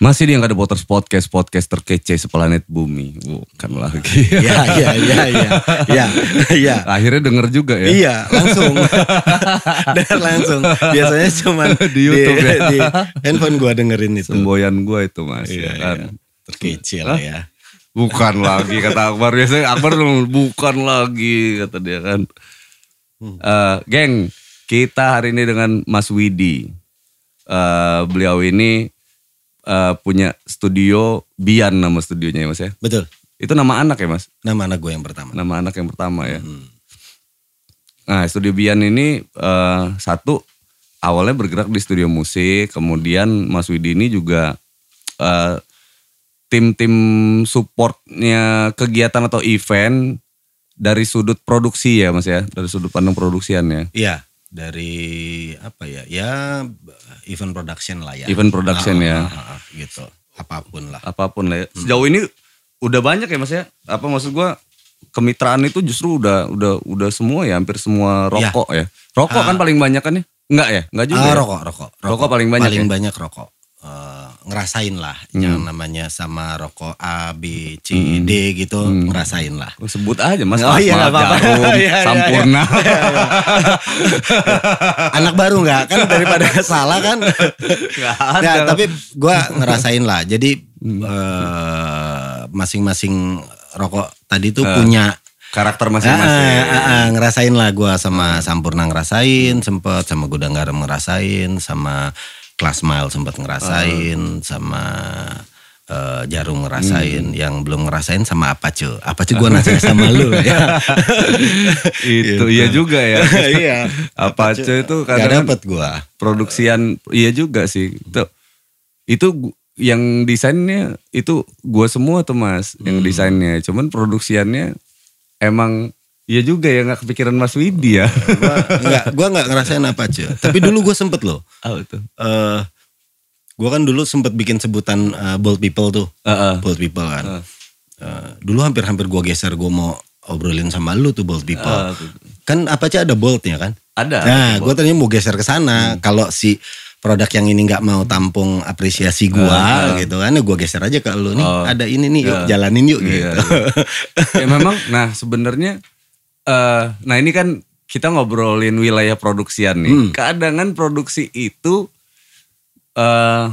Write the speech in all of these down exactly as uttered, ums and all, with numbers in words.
Masih di Yang Ada Boters Podcast, podcast terkece seplanet bumi. Bukan lagi. Iya, iya, iya, iya. Iya, iya. Akhirnya denger juga ya? Iya, langsung. Dengar langsung. Biasanya cuman di YouTube di, ya? di handphone gue dengerin itu. Semboyan gue itu mas. Iya, ya kan? iya. Terkece lah ya. Bukan lagi kata Akbar. Biasanya Akbar bukan lagi kata dia kan. Uh, geng, kita hari ini dengan Mas Widi. Uh, beliau ini Uh, punya studio Bian nama studionya ya mas ya? Betul. Itu nama anak ya mas? Nama anak gue yang pertama. Nama anak yang pertama ya. Hmm. Nah studio Bian ini uh, satu awalnya bergerak di studio musik. Kemudian Mas Widi ini juga uh, tim-tim supportnya kegiatan atau event dari sudut produksi ya mas ya? Dari sudut pandang produksiannya. Iya. Dari apa ya? Ya event production lah ya. Event production ah, ya. Ah, ah, gitu. Apapun lah. Apapun lah ya. Sejauh ini udah banyak ya mas ya? Apa maksud gue kemitraan itu justru udah udah udah semua ya, hampir semua rokok ya. ya. Rokok ah. kan paling banyak kan ya? Enggak ya? Enggak juga ah, ya? Rokok, rokok. Rokok, rokok paling banyak Paling ya? banyak rokok. Uh, ngerasain lah hmm. yang namanya sama rokok A, B, C, hmm. D gitu hmm. ngerasain lah. Sebut aja mas. Oh iya gak apa-apa. Sampurna. Anak baru gak kan daripada salah kan. Gak ada. Ya, tapi gue ngerasain lah. Jadi hmm. uh, masing-masing rokok tadi tuh uh. punya karakter masing-masing. Ah, ah, ah, ngerasain lah gue sama Sampurna ngerasain, sempet sama Gudang Garam ngerasain, sama Kelas Mile sempat ngerasain, uh. sama uh, Jarum ngerasain, hmm. yang belum ngerasain sama Apache. Apache gue ngerasain sama lu ya. Itu iya juga ya. Iya. Apache itu kadang dapet gue. Produksian iya juga sih. Itu, itu yang desainnya itu gue semua tuh mas, hmm. yang desainnya. Cuman produksiannya emang iya juga ya gak kepikiran Mas Widi ya. Enggak, gue gak ngerasain apa aja. Tapi dulu gue sempet loh. Oh itu. Uh, gue kan dulu sempet bikin sebutan uh, Bold People tuh. Uh-uh. Bold People kan. Uh. Uh, dulu hampir-hampir gue geser, gue mau obrolin sama lu tuh Bold People. Uh, kan apa aja ada boldnya kan? Ada. Nah gue tadinya mau geser ke sana. Hmm. Kalau si produk yang ini gak mau tampung apresiasi gue uh, uh. gitu kan. Gue geser aja ke lu nih. Uh, ada ini nih yuk uh, jalanin yuk gitu. Iya, iya. Ya memang nah sebenarnya. Uh, nah ini kan kita ngobrolin wilayah produksian nih. Hmm. Kadang produksi itu uh,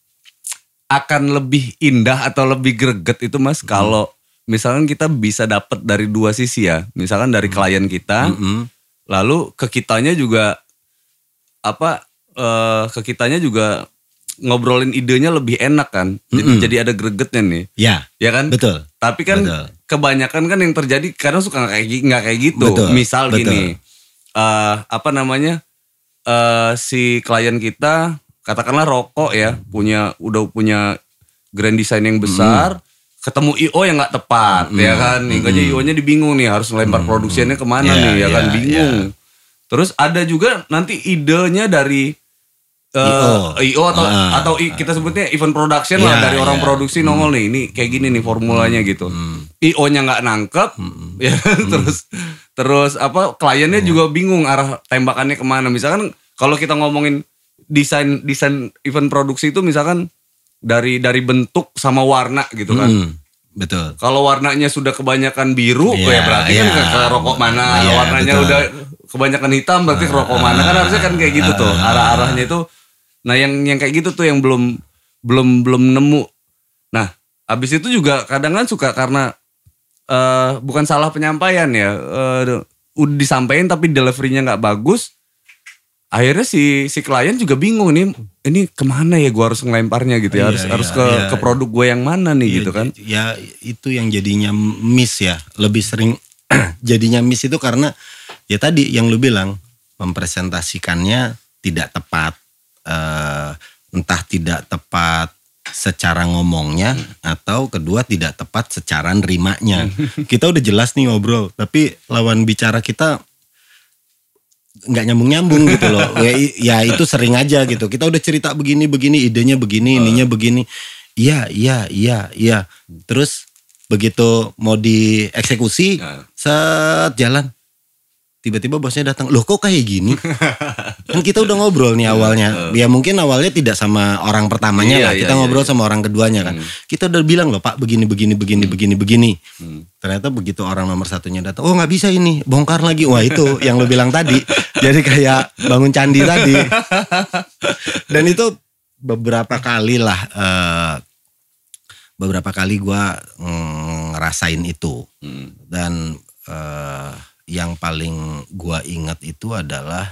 akan lebih indah atau lebih greget itu mas. Hmm. Kalau misalkan kita bisa dapat dari dua sisi ya. Misalkan dari hmm. klien kita. Hmm. Lalu ke kitanya juga apa uh, ke kitanya juga ngobrolin idenya lebih enak kan. Jadi, mm-hmm. jadi ada gregetnya nih. Ya. Ya kan? Betul. Tapi kan betul. Kebanyakan kan yang terjadi kadang suka gak kayak, gak kayak gitu. Betul. Misal betul. gini. Uh, apa namanya. Uh, si klien kita katakanlah rokok ya. Punya udah punya grand design yang besar. Mm. Ketemu I O yang gak tepat. Mm. Ya kan. Hingga mm. I O-nya dibingung nih. Harus ngelempar mm. produksiannya kemana yeah, nih. Ya yeah, kan bingung. Yeah. Terus ada juga nanti idenya dari Uh, I O I O atau ah, atau I, kita sebutnya event production yeah, lah dari orang yeah. produksi nongol hmm. nih ini kayak gini nih formulanya gitu. Hmm. I O-nya nggak nangkep, hmm. ya hmm. terus terus apa kliennya hmm. juga bingung arah tembakannya kemana. Misalkan kalau kita ngomongin desain desain event produksi itu misalkan dari dari bentuk sama warna gitu kan. Hmm. Betul. Kalau warnanya sudah kebanyakan biru, yeah, ya berarti yeah. kan ke, ke rokok mana. Yeah, warnanya betul. Udah kebanyakan hitam berarti ke rokok mana kan harusnya kan kayak gitu tuh arah-arahnya itu. Nah yang yang kayak gitu tuh yang belum belum belum nemu. Nah habis itu juga kadang kan suka karena uh, bukan salah penyampaian ya, uh, udah disampaikan tapi deliverynya nggak bagus. Akhirnya si si klien juga bingung nih, ini kemana ya gue harus ngelemparnya gitu ya, harus iya, harus ke iya. ke produk gue yang mana nih iya, gitu kan? Ya itu yang jadinya miss ya, lebih sering jadinya miss itu karena ya tadi yang lu bilang mempresentasikannya tidak tepat. Uh, entah tidak tepat secara ngomongnya hmm. atau kedua tidak tepat secara nerimanya. Kita udah jelas nih ngobrol, tapi lawan bicara kita nggak nyambung-nyambung gitu loh. Ya, ya itu sering aja gitu. Kita udah cerita begini-begini, idenya begini, uh. ininya begini. Iya, iya, iya, iya. Terus begitu mau dieksekusi, uh. set jalan. tiba-tiba bosnya datang, loh kok kayak gini? Kan kita udah ngobrol nih awalnya. Ya mungkin awalnya tidak sama orang pertamanya Iya, lah. iya, Kita iya, ngobrol iya. sama orang keduanya kan. Hmm. Kita udah bilang loh Pak begini, begini, begini, begini, begini. Hmm. Ternyata begitu orang nomor satunya datang, oh nggak bisa ini, bongkar lagi. Wah itu yang lo bilang tadi. Jadi kayak bangun candi tadi. Dan itu beberapa kali lah. Uh, beberapa kali gue mm, ngerasain itu. Hmm. Dan... Uh, yang paling gua ingat itu adalah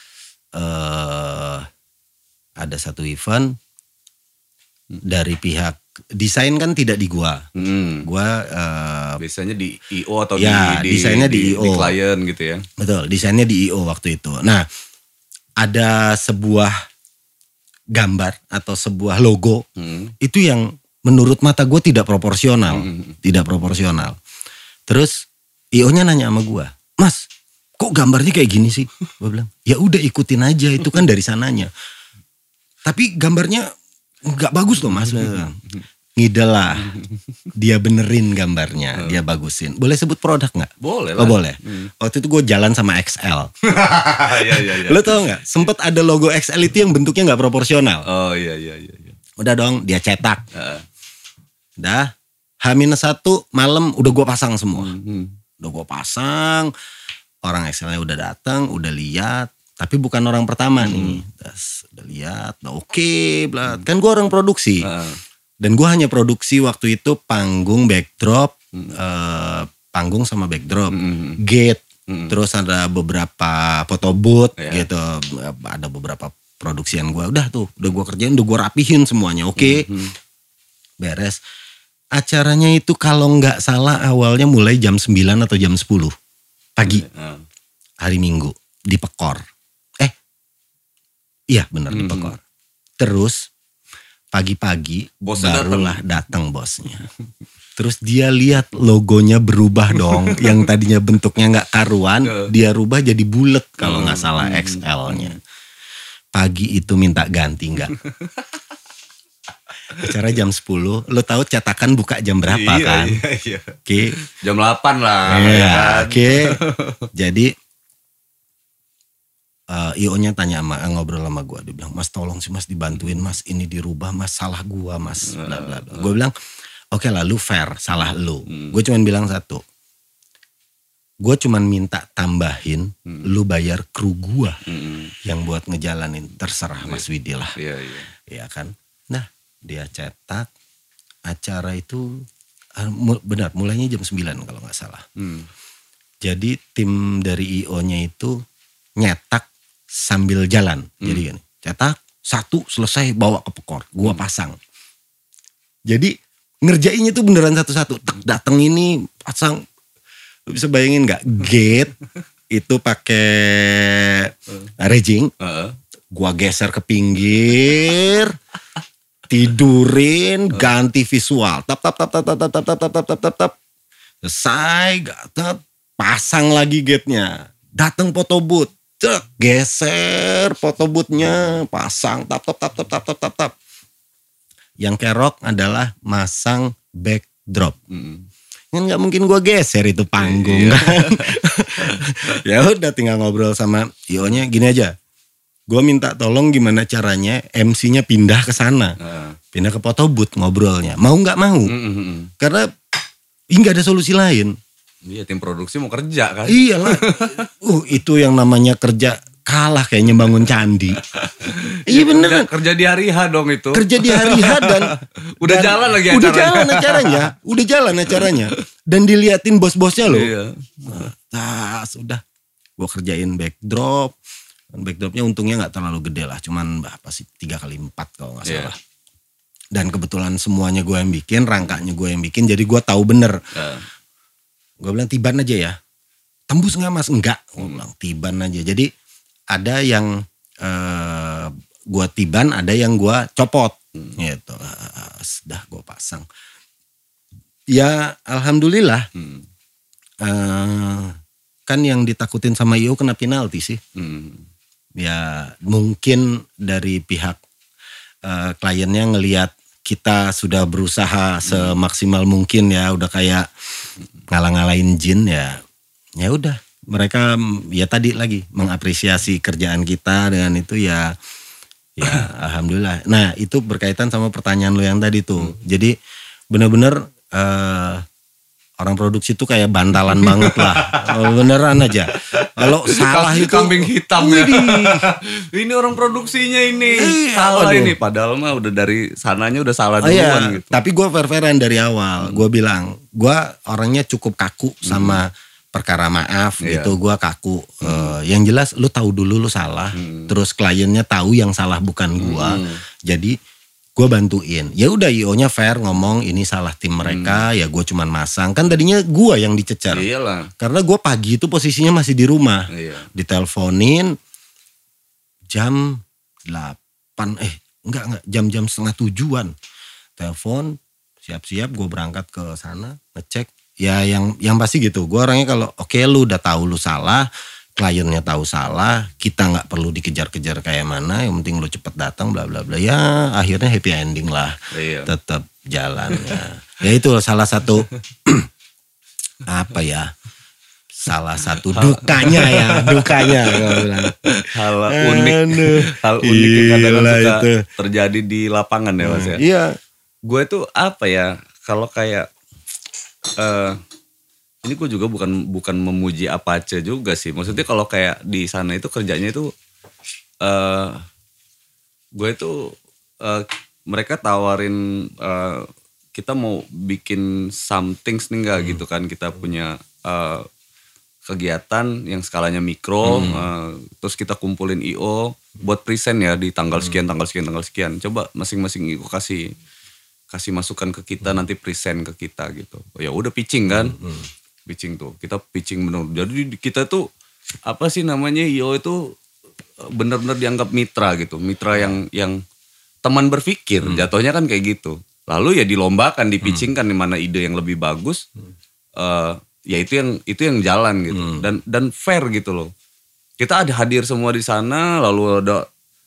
uh, ada satu event dari pihak desain kan tidak di gua, Hmm. gua uh, Biasanya di I O atau ya, di, di desainnya di, di, I O. di klien gitu ya. Betul, desainnya di I O waktu itu. Nah, ada sebuah gambar atau sebuah logo Hmm. itu yang menurut mata gue tidak proporsional, Hmm. tidak proporsional. Terus I O-nya nanya sama gue, Mas, kok gambarnya kayak gini sih? Gue bilang, ya udah ikutin aja, itu kan dari sananya. Tapi gambarnya nggak bagus loh Mas. Ngidel lah, dia benerin gambarnya, dia bagusin. Boleh sebut produk nggak? Boleh Oh lah. boleh. Hmm. Waktu itu gue jalan sama X L. Iya iya iya. Lo tau nggak? Sempet ada logo X L itu yang bentuknya nggak proporsional. Oh iya iya iya. iya. Udah dong, dia cetak. Uh, Udah, H minus satu malam udah gue pasang semua. hmm. Udah gue pasang, orang X L-nya udah datang, udah lihat. Tapi bukan orang pertama nih. Terus udah lihat, udah oke, okay, kan gue orang produksi. Uh, Dan gue hanya produksi waktu itu panggung, backdrop, eh, panggung sama backdrop, Hmm. gate, Hmm. terus ada beberapa foto booth Yeah. gitu, ada beberapa produksian gue. Udah tuh, udah gue kerjain, udah gue rapihin semuanya, oke, okay. Hmm. beres. Acaranya itu kalau nggak salah awalnya mulai jam sembilan atau jam sepuluh pagi, Uh, hari Minggu di Pekor. Eh, iya benar di Hmm. Pekor. Terus pagi-pagi Bosnya barulah datang bosnya. Terus dia lihat logonya berubah dong, yang tadinya bentuknya nggak karuan, Uh. dia rubah jadi bulat kalau nggak Hmm. salah X L-nya. Pagi itu minta ganti nggak? Acara jam sepuluh, lo tahu cetakan buka jam berapa iya, kan? Iya iya. Oke. Jam delapan lah. Iya, ya kan? oke. Jadi uh, I O-nya tanya sama ngobrol sama gue, dia bilang, Mas tolong sih Mas dibantuin Mas, ini dirubah Mas, salah gua Mas. Bla bla bla. Gue bilang, oke lah lu fair, salah lu. Hmm. Gue cuman bilang satu, gue cuman minta tambahin, Hmm. lu bayar kru gua Hmm. yang buat ngejalanin, terserah Mas Widi lah. Iya iya. Iya kan. Nah dia cetak, acara itu uh, mu- benar mulainya jam sembilan kalau gak salah. Hmm. Jadi tim dari I O-nya itu nyetak sambil jalan. Hmm. Jadi gini, cetak satu selesai bawa ke Pekor, gua pasang. Jadi ngerjainnya tuh beneran satu-satu. Tek, datang ini pasang. Lu bisa bayangin nggak? Gate itu pakai rejing. Uh, Gua geser ke pinggir, tidurin, ganti visual. Tap tap tap tap tap tap tap tap tap tap tap tap. Selesai, gatot, pasang lagi gate-nya. Datang foto booth, cek, geser foto booth-nya, pasang, tap tap tap tap tap tap tap tap. Yang kerok adalah masang backdrop. hmm. Kan nggak mungkin gue geser itu panggung Iya. kan. Ya udah tinggal ngobrol sama I O-nya gini aja. Gue minta tolong gimana caranya M C-nya pindah ke sana. Uh. Pindah ke foto booth ngobrolnya. Mau nggak mau. Hmm, hmm, hmm. Karena ini nggak ada solusi lain. Iya tim produksi mau kerja kan. Iyalah. Uh itu yang namanya kerja kalah kayaknya bangun candi. Iya bener. Kerja, kerja di hari H dong itu. Kerja di hari H dan Udah dan jalan lagi Udah acaranya. jalan acaranya. Udah jalan acaranya. Dan diliatin bos-bosnya loh. Iya. Nah, sudah. Gue kerjain backdrop. Backdropnya untungnya gak terlalu gede lah. Cuman apa sih tiga kali empat kalau gak Iya. salah. Dan kebetulan semuanya gue yang bikin. Rangkanya gue yang bikin. Jadi gue tahu bener. Uh. Gue bilang tiban aja ya. Tembus gak mas? Enggak. Gue bilang tiban aja. Jadi ada yang eh, gue tiban. Ada yang gue copot. Hmm. Gitu. Ah, sudah gue pasang. Ya alhamdulillah. Hmm. Eh, kan yang ditakutin sama I O kena penalti sih. Hmm. Ya mungkin dari pihak uh, kliennya ngelihat kita sudah berusaha semaksimal mungkin ya, udah kayak ngalah-ngalahin jin ya. Ya udah, mereka ya tadi lagi mengapresiasi kerjaan kita dengan itu ya ya alhamdulillah. Nah itu berkaitan sama pertanyaan lo yang tadi tuh. Hmm. Jadi benar-benar uh, orang produksi tuh kayak bantalan banget lah. Beneran aja. Kalau salah itu kambing hitam ya. Ini orang produksinya ini eh, salah aduh. Ini padahal mah udah dari sananya udah salah oh, duluan iya. gitu. Tapi gue fair-fairan dari awal. Hmm. Gue bilang, gue orangnya cukup kaku sama hmm. perkara maaf yeah. gitu. Gue kaku. Hmm. Uh, yang jelas lu tahu dulu lu salah. Hmm. Terus kliennya tahu yang salah bukan gue. Hmm. Jadi gue bantuin. Ya udah I O-nya fair ngomong ini salah tim mereka, hmm. ya gue cuman masang. Kan tadinya gue yang dicecer. Iyalah. Karena gue pagi itu posisinya masih di rumah. Iya. Diteleponin jam delapan eh enggak enggak jam-jam setengah tujuan. Telepon, siap-siap gue berangkat ke sana, ngecek. Ya yang yang pasti gitu. Gue orangnya kalau oke okay, lu udah tahu lu salah, kliennya tahu salah, kita nggak perlu dikejar-kejar kayak mana, yang penting lu cepet datang, bla bla bla. Ya akhirnya happy ending lah, iya. Tetap jalan. Ya. Ya itu salah satu apa ya, salah satu dukanya ya, dukanya. Hal unik, hal unik yang kadang suka itu terjadi di lapangan ya mas ya. Iya. Gue tuh apa ya, kalau kayak uh, ini gue juga bukan bukan memuji Apache juga sih. Maksudnya kalau kayak di sana itu kerjanya itu uh, gue itu uh, mereka tawarin uh, kita mau bikin something nih enggak hmm. gitu kan. Kita punya uh, kegiatan yang skalanya mikro, hmm. uh, terus kita kumpulin I O buat present ya di tanggal sekian, tanggal sekian, tanggal sekian. Coba masing-masing I O kasih kasih masukan ke kita, nanti present ke kita gitu. Ya udah pitching kan. Hmm. Pitching tuh, kita pitching bener. Jadi kita tuh apa sih namanya I O itu benar-benar dianggap mitra gitu, mitra yang yang teman berpikir, hmm. jatuhnya kan kayak gitu. Lalu ya dilombakan, dipitchingkan hmm. di mana ide yang lebih bagus, hmm. uh, ya itu yang itu yang jalan gitu. Hmm. Dan dan fair gitu loh. Kita ada hadir semua di sana, lalu ada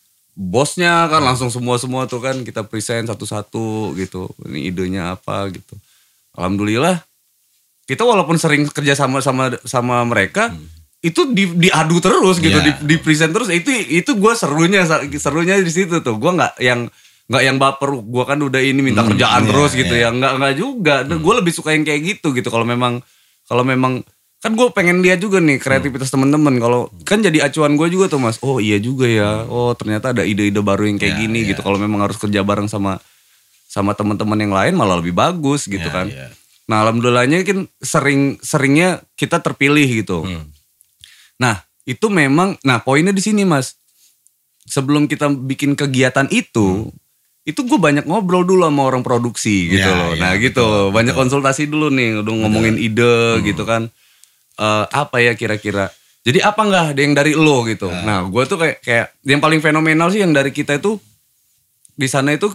bosnya kan hmm. langsung semua semua tuh kan kita present satu-satu gitu. Ini idenya apa gitu. Alhamdulillah. Kita walaupun sering kerja sama sama sama mereka hmm. itu di, diadu terus gitu, yeah. di, di present terus. Itu itu gue serunya serunya di situ tuh. Gue nggak yang nggak yang baper. Gue kan udah ini minta hmm, kerjaan yeah, terus gitu yeah. ya. Nggak nggak juga. Hmm. Gue lebih suka yang kayak gitu gitu. Kalau memang kalau memang kan gue pengen lihat juga nih kreativitas hmm. temen-temen. Kalau kan jadi acuan gue juga tuh mas. Oh iya juga ya. Oh ternyata ada ide-ide baru yang kayak yeah, gini yeah. gitu. Kalau memang harus kerja bareng sama sama teman-teman yang lain malah lebih bagus gitu yeah, kan. Yeah. Nah alhamdulillahnya kan sering seringnya kita terpilih gitu. Hmm. Nah itu memang, nah poinnya di sini mas. Sebelum kita bikin kegiatan itu, hmm. itu gue banyak ngobrol dulu sama orang produksi gitu ya, loh. Nah ya, gitu, betul, banyak betul. konsultasi dulu nih, udah ngomongin betul. ide hmm. gitu kan. Uh, apa ya kira-kira? Jadi apa nggak ada yang dari lo gitu? Ya. Nah gue tuh kayak kayak yang paling fenomenal sih yang dari kita itu di sana itu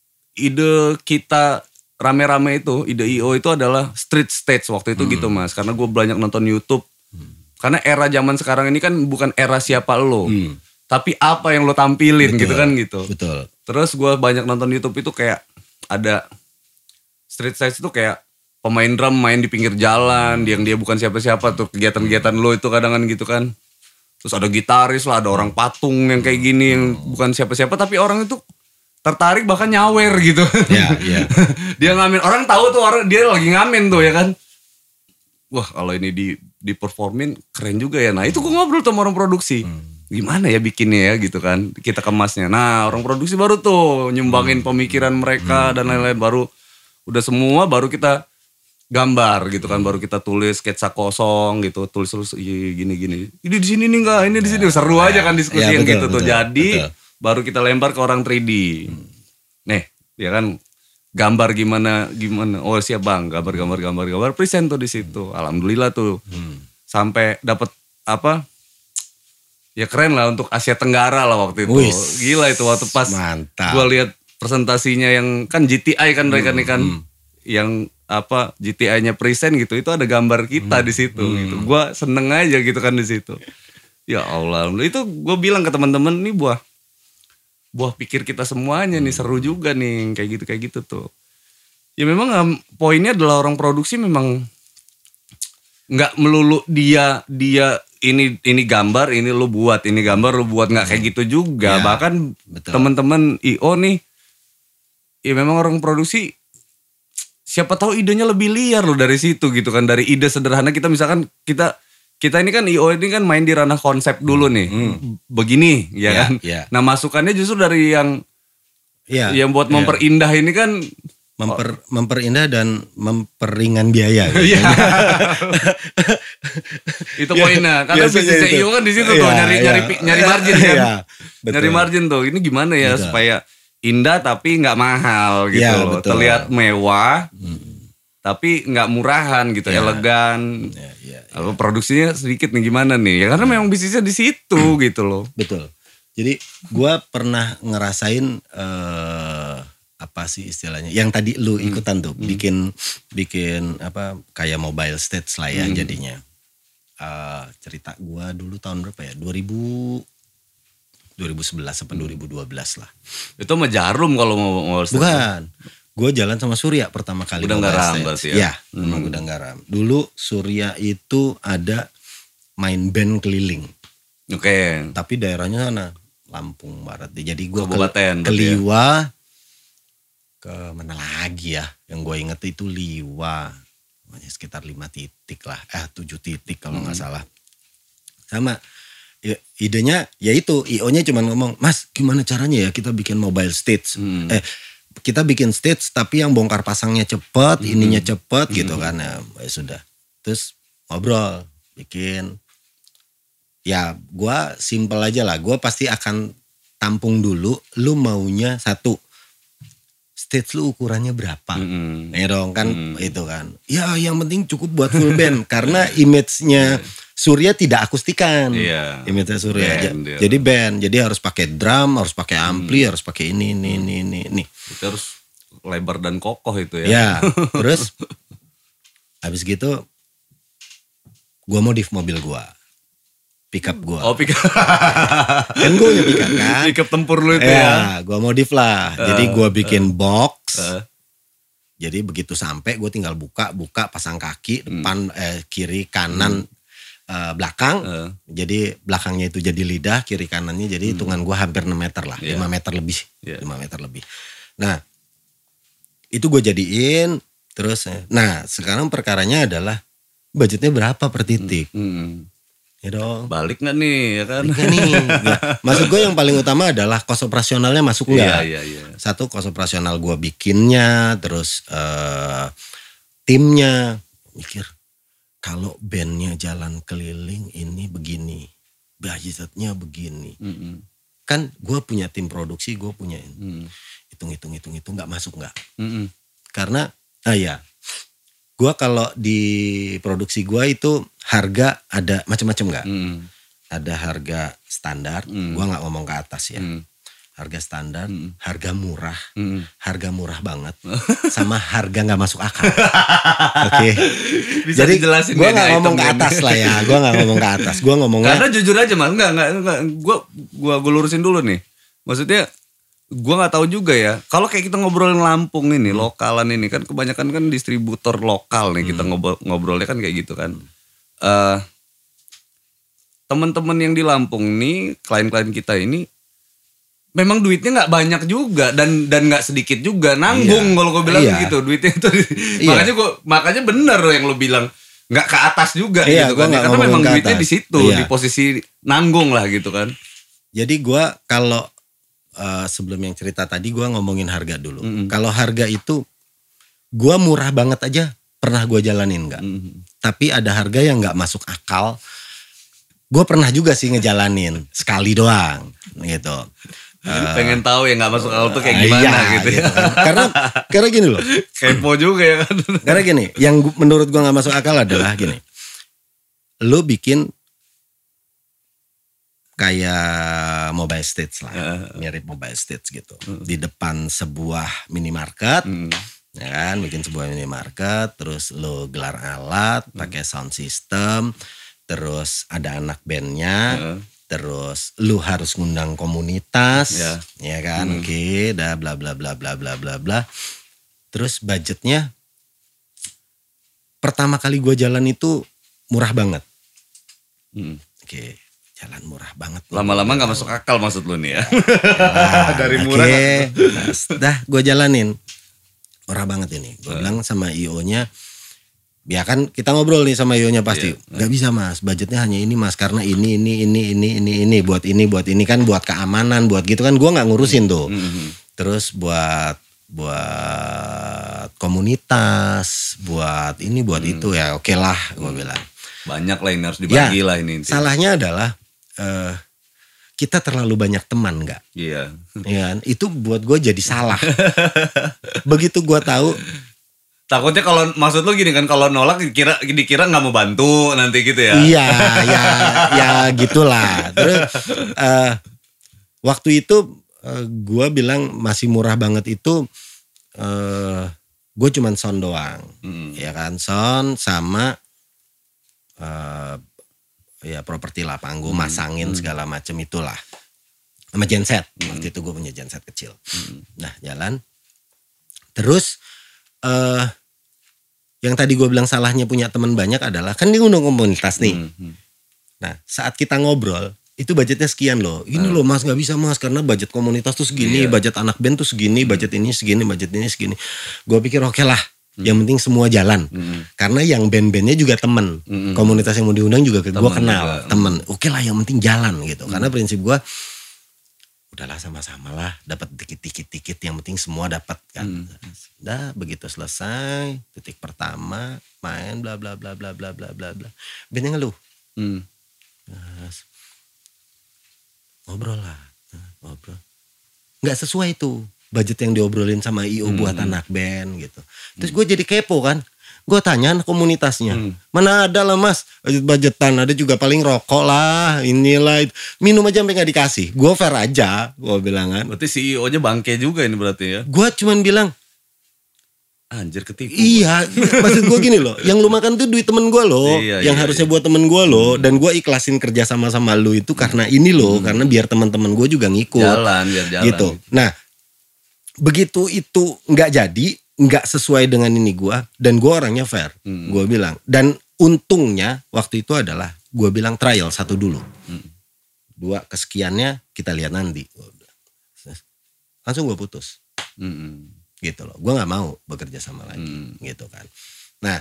ide kita rame-rame itu, ide I O itu adalah street stage waktu itu hmm. gitu mas. Karena gue banyak nonton YouTube. Hmm. Karena era zaman sekarang ini kan bukan era siapa lo. Hmm. Tapi apa yang lo tampilin betul, gitu kan gitu. Betul. Terus gue banyak nonton YouTube itu kayak ada street stage itu kayak pemain drum main di pinggir jalan. Hmm. Yang dia bukan siapa-siapa tuh. Kegiatan-kegiatan lo itu kadang kan gitu kan. Terus ada gitaris lah, ada orang patung yang kayak gini. Yang bukan siapa-siapa tapi orang itu tertarik bahkan nyawer gitu. Iya, iya. Dia ngamen. Orang tahu tuh orang dia lagi ngamen tuh ya kan. Wah, kalau ini di di performin keren juga ya. Nah, itu gue ngobrol sama orang produksi. Hmm. Gimana ya bikinnya ya gitu kan. Kita kemasnya. Nah, orang produksi baru tuh nyumbangin hmm. pemikiran mereka hmm. dan lain-lain, baru udah semua baru kita gambar gitu kan, baru kita tulis sketsa kosong gitu, tulis-tulis gini-gini. Ini di sini nih enggak, ini di sini. Seru aja kan diskusi ya, yang betul, gitu betul, tuh. Jadi betul. Baru kita lempar ke orang tiga D. Hmm. Nih, ya kan gambar gimana gimana. Oh, siap Bang, gambar-gambar gambar-gambar present tuh di situ. Hmm. Alhamdulillah tuh. Hmm. Sampai dapat apa? Ya keren lah untuk Asia Tenggara lah waktu itu. Wiss. Gila itu waktu pas gue lihat presentasinya yang kan G T I kan mereka hmm. nih kan hmm. yang apa G T I-nya present gitu. Itu ada gambar kita hmm. di situ hmm. gitu. Gue seneng aja gitu kan di situ. Ya Allah, itu gue bilang ke teman-teman nih buah buah pikir kita semuanya nih, seru juga nih kayak gitu kayak gitu tuh. Ya memang um, poinnya adalah orang produksi memang nggak melulu dia dia ini ini gambar ini lu buat ini gambar lu buat nggak kayak gitu juga. Ya, bahkan betul. teman-teman I O nih ya memang orang produksi siapa tahu idenya lebih liar loh dari situ gitu kan, dari ide sederhana kita misalkan kita kita ini kan I O ini kan main di ranah konsep dulu nih Hmm. begini ya, Ya, kan ya. nah masukannya justru dari yang Iya. yang buat Iya. memperindah ini kan Memper, memperindah dan memperingan biaya. Iya. Itu poinnya. Karena biasanya bisnis itu. C E O kan di situ tuh Iya, nyari iya. nyari nyari margin kan. Iya, betul. Nyari margin tuh. Ini gimana ya Betul. supaya indah tapi nggak mahal gitu Iya, loh. betul. Terlihat mewah tapi nggak murahan gitu, Iya. elegan. Iya, iya, iya. Lalu produksinya sedikit nih gimana nih? Ya karena memang bisnisnya di situ gitu loh. Betul. Jadi gua pernah ngerasain eh, apa sih istilahnya? Yang tadi lu ikutan tuh, bikin bikin apa kayak mobile stage lah ya Hmm. jadinya. Eh, cerita gua dulu tahun berapa ya? dua ribu dua ribu sebelas sampai dua ribu dua belas lah. Itu mah jarum kalau mau mau Bukan. Gue jalan sama Surya pertama kali. Gudang mobile Garam stage. berarti ya? Iya, Hmm. sama Gudang Garam. Dulu Surya itu ada main band keliling. Oke. Tapi daerahnya sana Lampung Barat. Jadi gue ke, Kabupaten ke berarti ya? Liwa, ke mana lagi ya? Yang gue inget itu Liwa, pokoknya sekitar lima titik lah, eh tujuh titik kalau nggak Hmm. salah. Sama i- idenya ya itu I O-nya cuma ngomong, Mas gimana caranya ya kita bikin mobile stage? Hmm. Eh kita bikin stage tapi yang bongkar pasangnya cepet, Hmm. ininya cepet gitu Hmm. kan ya, ya sudah. Terus ngobrol, bikin. Ya gue simple aja lah, gue pasti akan tampung dulu, lu maunya satu, stage lu ukurannya berapa? Mm-mm. Ya dong kan Hmm. itu kan. Ya yang penting cukup buat full band karena image-nya Surya tidak akustikan. Iya. Image-nya Surya aja. Band dia. Jadi band, jadi harus pakai drum, harus pakai ampli, harus pakai ini ini ini ini. ini. Itu harus lebar dan kokoh itu ya. Ya, terus habis gitu gua modif mobil gua. Pickup gua. Oh pick Kan gua punya pickup kan. Pickup tempur lu itu ya. Ya, gua modif lah. Jadi gua bikin box. Eh. Jadi begitu sampai gue tinggal buka, buka pasang kaki Hmm. depan, eh, kiri, kanan, eh, belakang. Eh. Jadi belakangnya itu jadi lidah, kiri kanannya jadi hitungan gue hampir enam meter lah, Iya. lima meter lebih, Iya. lima meter lebih. Nah itu gue jadiin, terus, eh, nah sekarang perkaranya adalah budgetnya berapa per titik, Hmm. ya dong. Balik nggak nih ya kan? Balik nih. Ya, maksud gue yang paling utama adalah kos operasionalnya masuk nggak? Iya iya iya. Satu kos operasional gue bikinnya, terus eh, timnya, mikir kalau bandnya jalan keliling ini begini, budgetnya begini, Mm-mm. kan gue punya tim produksi, gue punya Mm. hitung hitung hitung hitung nggak masuk nggak? Mm-mm. Karena ah ya, gue kalau di produksi gue itu harga ada macam-macam nggak? Mm. Ada harga standar, Hmm. gue nggak ngomong ke atas ya. Mm. Harga standar, Hmm. harga murah, Mm. harga murah banget, sama harga nggak masuk akal. Oke. Bisa Jadi dijelasin gue nggak nggak nih ngomong ke item-nya? atas lah ya, gue nggak ngomong ke atas, gue ngomongnya. Karena jujur aja mas, enggak enggak enggak. Gue gua gua lurusin dulu nih. Maksudnya gue nggak tahu juga ya. Kalau kayak kita ngobrolin Lampung ini, lokalan ini kan kebanyakan kan distributor lokal nih kita ngobrol ngobrolnya kan kayak gitu kan. Eh teman-teman yang di Lampung nih, klien-klien kita ini memang duitnya nggak banyak juga dan dan nggak sedikit juga nanggung Iya. kalau gue bilang Iya. gitu duitnya itu Iya. makanya gue makanya bener loh yang lo bilang nggak ke atas juga Iya, gitu gua kan nggak karena ngomongin memang ke duitnya atas. di situ Iya. di posisi nanggung lah gitu kan. Jadi gue kalau eh, sebelum yang cerita tadi gue ngomongin harga dulu. Mm-mm. Kalau harga itu gue murah banget aja pernah gue jalanin nggak. Mm. Tapi ada harga yang nggak masuk akal. Gue pernah juga sih ngejalanin sekali doang gitu. Pengen tahu ya nggak masuk akal tuh kayak Ah, gimana iya, gitu ya. kan. Karena karena gini loh. Kepo juga ya kan. Karena gini, yang gu- menurut gue nggak masuk akal adalah gini. Lo bikin kayak mobile stage lah, Heeh. mirip mobile stage gitu. Di depan sebuah minimarket, Mm. ya kan, bikin sebuah minimarket, terus lo gelar alat, pakai sound system, terus ada anak bandnya, Heeh. terus lu harus ngundang komunitas, Ya. ya kan, Hmm. oke, dah bla bla bla bla bla bla bla. Terus budgetnya pertama kali gue jalan itu murah banget. Hmm. Oke, jalan murah banget. Lama-lama nggak masuk akal maksud lu nih ya? Nah, Dari murah. Oke, nah, dah gue jalanin. Murah banget ini. Gue bilang sama I O-nya, ya kan kita ngobrol nih sama I O-nya pasti. Iya. Gak bisa mas, budgetnya hanya ini mas. Karena ini, ini, ini, ini, ini, ini. Buat ini, buat ini kan buat keamanan, buat gitu kan. Gue gak ngurusin tuh. Mm-hmm. Terus buat, buat komunitas, buat ini, buat Hmm. itu ya oke lah gue bilang. Banyak lah ini harus dibagi Ya, lah ini. intinya. Salahnya adalah uh, kita terlalu banyak teman nggak? Iya. Ya kan? Itu buat gue jadi salah. Begitu gue tahu, Takutnya kalau maksud lu gini kan, kalau nolak dikira dikira nggak mau bantu nanti gitu ya? iya, ya, ya gitulah. Terus uh, waktu itu uh, gue bilang masih murah banget itu, uh, gue cuman sound doang, Hmm. ya kan, sound sama uh, ya properti lah, panggung, Hmm. masangin Hmm. segala macam itulah, sama genset. Hmm. Waktu itu gue punya genset kecil. Hmm. Nah jalan, terus uh, yang tadi gue bilang salahnya punya teman banyak adalah kan dia undang komunitas nih. Hmm. Hmm. Nah saat kita ngobrol itu budgetnya sekian loh. Ini Hmm. loh mas nggak bisa mas karena budget komunitas tuh segini, Iya. budget anak band tuh segini, budget ini segini, budget ini segini. Gue pikir oke lah, yang penting semua jalan. Hmm. Karena yang band-bandnya juga temen, Hmm. komunitas yang mau diundang juga gue Temen kenal, juga. temen. Oke lah yang penting jalan gitu. Karena prinsip gue udahlah sama-sama lah, dapat dikit-dikit-dikit, yang penting semua dapat kan. Hmm. Dah begitu selesai, titik pertama main bla bla bla bla bla bla bla bla. Bandnya ngeluh. Hmm. Terus, ngobrol lah, Nah, ngobrol. Nggak sesuai tuh budget yang diobrolin sama I O Hmm. buat anak band gitu. Terus gue jadi kepo kan. Gue tanya anak komunitasnya, Hmm. mana ada lah mas budget-budgetan, ada juga paling rokok lah, inilah itu. Minum aja sampai nggak dikasih. Gue fair aja, gue bilang kan. Berarti C E O-nya bangke juga ini berarti ya? Gue cuman bilang, Anjir ketipu. iya, maksud gue gini loh, yang lu makan tuh duit temen gue loh, Iya, yang iya, harusnya iya. buat temen gue loh, dan gue ikhlasin kerja sama sama lu itu karena ini loh, karena biar teman-teman gue juga ngikut, Jalan biar jalan. gitu. Nah, begitu itu nggak jadi, nggak sesuai dengan ini gue, dan gue orangnya fair, Hmm. gue bilang, dan untungnya waktu itu adalah gue bilang trial satu dulu, Hmm. dua kesekiannya kita lihat nanti, langsung gue putus. Hmm. Gitu loh, gue nggak mau bekerja sama lagi, Hmm. gitu kan. Nah,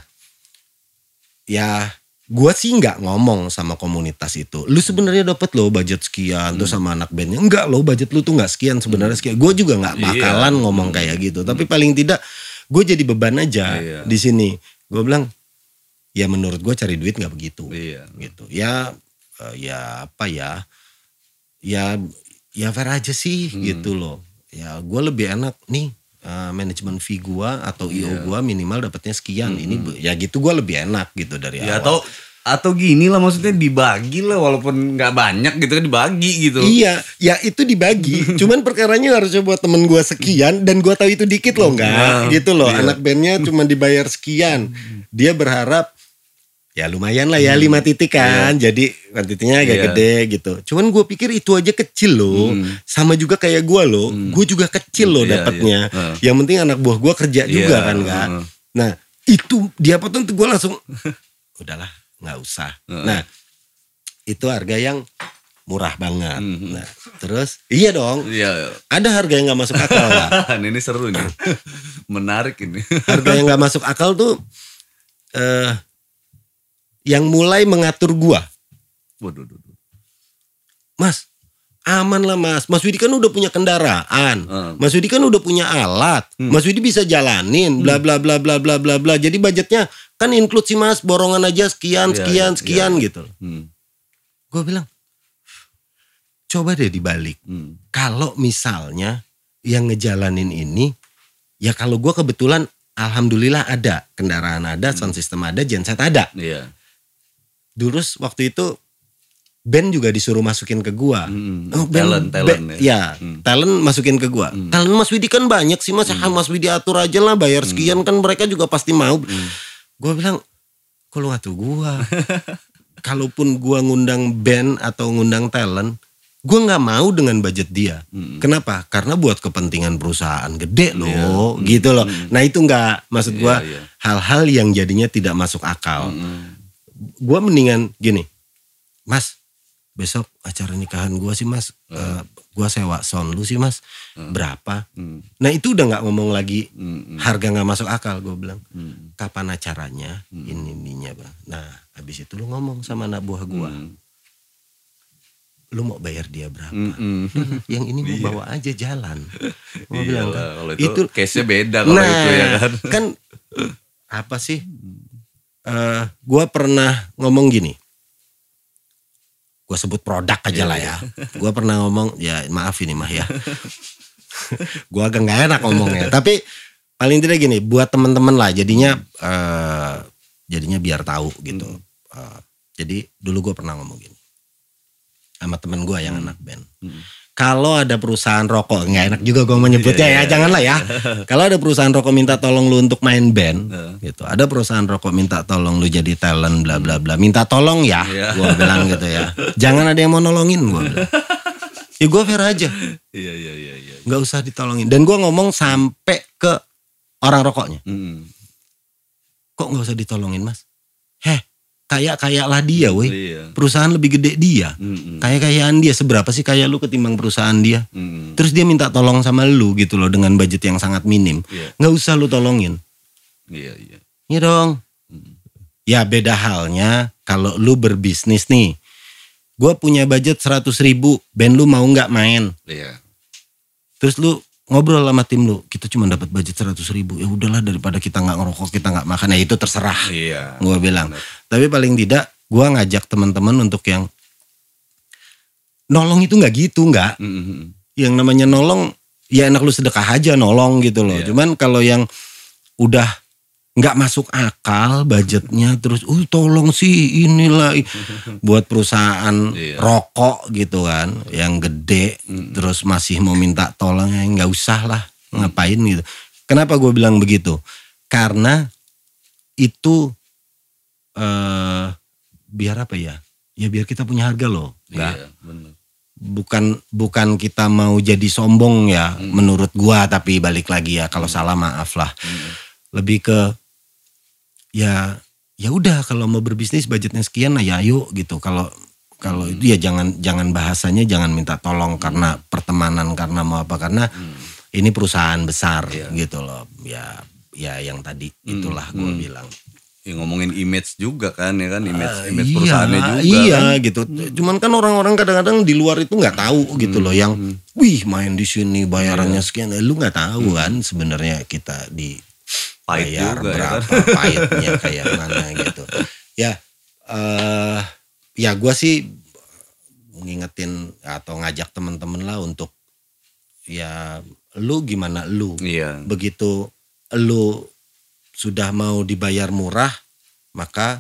ya gue sih nggak ngomong sama komunitas itu. Lu sebenarnya dapat lo budget sekian, tuh sama anak bandnya. Enggak lo, budget lu tuh nggak sekian sebenarnya sekian. Gue juga nggak bakalan Iya. ngomong kayak gitu. Tapi paling tidak, gue jadi beban aja Iya. di sini. Gue bilang, ya menurut gue cari duit nggak begitu, Iya. gitu. Ya, eh, ya apa ya, ya, ya fair aja sih, Hmm. gitu loh. Ya gue lebih enak nih. Uh, manajemen fee gua atau I O Iya. gua minimal dapatnya sekian. Ini be- ya gitu gua lebih enak gitu dari Ya awal. atau atau gini lah maksudnya dibagi lah walaupun nggak banyak gitu kan dibagi gitu. Iya, ya itu dibagi. Cuman perkaranya harusnya buat temen gua sekian dan gua tahu itu dikit loh enggak, Nah, gitu loh. iya. Anak bandnya cuma dibayar sekian. Dia berharap ya lumayan lah ya lima titik kan. Jadi kuantitinya agak Iya. gede gitu. Cuman gue pikir itu aja kecil loh. Hmm. Sama juga kayak gue loh. Hmm. Gue juga kecil loh Iya, dapatnya. iya. Heeh. Yang penting anak buah gue kerja juga Iya, kan kan. heeh. Nah itu dia potong tuh gue langsung udahlah nggak usah. Heeh. Nah itu harga yang murah banget. Hmm. Nah terus iya dong. Iya. Ada harga yang nggak masuk akal lah. ini seru nih. Menarik ini. Harga yang nggak masuk akal tuh eh yang mulai mengatur gua. Waduh, waduh, waduh. Mas, aman lah mas. Mas Widi kan udah punya kendaraan. Hmm. Mas Widi kan udah punya alat. Hmm. Mas Widi bisa jalanin. Bla bla bla bla bla bla bla. Jadi budgetnya kan include sih mas. Borongan aja sekian, Iya, sekian, iya, sekian iya. gitu. Hmm. Gue bilang, coba deh dibalik. Hmm. Kalau misalnya yang ngejalanin ini, ya kalau gue kebetulan alhamdulillah ada. Kendaraan ada, sound system ada, genset ada. Iya. Dulu waktu itu band juga disuruh masukin ke gua. Hmm. Oh, Talent, band- talent band- ya. ya. Hmm. Talent masukin ke gua. Hmm. Talent Mas Widi kan banyak sih mas. Ah, Mas Widi atur aja lah, bayar sekian kan mereka juga pasti mau. Hmm. Gua bilang, kok lu ngatur gua? Kalaupun gua ngundang band atau ngundang talent, gua nggak mau dengan budget dia. Hmm. Kenapa? Karena buat kepentingan perusahaan gede loh, Iya. Hmm. gitu loh. Hmm. Nah itu nggak, maksud gua Iya, iya. hal-hal yang jadinya tidak masuk akal. Hmm. gue mendingan gini, Mas, besok acara nikahan gue sih Mas, hmm. uh, gue sewa sound lu sih Mas, hmm. berapa? Hmm. Nah itu udah nggak ngomong lagi hmm. harga nggak masuk akal, gue bilang. Hmm. Kapan acaranya? Hmm. Ini ininya bang. Nah habis itu lu ngomong sama anak buah gue. Hmm. Lu mau bayar dia berapa? Mm-mm. Yang ini mau bawa aja jalan. Mau bilang kan, kalau itu, itu case-nya beda kalau nah, itu ya kan. Kan apa sih? Uh, gua pernah ngomong gini. Gua sebut produk aja yeah, lah ya. Gua pernah ngomong, ya maaf ini mah ya. Gua agak nggak enak ngomongnya. Tapi paling tidak gini, buat teman-teman lah. Jadinya, uh, jadinya biar tahu gitu. Uh, jadi dulu gua pernah ngomong gini. Sama temen gue yang hmm. anak band. Hmm. Kalau ada perusahaan rokok, nggak enak juga gue menyebutnya yeah, ya, yeah, janganlah ya. Kalau ada perusahaan rokok minta tolong lu untuk main band, uh. gitu. Ada perusahaan rokok minta tolong lu jadi talent, bla bla bla. Minta tolong ya, yeah. gue bilang gitu ya. Jangan ada yang mau nolongin gue bilang. Ya gue fair aja. Iya iya iya. Nggak usah ditolongin. Dan gue ngomong sampai ke orang rokoknya. Hmm. Kok nggak usah ditolongin mas? Heh. Kayak kayak lah dia weh. Iya. Perusahaan lebih gede dia. Mm-mm. Kayak kayaan dia. Seberapa sih kayak lu ketimbang perusahaan dia. Mm. Terus dia minta tolong sama lu gitu loh. Dengan budget yang sangat minim. Yeah. Gak usah lu tolongin. Iya iya. Iya dong. Mm. Ya beda halnya. Kalau lu berbisnis nih. Gue punya budget seratus ribu. Band lu mau gak main. Iya. Terus lu ngobrol sama tim lu, kita cuma dapat budget seratus ribu, ya udahlah daripada kita nggak ngerokok, kita nggak makan, ya itu terserah. Iya. Gue bilang. Bener. Tapi paling tidak, gue ngajak teman-teman untuk yang nolong itu nggak gitu, nggak. Mm-hmm. Yang namanya nolong, ya enak lu sedekah aja nolong gitu loh. Iya. Cuman kalau yang udah nggak masuk akal budgetnya, terus, uh tolong sih inilah buat perusahaan iya. rokok gitu kan, yang gede, mm. terus masih mau minta tolong, ya nggak usah lah, mm. ngapain gitu. Kenapa gue bilang begitu? Karena itu uh, biar apa ya? Ya biar kita punya harga loh, nggak? Iya, bener. Bukan bukan kita mau jadi sombong ya, mm. menurut gue, tapi balik lagi ya, kalau mm. salah maaf lah. Mm. Lebih ke ya ya udah kalau mau berbisnis budgetnya sekian, nah ya ayo gitu. Kalau kalau hmm. itu ya jangan jangan bahasanya jangan minta tolong hmm. karena pertemanan, karena mau apa, karena hmm. ini perusahaan besar yeah. gitu loh. Ya ya yang tadi itulah hmm. gue hmm. bilang. Ya, ngomongin image juga kan ya kan, image uh, image iya, perusahaannya juga. Iya kan? gitu. Cuman kan orang-orang kadang-kadang di luar itu nggak tahu gitu hmm. loh, yang wih main di sini bayarannya yeah. sekian, lu nggak tahu hmm. kan sebenarnya kita di pahit bayar juga, berapa ya kan? Pahitnya kayak mana gitu ya. Uh, ya gue sih ngingetin atau ngajak temen-temen lah untuk ya lu gimana lu iya. Begitu lu sudah mau dibayar murah, maka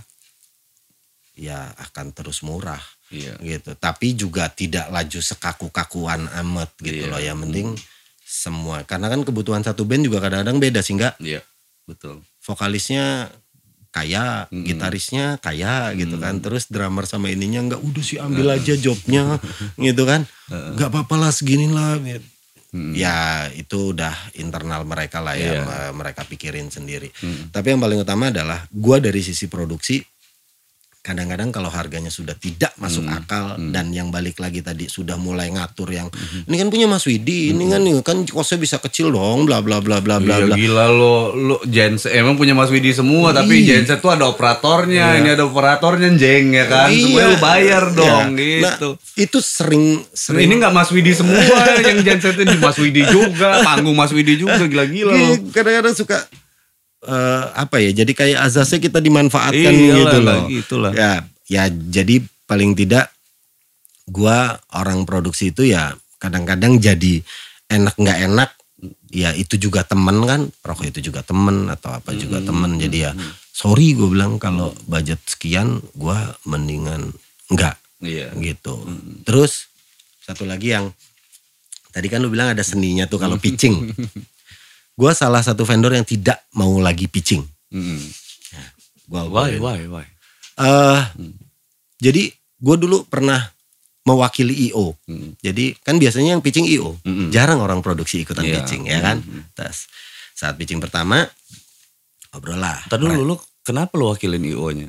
ya akan terus murah iya. gitu. Tapi juga tidak laju sekaku-kakuan amat gitu iya. loh. Yang penting hmm. semua, karena kan kebutuhan satu band juga kadang-kadang beda sih, enggak? Iya. Betul. Vokalisnya kaya, hmm. gitarisnya kaya gitu kan. Terus drummer sama ininya enggak, udah sih ambil aja jobnya gitu kan. Enggak apa-apa lah segini lah. Hmm. Ya itu udah internal mereka lah ya, yeah. mereka pikirin sendiri. Hmm. Tapi yang paling utama adalah gua dari sisi produksi, kadang-kadang kalau harganya sudah tidak masuk hmm. akal hmm. dan yang balik lagi tadi sudah mulai ngatur yang hmm. ini kan punya Mas Widi, hmm. ini kan kan kosnya bisa kecil dong, bla bla bla bla bla. Iya, gila lo, lo genset emang punya Mas Widi semua, Iyi. Tapi genset tuh ada operatornya, iya. ini ada operatornya jeng ya kan, iya. semuanya lo bayar dong iya. gitu. Nah, itu sering, sering. Ini nggak Mas Widi semua yang genset itu Mas Widi juga, panggung Mas Widi juga, gila-gila lo. Kadang-kadang suka Uh, apa ya, jadi kayak azasnya kita dimanfaatkan Iyalah, gitu loh itulah. ya ya jadi paling tidak gua orang produksi itu ya kadang-kadang jadi enak nggak enak ya, itu juga temen kan, rokok itu juga temen atau apa hmm, juga temen hmm, jadi ya hmm. sorry gue bilang kalau budget sekian gua mendingan enggak iya. gitu. hmm. Terus satu lagi yang tadi kan lu bilang ada seninya tuh kalau pitching. Gue salah satu vendor yang tidak mau lagi pitching. Hmm. Ya, gua, why, why, why? Uh, hmm. Jadi gue dulu pernah mewakili I O. Hmm. Jadi kan biasanya yang pitching I O. Hmm. Jarang orang produksi ikutan yeah. pitching ya kan. Hmm. Terus saat pitching pertama, ngobrol lah. Tadi dulu lu kenapa lu wakilin I O-nya?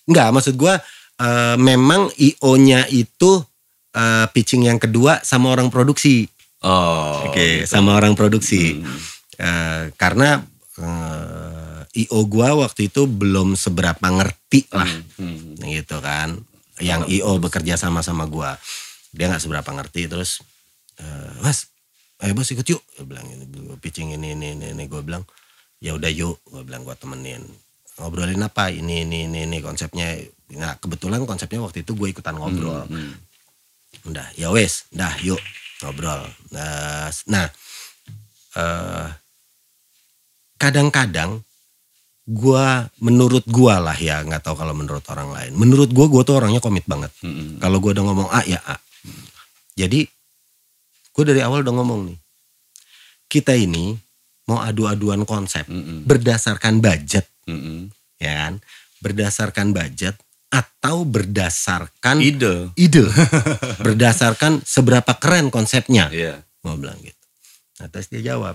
Enggak, maksud gue uh, memang I O-nya itu uh, pitching yang kedua sama orang produksi. Oh. Oke, okay, gitu. sama orang produksi. Hmm. Uh, karena uh, I O gue waktu itu belum seberapa ngerti lah, hmm. Hmm. gitu kan. Yang oh, I O bekerja sama sama gue, dia nggak seberapa ngerti. Terus, uh, mas, ayo bos ikut yuk. Gue bilang pitching ini ini ini, ini. Gue bilang ya udah yuk. Gue bilang gue temenin. Ngobrolin apa? Ini ini ini, ini konsepnya. Nah kebetulan konsepnya waktu itu gue ikutan ngobrol. Hmm. Hmm. Udah, ya wes, dah yuk ngobrol. Nah, nah uh, kadang-kadang gue, menurut gue lah ya, nggak tahu kalau menurut orang lain. Menurut gue, gue tuh orangnya komit banget. Hmm. Kalau gue udah ngomong A ya A. Hmm. Jadi gue dari awal udah ngomong nih, kita ini mau adu-aduan konsep hmm. berdasarkan budget, hmm. ya kan? Berdasarkan budget atau berdasarkan ide, ide, berdasarkan seberapa keren konsepnya. Yeah. Mau bilang gitu. Nah, terus dia jawab,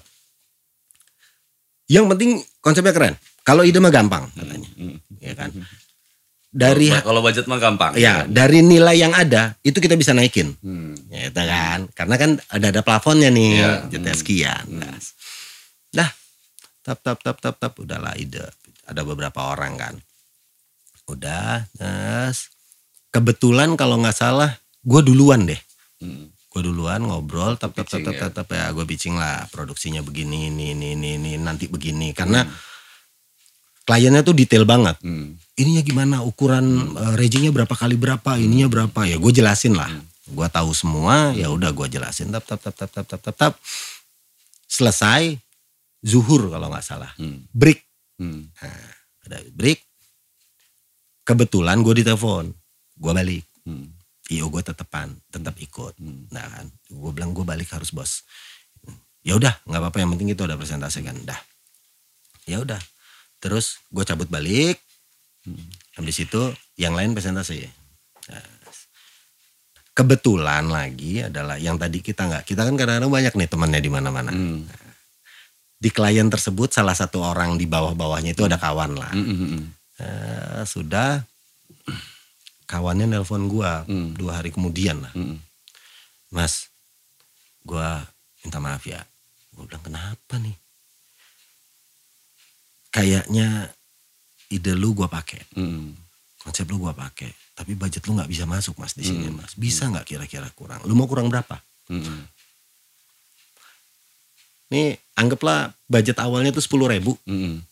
yang penting konsepnya keren. Kalau ide mah gampang katanya, hmm. ya kan? Dari kalau budget mah gampang. Ya, kan? Dari nilai yang ada itu kita bisa naikin, hmm. ya kan? Karena kan ada ada plafonnya nih, yeah. Jadi sekian. Hmm. Nah, dah, tap tap tap tap tap, udahlah ide. Ada beberapa orang kan. Udah, yes. Kebetulan kalau nggak salah, gue duluan deh. Hmm. Gue duluan ngobrol, tap tap tap tap tap ya, gue pitching lah produksinya begini, ini ini ini, ini nanti begini. Karena hmm. kliennya tuh detail banget. Hmm. Ininya gimana, ukuran hmm. uh, reginya berapa kali berapa, ininya berapa, ya gue jelasin lah. Hmm. Gue tahu semua, ya udah gue jelasin. Tap tap tap tap tap tap tap tap. Selesai, zuhur kalau nggak salah, hmm. break. Hmm. Nah, ada break. Kebetulan gue ditelepon, gue balik. Hmm. I O gue tetepan, tetap ikut. Hmm. Nah kan, gue bilang gue balik harus bos. Ya udah, nggak apa-apa, yang penting itu udah presentasi kan, dah. Ya udah. Terus gue cabut balik. Hmm. Habis itu yang lain presentasi. Nah, kebetulan lagi adalah yang tadi kita nggak, kita kan kadang-kadang banyak nih temannya di mana-mana. Hmm. Nah, di klien tersebut salah satu orang di bawah-bawahnya itu ada kawan lah. Hmm, hmm, hmm. Nah, sudah kawannya nelpon gue hmm. dua hari kemudian lah. Hmm. Mas, gue minta maaf ya. Gue bilang kenapa nih? Kayaknya ide lu gue pakai, hmm. konsep lu gue pakai, tapi budget lu nggak bisa masuk mas di sini hmm. mas. Bisa nggak kira-kira kurang? Lu mau kurang berapa? Hmm. Nih anggaplah budget awalnya tuh sepuluh ribu, hmm.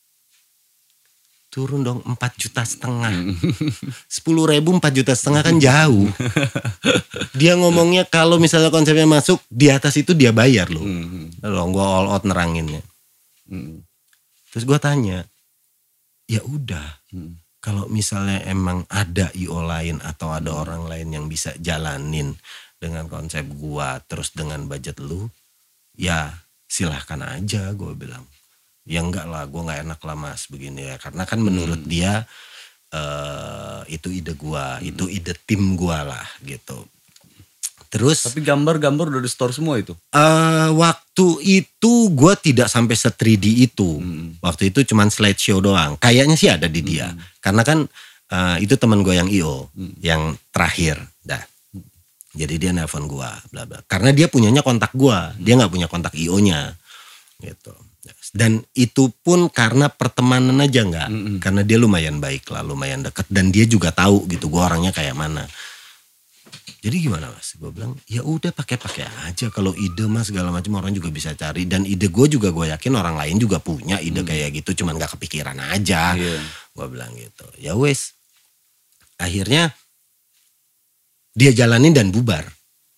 turun dong empat juta setengah. Sepuluh ribu empat juta setengah kan jauh. Dia ngomongnya kalau misalnya konsepnya masuk di atas itu dia bayar loh. Hmm. Lalu gue all out neranginnya. Hmm. Terus gue tanya, ya udah, hmm. kalau misalnya emang ada I O lain atau ada hmm. orang lain yang bisa jalanin dengan konsep gua terus dengan budget lu, ya silahkan aja, gue bilang. Ya enggak lah, gue nggak enak lah mas begini ya, karena kan menurut hmm. dia uh, itu ide gua, hmm. itu ide tim gua lah gitu. Terus tapi gambar-gambar udah di store semua itu? Uh, waktu itu gue tidak sampai se tiga D itu. Hmm. Waktu itu cuman slideshow doang. Kayaknya sih ada di dia. Hmm. Karena kan uh, itu teman gue yang I O. Hmm. Yang terakhir. Dah. Hmm. Jadi dia nelpon gue. Bla bla. Karena dia punyanya kontak gue. Hmm. Dia gak punya kontak I O-nya. Gitu. Dan itu pun karena pertemanan aja gak. Hmm. Karena dia lumayan baik lah. Lumayan deket. Dan dia juga tahu gitu gue orangnya kayak mana. Jadi gimana mas? Gue bilang ya udah pakai-pakai aja. Kalau ide mas segala macam orang juga bisa cari. Dan ide gue juga gue yakin orang lain juga punya ide hmm. kayak gitu. Cuman gak kepikiran aja. Yeah. Gue bilang gitu. Ya wes. Akhirnya dia jalanin dan bubar.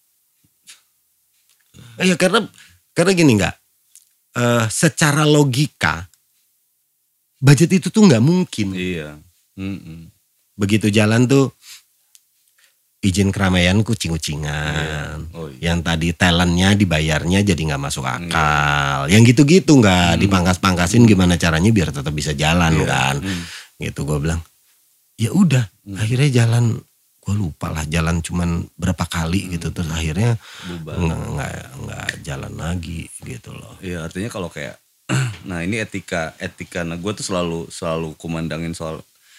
Ya karena karena gini nggak. Uh, secara logika budget itu tuh nggak mungkin. Iya. Mm-mm. Begitu jalan tuh. Izin keramaian kucing-kucingan. Oh, iya. Yang tadi talentnya dibayarnya jadi gak masuk akal. Iya. Yang gitu-gitu gak hmm. dipangkas-pangkasin gimana caranya biar tetap bisa jalan iya. kan. Hmm. Gitu gue bilang. Ya udah hmm. akhirnya jalan. Gue lupa lah jalan cuman berapa kali hmm. gitu. Terus akhirnya gak, gak, gak jalan lagi gitu loh. Iya artinya kalau kayak. Nah ini etika. Etika. Nah gue tuh selalu selalu kumandangin soal.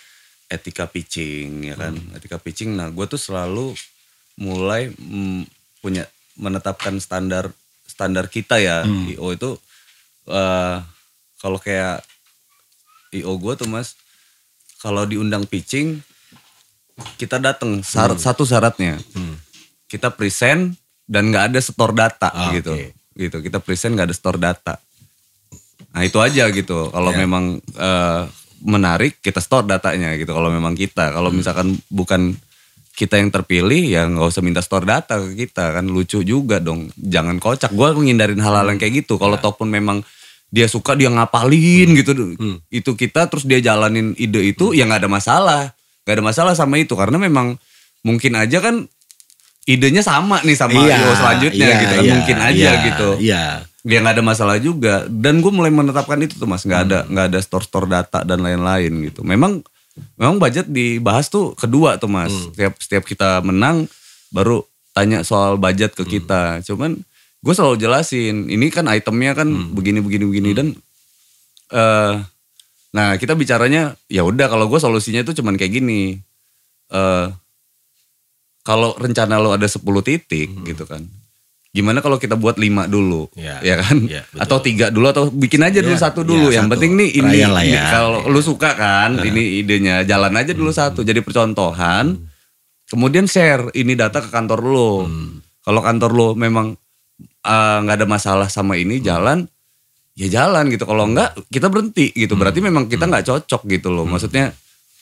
etika pitching ya kan, hmm. etika pitching. Nah gue tuh selalu mulai mm, punya menetapkan standar standar kita ya. hmm. I O itu uh, kalau kayak I O gue tuh mas, kalau diundang pitching kita datang syarat, hmm. satu syaratnya hmm. kita present dan nggak ada store data oh, gitu okay. gitu kita present nggak ada store data. Nah itu aja gitu kalau yeah. memang uh, menarik kita store datanya gitu kalau memang kita kalau hmm. misalkan bukan kita yang terpilih ya nggak usah minta store data ke kita kan, lucu juga dong, jangan kocak. Gue ngindarin hal-hal yang kayak gitu. Kalau yeah. ataupun memang dia suka dia ngapalin hmm. gitu hmm. itu kita terus dia jalanin ide itu hmm. ya nggak ada masalah. Gak ada masalah sama itu karena memang mungkin aja kan idenya sama nih sama iya, I O selanjutnya iya, gitu kan iya, mungkin aja iya, gitu iya. Dia gak ada masalah juga dan gue mulai menetapkan itu tuh mas, gak ada hmm. gak ada store-store data dan lain-lain gitu. Memang memang budget dibahas tuh kedua tuh mas, hmm. setiap setiap kita menang baru tanya soal budget ke hmm. kita. Cuman gue selalu jelasin ini kan itemnya kan hmm. begini begini begini hmm. dan uh, nah kita bicaranya ya udah kalau gue solusinya itu cuman kayak gini. Uh, kalau rencana lo ada sepuluh titik hmm. gitu kan. Gimana kalau kita buat lima dulu ya, ya kan. Ya, atau tiga dulu atau bikin aja dulu ya, satu dulu. Ya, Yang satu. penting nih ini, ini ya. Kalau ya. Lo suka kan uh. ini idenya jalan aja dulu hmm. satu. Jadi percontohan. Hmm. Kemudian share ini data ke kantor lo. Hmm. Kalau kantor lo memang uh, gak ada masalah sama ini hmm. jalan. Ya jalan gitu, kalau enggak kita berhenti gitu. Berarti memang kita nggak cocok gitu loh. Maksudnya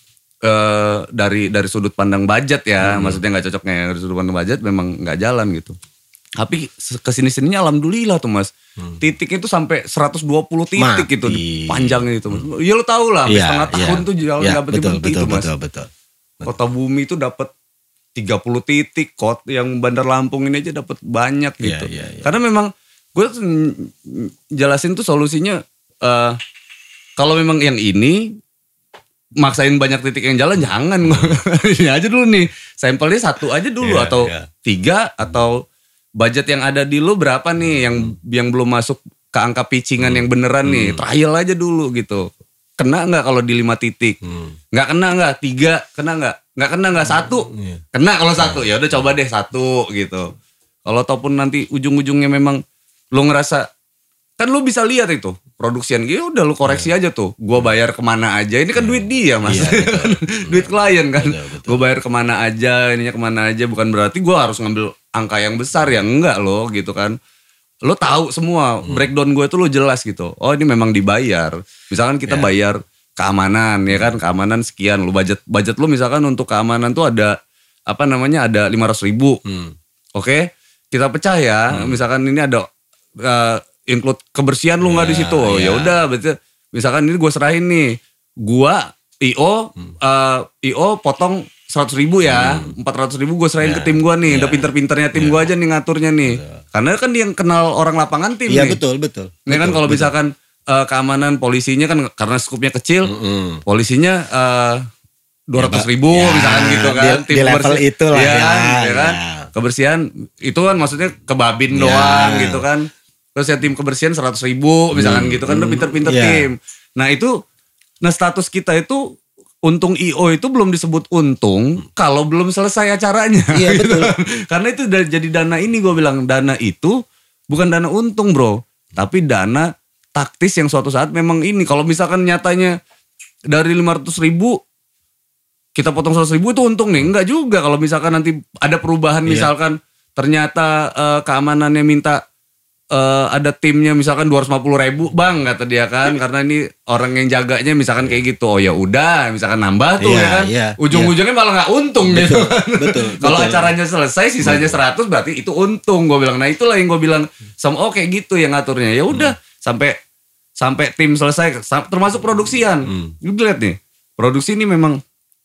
uh, dari dari sudut pandang budget ya, hmm. maksudnya nggak cocoknya dari sudut pandang budget memang nggak jalan gitu. Tapi kesini sininya alhamdulillah tuh mas, hmm. titiknya tuh sampai seratus dua puluh titik Mati. gitu panjangnya itu. Hmm. Ya lo tau lah, ya, setengah ya. tahun tuh jalan nggak ya, berhenti itu mas. Betul, betul, betul. Kota Bumi itu dapat tiga puluh titik, kot yang Bandar Lampung ini aja dapat banyak gitu. Ya, ya, ya. Karena memang gue jelasin tuh solusinya uh, kalau memang yang ini maksain banyak titik yang jalan jangan. Ini aja dulu nih sampelnya satu aja dulu yeah, atau yeah. tiga atau budget yang ada di lu berapa nih yang yang belum masuk ke angka pitchingan hmm. yang beneran hmm. nih, trial aja dulu gitu. Kena nggak kalau di lima titik? hmm. Nggak kena nggak? Tiga kena nggak? Nggak kena nggak? Satu hmm. yeah. kena kalau satu ya udah coba deh satu gitu. Kalau ataupun nanti ujung-ujungnya memang lu ngerasa kan lu bisa lihat itu produksian gitu udah lu koreksi yeah. aja tuh gue bayar kemana aja ini kan yeah. duit dia mas yeah, betul. duit klien kan gue bayar kemana aja ininya kemana aja bukan berarti gue harus ngambil angka yang besar ya enggak lo gitu kan lo tahu semua hmm. breakdown gue tuh lo jelas gitu oh ini memang dibayar misalkan kita yeah. bayar keamanan ya kan keamanan sekian lo budget budget lo misalkan untuk keamanan tuh ada apa namanya ada lima ratus ribu hmm. oke okay? Kita pecah ya hmm. misalkan ini ada Uh, include kebersihan lu nggak yeah, di situ, oh, yeah. ya udah, berarti misalkan ini gue serahin nih, gue I O, hmm. uh, I O potong seratus ribu ya, empat ratus ribu gue serahin yeah. ke tim gue nih, yeah. udah pinter-pinternya tim yeah. gue aja nih ngaturnya nih, yeah. karena kan dia yang kenal orang lapangan tim yeah, nih, betul betul. Ini kan kalau misalkan uh, keamanan polisinya kan karena skupnya kecil, mm-hmm. polisinya uh, dua ratus ribu ya, misalkan gitu kan, di, tim di level itu lah ya, ya, ya kan, ya. Kebersihan itu kan maksudnya ke babin ya. doang gitu kan. Terus ya tim kebersihan seratus ribu misalkan hmm, gitu kan udah pinter-pinter yeah. tim. Nah itu, nah status kita itu untung I O itu belum disebut untung hmm. kalau belum selesai acaranya. Iya gitu. Betul. Karena itu udah jadi dana ini gue bilang dana itu bukan dana untung bro. Tapi dana taktis yang suatu saat memang ini. Kalau misalkan nyatanya dari lima ratus ribu kita potong seratus ribu itu untung nih. Enggak juga kalau misalkan nanti ada perubahan yeah. misalkan ternyata uh, keamanannya minta Uh, ada timnya misalkan dua ratus lima puluh ribu bang kata dia kan yeah. karena ini orang yang jaganya misalkan kayak gitu oh ya udah misalkan nambah tuh yeah, ya kan yeah, ujung-ujungnya yeah. malah nggak untung betul, gitu betul, kalau acaranya selesai sisanya seratus berarti itu untung gue bilang nah itulah yang gue bilang sama oh kayak gitu yang ngaturnya ya udah hmm. sampai sampai tim selesai termasuk produksian hmm. lu lihat nih produksi ini memang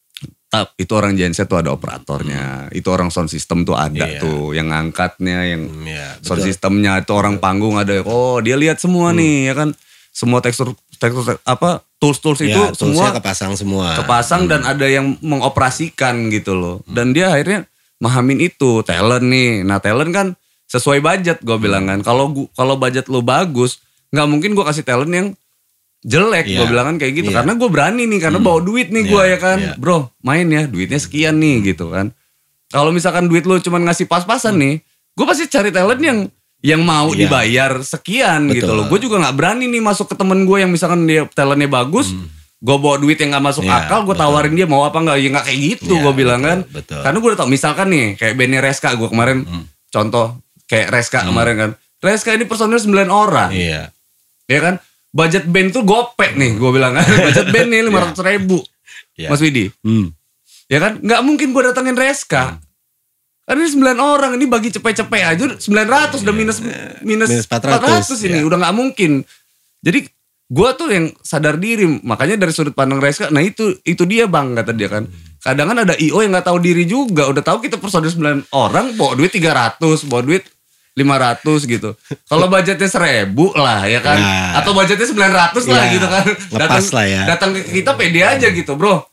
itu orang genset tuh ada operatornya, hmm. itu orang sound system tuh ada yeah. tuh, yang ngangkatnya, yang yeah, sound systemnya itu orang betul. Panggung ada, oh dia lihat semua hmm. nih ya kan, semua tekstur tekstur apa tools tools yeah, itu semua kepasang semua, kepasang hmm. dan ada yang mengoperasikan gitu loh, hmm. dan dia akhirnya mahamin itu talent nih, nah talent kan sesuai budget gue bilang kan, kalau kalau budget lo bagus, nggak mungkin gue kasih talent yang jelek. Iya. Gue bilang kan kayak gitu. Iya. Karena gue berani nih, karena Hmm. bawa duit nih gue Iya, ya kan. iya. Bro main ya, duitnya sekian nih gitu kan. Kalau misalkan duit lu cuma ngasih pas-pasan nih, gue pasti cari talent yang yang mau Iya. dibayar sekian Betul. gitu loh. Gue juga nggak berani nih masuk ke temen gue yang misalkan dia talentnya bagus, gue bawa duit yang nggak masuk Iya, akal, gue betul. tawarin dia mau apa nggak? Ya nggak kayak gitu, Iya, gue bilang betul, kan. betul. Karena gue udah tau, misalkan nih kayak Benny Reska, gue kemarin contoh kayak Reska kemarin kan. Reska ini personil sembilan orang, Iya. ya kan? Budget band tuh gopek nih, gue bilang kan. Budget band nih lima ratus ribu, Iya. Mas Widi. Hmm. Ya kan? Nggak mungkin gue datengin Reska. Karena ini sembilan orang, ini bagi cepet-cepet aja sembilan ratus udah minus minus, Minus empat empat ratus, ratus ini, ya. udah nggak mungkin. Jadi gue tuh yang sadar diri, makanya dari sudut pandang Reska, nah itu itu dia bang, kata dia kan. Kadang kan ada I O yang nggak tahu diri juga, udah tahu kita personil sembilan orang, bawa duit tiga ratus, bawa duit lima ratus gitu. Kalau budgetnya seribu lah ya kan, Nah. atau budgetnya sembilan ratus lah Ya, gitu kan. lepas lah ya. Datang ke kita pede aja gitu bro.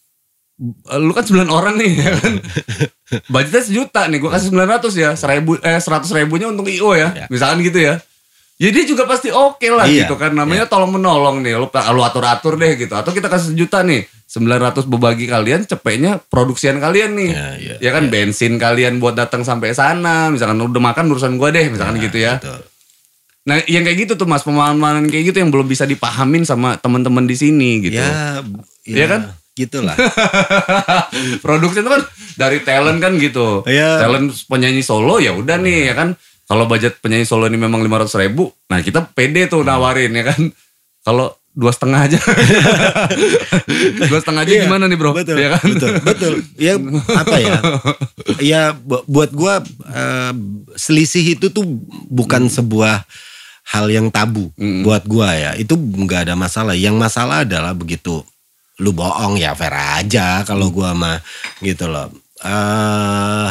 Lu kan sembilan orang nih ya kan. Budgetnya sejuta nih, gue kasih sembilan ratus ya, seribu eh seratus ribunya untuk I O ya, Ya. misalkan gitu ya. Ya dia juga pasti oke lah Iya, gitu kan, namanya tolong menolong nih, lu, lu atur-atur deh gitu. Atau kita kasih sejuta nih, sembilan ratus berbagi kalian, cepetnya produksian kalian nih. Ya, ya, ya kan bensin kalian buat datang sampai sana, misalkan udah makan urusan gue deh, misalkan gitu ya. Betul. Nah yang kayak gitu tuh mas, pemahaman kayak gitu yang belum bisa dipahamin sama teman-teman di sini gitu. Ya, Iya kan? Gitulah. Produksi itu kan dari talent kan gitu. Iya. Talent penyanyi solo ya udah nih ya kan. Kalau budget penyanyi solo ini memang lima ratus ribu, nah kita pede tuh nawarin ya kan. Kalau dua setengah aja, dua setengah aja Iya, gimana nih bro? Betul, Ya kan? betul, betul. Ya apa ya? Ya bu- buat gua eh, selisih itu tuh bukan sebuah hal yang tabu buat gua ya. Itu nggak ada masalah. Yang masalah adalah begitu lu bohong ya fair aja kalau gua mah gitu loh. Eh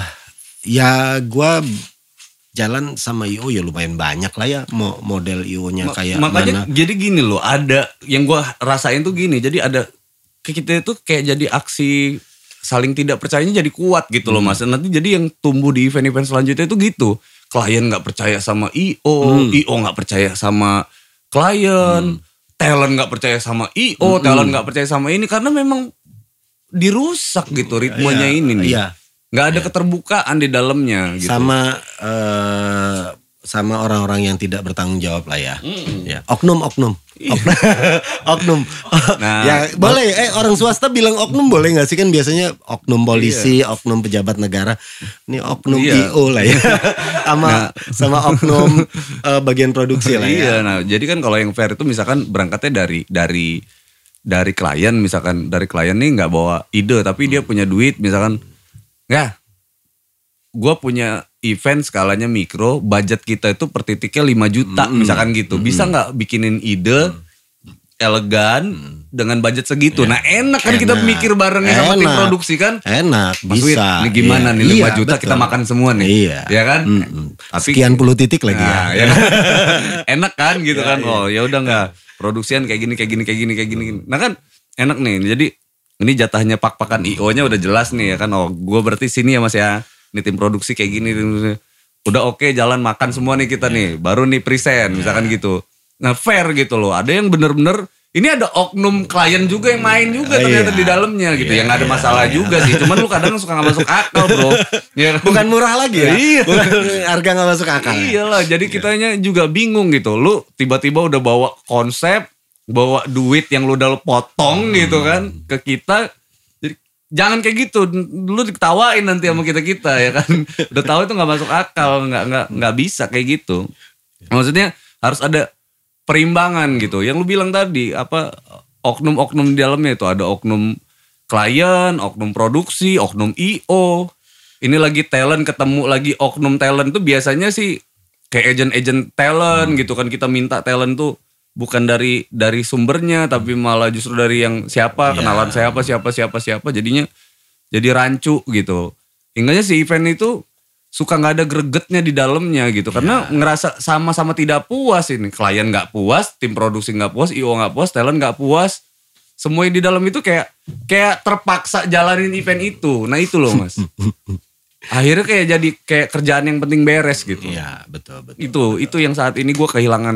ya gua jalan sama I O ya lumayan banyak lah ya mo- model I O-nya Ma- kayak makanya mana. jadi gini loh, ada yang gua rasain tuh gini. Jadi ada kita itu kayak jadi aksi saling tidak percayanya jadi kuat gitu loh mas. Nanti jadi yang tumbuh di event-event selanjutnya itu gitu. Klien nggak percaya sama I O, I O nggak percaya sama klien, talent nggak percaya sama I O, talent nggak percaya sama ini karena memang dirusak gitu ritmenya Iya, ini nih. iya. Nggak ada keterbukaan di dalamnya gitu. Sama eh, sama orang-orang yang tidak bertanggung jawab lah ya. Ya, oknum oknum. Oknum. oknum. Nah, ya boleh eh orang swasta bilang oknum boleh nggak sih kan biasanya oknum polisi, oknum pejabat negara. Ini oknum Iya. I O lah ya. sama sama oknum eh, bagian produksi lah ya. Iya, nah jadi kan kalau yang fair itu misalkan berangkatnya dari dari dari klien, misalkan dari klien nih nggak bawa ide tapi dia punya duit, misalkan nggak, gue punya event skalanya mikro, budget kita itu per titiknya lima juta misalkan gitu, bisa nggak bikinin ide elegan dengan budget segitu? Nah enak kan kita Enak. mikir bareng sama tim Enak. produksi kan. Enak, Mas Wid, bisa. ini gimana Iya, nih lima iya, juta betul. kita makan semua nih. Iya. Ya kan? Mm-mm. Tapi Sekian puluh titik lagi nah, ya. ya kan? Enak kan gitu kan. Oh, ya udah enggak. Produksian kayak gini kayak gini kayak gini kayak gini. Nah kan enak nih. Jadi ini jatahnya pak-pakan I O-nya udah jelas nih ya kan. Oh, gua berarti sini ya Mas ya. Ini tim produksi kayak gini. Udah oke jalan makan semua nih kita nih. Baru nih present misalkan gitu. Nah, fair gitu loh. Ada yang bener-bener ini ada oknum klien juga yang main juga ternyata Iya. di dalamnya gitu. Iya, Yang nggak ada iya, masalah iya. juga sih. Cuman lu kadang suka nggak masuk akal bro. Ya kan? Bukan murah lagi ya. Iya. Bukan harga gak masuk akal. ya? Iyalah, jadi kitanya juga bingung gitu. Lu tiba-tiba udah bawa konsep, bawa duit yang lu udah potong gitu kan ke kita. Jadi jangan kayak gitu. Lu diketawain nanti sama kita-kita ya kan. Udah tahu itu nggak masuk akal, nggak nggak nggak bisa kayak gitu. Maksudnya harus ada perimbangan gitu. Yang lu bilang tadi apa oknum-oknum di dalamnya itu ada oknum klien, oknum produksi, oknum I O. Ini lagi talent ketemu lagi oknum talent tuh biasanya sih kayak agent-agent talent gitu kan, kita minta talent tuh bukan dari dari sumbernya tapi malah justru dari yang siapa, Ya. kenalan siapa siapa siapa siapa jadinya jadi rancu gitu. Hingganya si event itu suka nggak ada gregetnya di dalamnya gitu karena ngerasa sama-sama tidak puas ini, klien nggak puas, tim produksi nggak puas, I O nggak puas, talent nggak puas, semua di dalam itu kayak kayak terpaksa jalanin event itu. Nah itu loh mas, akhirnya kayak jadi kayak kerjaan yang penting beres gitu. Iya betul betul. Itu itu yang saat ini gue kehilangan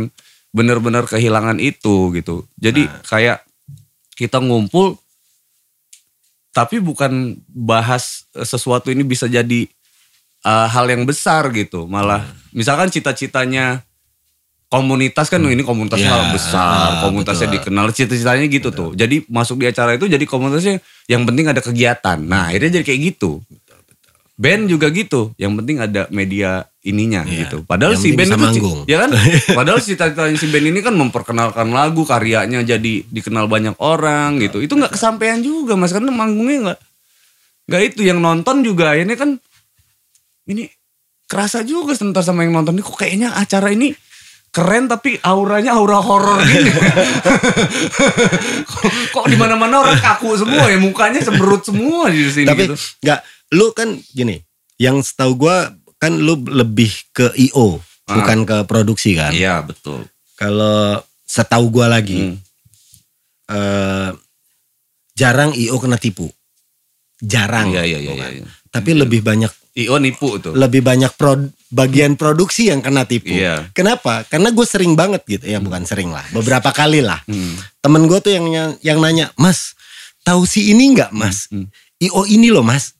benar-benar kehilangan itu gitu. Jadi Nah. kayak kita ngumpul tapi bukan bahas sesuatu ini bisa jadi uh, hal yang besar gitu. Malah misalkan cita-citanya komunitas kan ini komunitasnya Ya, hal besar, ah, komunitasnya betul. dikenal, cita-citanya gitu tuh. Jadi masuk di acara itu jadi komunitasnya yang penting ada kegiatan. Nah, akhirnya jadi kayak gitu. Band juga gitu, yang penting ada media ininya Iya. gitu. Padahal Yang si penting band bisa itu ci- manggung. ya kan? Padahal cita-citanya si band ini kan memperkenalkan lagu, karyanya jadi dikenal banyak orang gitu. Itu nggak kesampaian juga Mas, karena manggungnya nggak nggak itu, yang nonton juga akhirnya kan ini kerasa juga sebentar sama yang nonton ini, kok kayaknya acara ini keren tapi auranya aura horor gini. kok kok di mana-mana orang kaku semua ya, mukanya semberut semua di sini Tapi gitu. nggak, lu kan gini, yang setahu gue kan lu lebih ke I O, Ah. bukan ke produksi kan. Iya, betul. Kalau setahu gue lagi, Hmm. eh, jarang I O kena tipu. Jarang. Iya, iya, iya, bukan. iya. Tapi lebih banyak I O nipu tuh. lebih banyak prod, bagian produksi yang kena tipu. Iya. Kenapa? Karena gue sering banget gitu, ya bukan sering lah, beberapa kali lah. Hmm. Temen gue tuh yang yang nanya, Mas, tahu si ini nggak Mas? Hmm. I O ini loh Mas.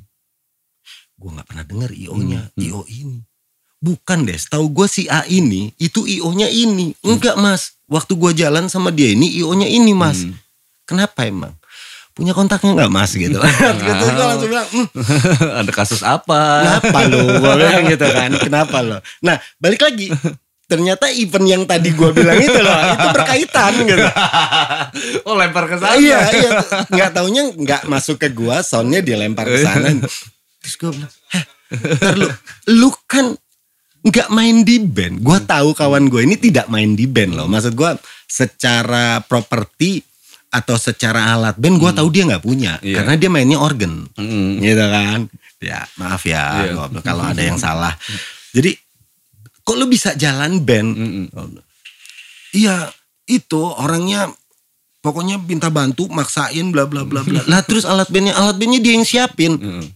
Gue nggak pernah denger I O-nya, Hmm. I O ini. Bukan deh, tahu gue si A ini, itu I O-nya ini. Enggak Mas, waktu gue jalan sama dia ini I O-nya ini Mas. Hmm. Kenapa emang? Punya kontaknya nggak Mas gitu. Gitu gue langsung bilang, "Hmm, Ada kasus apa? kenapa lo?" Gue bilang gitu kan, kenapa lo? Nah balik lagi, ternyata event yang tadi gue bilang itu loh, itu berkaitan gitu. Oh, lempar ke sana. Iya, iya. Nggak taunya nggak masuk ke gua, soundnya dilempar ke sana. Terus gue bilang, heh, ntar lu, lu kan nggak main di band. Gua tahu kawan gue ini tidak main di band loh. Maksud gua secara properti atau secara alat band, gua tahu dia nggak punya, Iya. karena dia mainnya organ, Mm. gitu kan. Ya maaf ya, Iya. gua bilang, kalau ada yang salah. Jadi, kok lu bisa jalan band? Mm-mm. Iya, itu orangnya pokoknya minta bantu, maksain bla bla bla bla. Lah terus alat bandnya, alat bandnya dia yang siapin. Mm.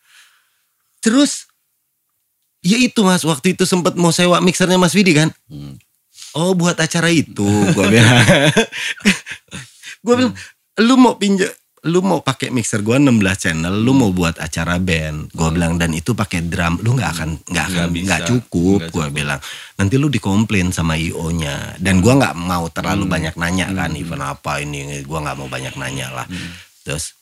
Terus ya itu Mas, waktu itu sempat mau sewa mixernya Mas Widi kan. Mm. Oh buat acara itu, gue bilang. Gue bilang, lu mau pinjam, lu mau pakai mixer gue enam belas channel, lu mau buat acara band. Gue bilang, dan itu pakai drum, lu nggak akan nggak akan Nggak bisa. nggak cukup. Nggak Gue cukup. bilang, nanti lu dikomplain sama I O-nya. Dan gue nggak mau terlalu Hmm. banyak nanya kan, Hmm. event apa ini, gue nggak mau banyak nanya lah. Terus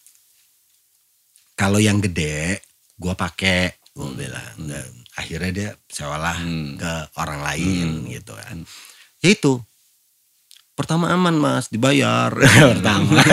kalau yang gede, gue pakai, gue bilang. Dan akhirnya dia sewalah Hmm. ke orang lain gitu kan. Ya itu. Pertama aman Mas, dibayar. Pertama.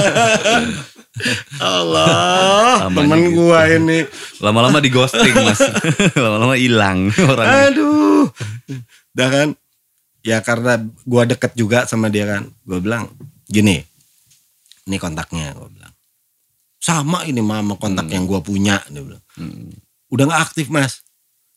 Allah, Aman temen gitu. gua ini. Lama-lama di ghosting Mas. Lama-lama hilang orangnya. Aduh. Dah kan. Ya karena gua deket juga sama dia kan. Gua bilang, gini. Ini kontaknya, gua bilang. Sama ini mama kontak yang gua punya, dia bilang. Hmm. Udah gak aktif Mas.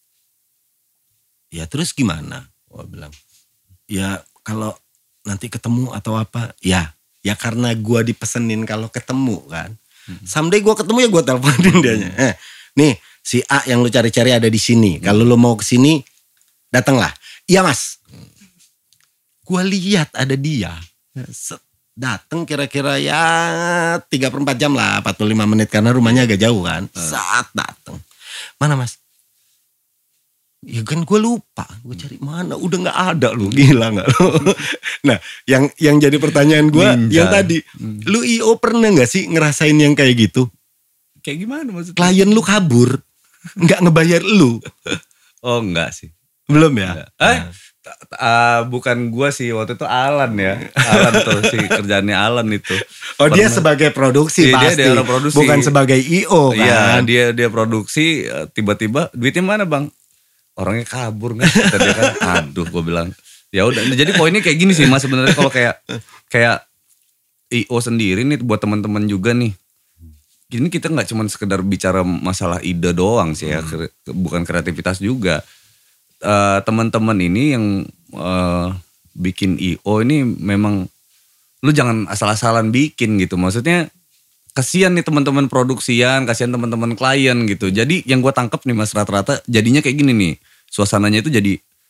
Ya terus gimana? Gua bilang. Ya kalau nanti ketemu atau apa, ya ya karena gue dipesenin kalau ketemu kan. Someday gue ketemu ya gue teleponin dianya. Eh, nih si A yang lu cari-cari ada di sini. Kalau lu mau ke sini, datanglah. Iya Mas. Gue lihat ada dia. Set, datang kira-kira ya tiga per empat jam lah, empat puluh lima menit karena rumahnya agak jauh kan. Saat datang. Mana Mas? Ya kan gue lupa, gue cari mana, udah nggak ada lu, gila nggak lu? Nah, yang yang jadi pertanyaan gue, Ninja. yang tadi, lu I O pernah nggak sih ngerasain yang kayak gitu? Kayak gimana maksudnya? Klien lu kabur, nggak ngebayar lu, Oh enggak sih. belum ya? Eh, t- t- ah, bukan gua sih, waktu itu Alan ya. Alan tuh si kerjaannya Alan itu. Oh dia Pernah. sebagai produksi Iya, dia- pasti, dia orang produksi. bukan sebagai I O Iya, kan? dia dia produksi, eh, tiba-tiba duitnya mana bang? Orangnya kabur nggak? Kata dia kan, aduh, gue bilang, ya udah. Jadi poinnya kayak gini sih mas sebenarnya kalau kayak kayak I O sendiri nih buat teman-teman juga nih. Ini kita nggak cuma sekedar bicara masalah ide doang sih ya, kre- bukan kreativitas juga. Eh, teman-teman ini yang eh, bikin I O ini memang lu jangan asal-asalan bikin gitu. Maksudnya kasihan nih teman-teman produksian, kasihan teman-teman klien gitu. Jadi yang gue tangkap nih mas rata-rata jadinya kayak gini nih. Suasananya itu jadi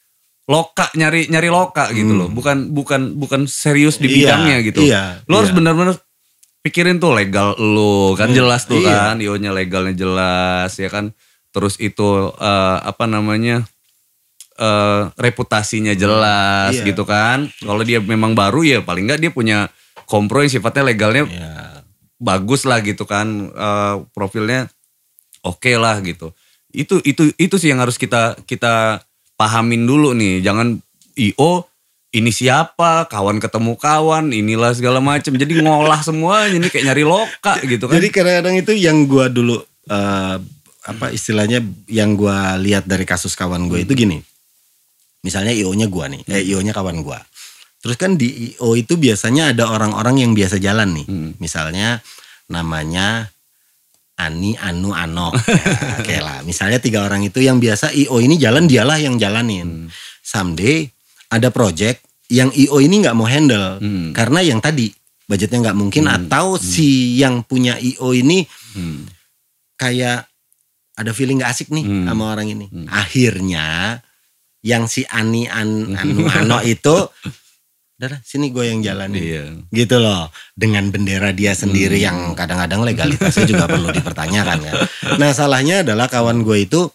loka nyari nyari loka gitu Hmm. loh. Bukan bukan bukan serius di Iya, bidangnya gitu. iya, Lo harus iya. benar-benar pikirin tuh legal lo kan Hmm, jelas tuh iya. kan, I O-nya legalnya jelas ya kan. Terus itu eh, apa namanya? eh, reputasinya jelas Iya. gitu kan. Kalau dia memang baru ya paling enggak dia punya kompro yang sifatnya legalnya Ya. bagus lah gitu kan. Eh, profilnya oke lah gitu. Itu itu itu sih yang harus kita kita pahamin dulu nih. Jangan I O ini siapa, kawan ketemu kawan, inilah segala macam. Jadi ngolah semua ini kayak nyari loka gitu kan. Jadi kadang-kadang itu yang gua dulu eh, apa istilahnya yang gua lihat dari kasus kawan gue itu gini. Misalnya I O-nya gua nih, eh I O-nya kawan gua. Terus kan di I O itu biasanya ada orang-orang yang biasa jalan nih. Hmm. Misalnya namanya Ani, Anu, Ano. Ya, oke lah. Misalnya tiga orang itu yang biasa I O ini jalan, dialah yang jalanin. Someday ada project yang I O ini nggak mau handle Hmm. karena yang tadi budgetnya nggak mungkin atau si yang punya I O ini Hmm. kayak ada feeling nggak asik nih Hmm. sama orang ini. Akhirnya yang si Ani, An, Anu, Ano itu, udah dah, sini gue yang jalanin. Iya. Gitu loh, dengan bendera dia sendiri yang kadang-kadang legalitasnya juga perlu dipertanyakan kan. Nah salahnya adalah kawan gue itu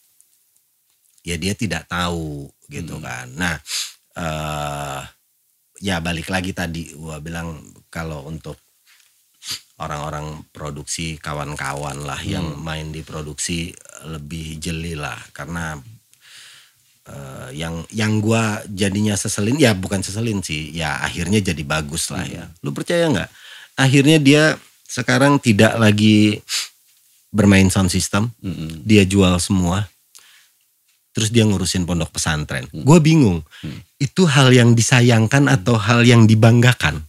ya dia tidak tahu gitu kan. Nah eh ya balik lagi tadi gue bilang kalau untuk orang-orang produksi kawan-kawan lah yang main di produksi lebih jeli lah karena Uh, yang yang gua jadinya seselin ya bukan seselin sih ya akhirnya jadi bagus lah ya. Lu percaya nggak? Akhirnya dia sekarang tidak lagi bermain sound system, Mm-mm. dia jual semua. Terus dia ngurusin pondok pesantren. Gua bingung. Itu hal yang disayangkan atau hal yang dibanggakan?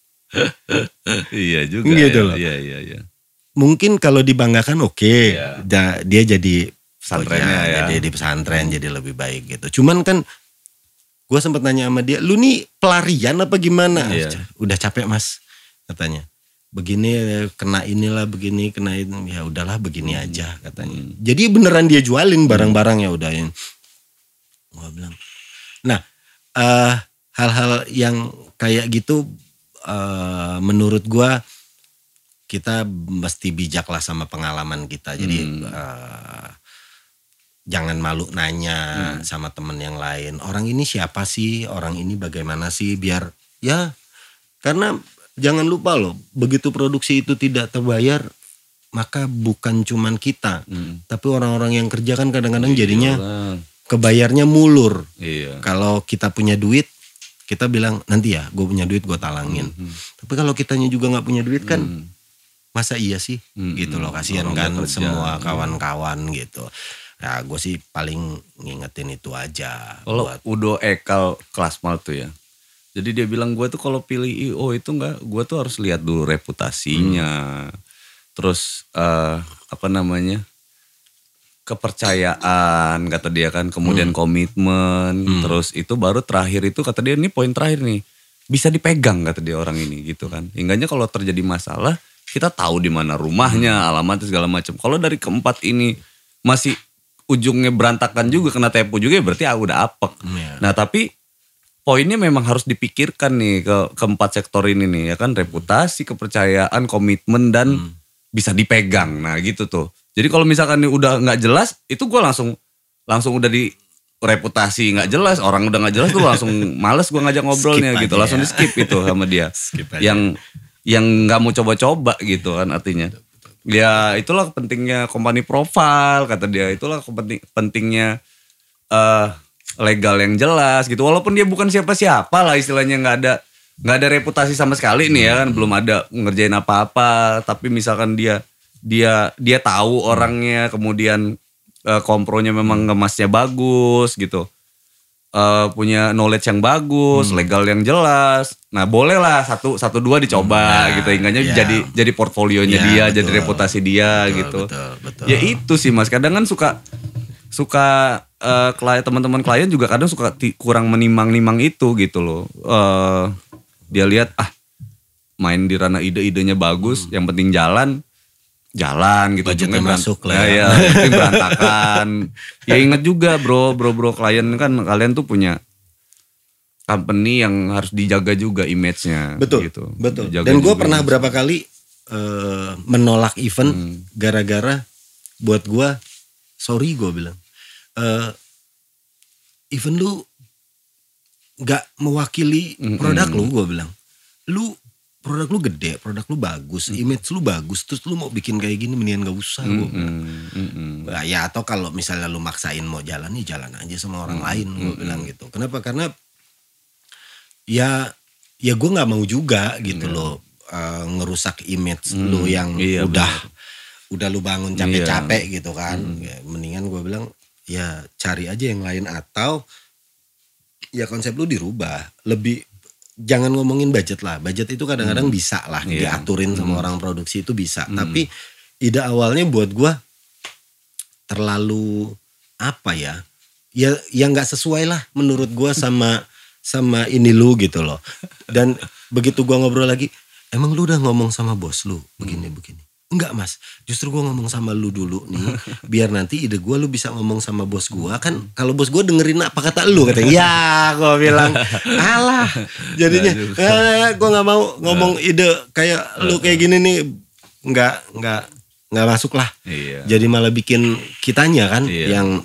Iya juga. Gitu ya. loh. Iya iya iya. Mungkin kalau dibanggakan oke, Iya. da- dia jadi Pesantrennya oh, ya. jadi di pesantren jadi lebih baik gitu. Cuman kan gue sempat nanya sama dia, lu nih pelarian apa gimana? Iya. Udah capek mas katanya. Begini kena inilah begini kena ini ya udahlah begini aja katanya. Jadi beneran dia jualin barang-barang ya udah yang gue bilang. Nah eh, hal-hal yang kayak gitu eh, menurut gue kita mesti bijak lah sama pengalaman kita. Jadi eh, jangan malu nanya sama temen yang lain. Orang ini siapa sih? Orang ini bagaimana sih? Biar ya karena jangan lupa loh. Begitu produksi itu tidak terbayar. Maka bukan cuman kita. Hmm. Tapi orang-orang yang kerja kan kadang-kadang jadinya Iyalah. kebayarnya mulur. Iya. Kalau kita punya duit. Kita bilang nanti ya gue punya duit gue talangin. Tapi kalau kitanya juga gak punya duit kan. Hmm. Masa iya sih? Hmm. Gitu loh kasihan Orang kan udah kerja. semua kawan-kawan gitu. Ya gue sih paling ngingetin itu aja. Kalau buat Udo Ekal Klasmal tuh ya. Jadi dia bilang gue tuh kalau pilih I O itu enggak, gue tuh harus lihat dulu reputasinya. Terus eh, apa namanya? Kepercayaan kata dia kan, kemudian komitmen, terus itu baru terakhir itu kata dia ini poin terakhir nih. Bisa dipegang kata dia orang ini gitu kan. Hingganya kalau terjadi masalah, kita tahu di mana rumahnya, alamatnya segala macam. Kalau dari keempat ini masih ujungnya berantakan juga, kena tepu juga, ya berarti ah, udah apek. Iya. Nah tapi poinnya memang harus dipikirkan nih ke keempat sektor ini nih ya kan, reputasi, kepercayaan, komitmen dan bisa dipegang. Nah gitu tuh. Jadi kalau misalkan ini udah nggak jelas, itu gue langsung langsung udah di reputasi nggak jelas, orang udah nggak jelas tuh langsung males gue ngajak ngobrolnya Skip gitu, aja langsung ya. di skip itu sama dia. Skip aja. Yang yang nggak mau coba-coba gitu kan artinya. Ya itulah pentingnya company profile kata dia, itulah penting pentingnya eh legal yang jelas gitu. Walaupun dia bukan siapa-siapa lah istilahnya, nggak ada nggak ada reputasi sama sekali nih ya kan, belum ada ngerjain apa-apa, tapi misalkan dia dia dia tahu orangnya, kemudian eh, kompronya memang ngemasnya bagus gitu. Eh, punya knowledge yang bagus, legal yang jelas. Nah, boleh lah satu satu dua dicoba Nah, gitu. Hingganya ya. jadi jadi portfolionya Ya, dia, betul. jadi reputasi dia Betul, gitu. betul, betul. Ya itu sih Mas, kadang kan suka suka eh, klien teman-teman klien juga kadang suka ti- kurang menimang-nimang itu gitu loh. Eh, dia lihat ah main di ranah ide-idenya bagus, yang penting jalan. jalan gitu. Budgetnya Cuma masuk berant- lah ya. Ya, ya, tapi berantakan. Ya ingat juga bro, bro-bro klien kan kalian tuh punya company yang harus dijaga juga image-nya. Betul, gitu. betul. Dijaga Dan gue juga pernah image. berapa kali eh, menolak event Hmm. gara-gara buat gue, sorry gue bilang, eh, event lu nggak mewakili Mm-mm. produk lu, gue bilang. Lu produk lu gede, produk lu bagus, image lu bagus, terus lu mau bikin kayak gini mendingan gak usah, gue bilang. Mm-mm, mm-mm. Nah, ya atau kalau misalnya lu maksain mau jalan, ya jalan aja sama orang lain, gue bilang gitu. Kenapa? Karena ya ya gue nggak mau juga gitu loh eh, ngerusak image Hmm, lu yang iya, udah benar. udah lu bangun capek-capek gitu kan. Ya, mendingan gue bilang ya cari aja yang lain atau ya konsep lu dirubah. Lebih jangan ngomongin budget lah. Budget itu kadang-kadang bisa lah Iya. diaturin sama orang produksi itu bisa. Tapi ide awalnya buat gue terlalu apa ya? Ya yang nggak sesuai lah menurut gue sama sama ini lu gitu loh. Dan begitu gue ngobrol lagi, emang lu udah ngomong sama bos lu begini begini? Enggak mas, justru gue ngomong sama lu dulu nih, biar nanti ide gue lu bisa ngomong sama bos gue kan. Kalau bos gue dengerin apa kata lu katanya, ya gue bilang alah jadinya eh, gue nggak mau ngomong ide kayak lu kayak gini nih, nggak nggak nggak masuk lah. Iya. Jadi malah bikin kitanya kan Iya. yang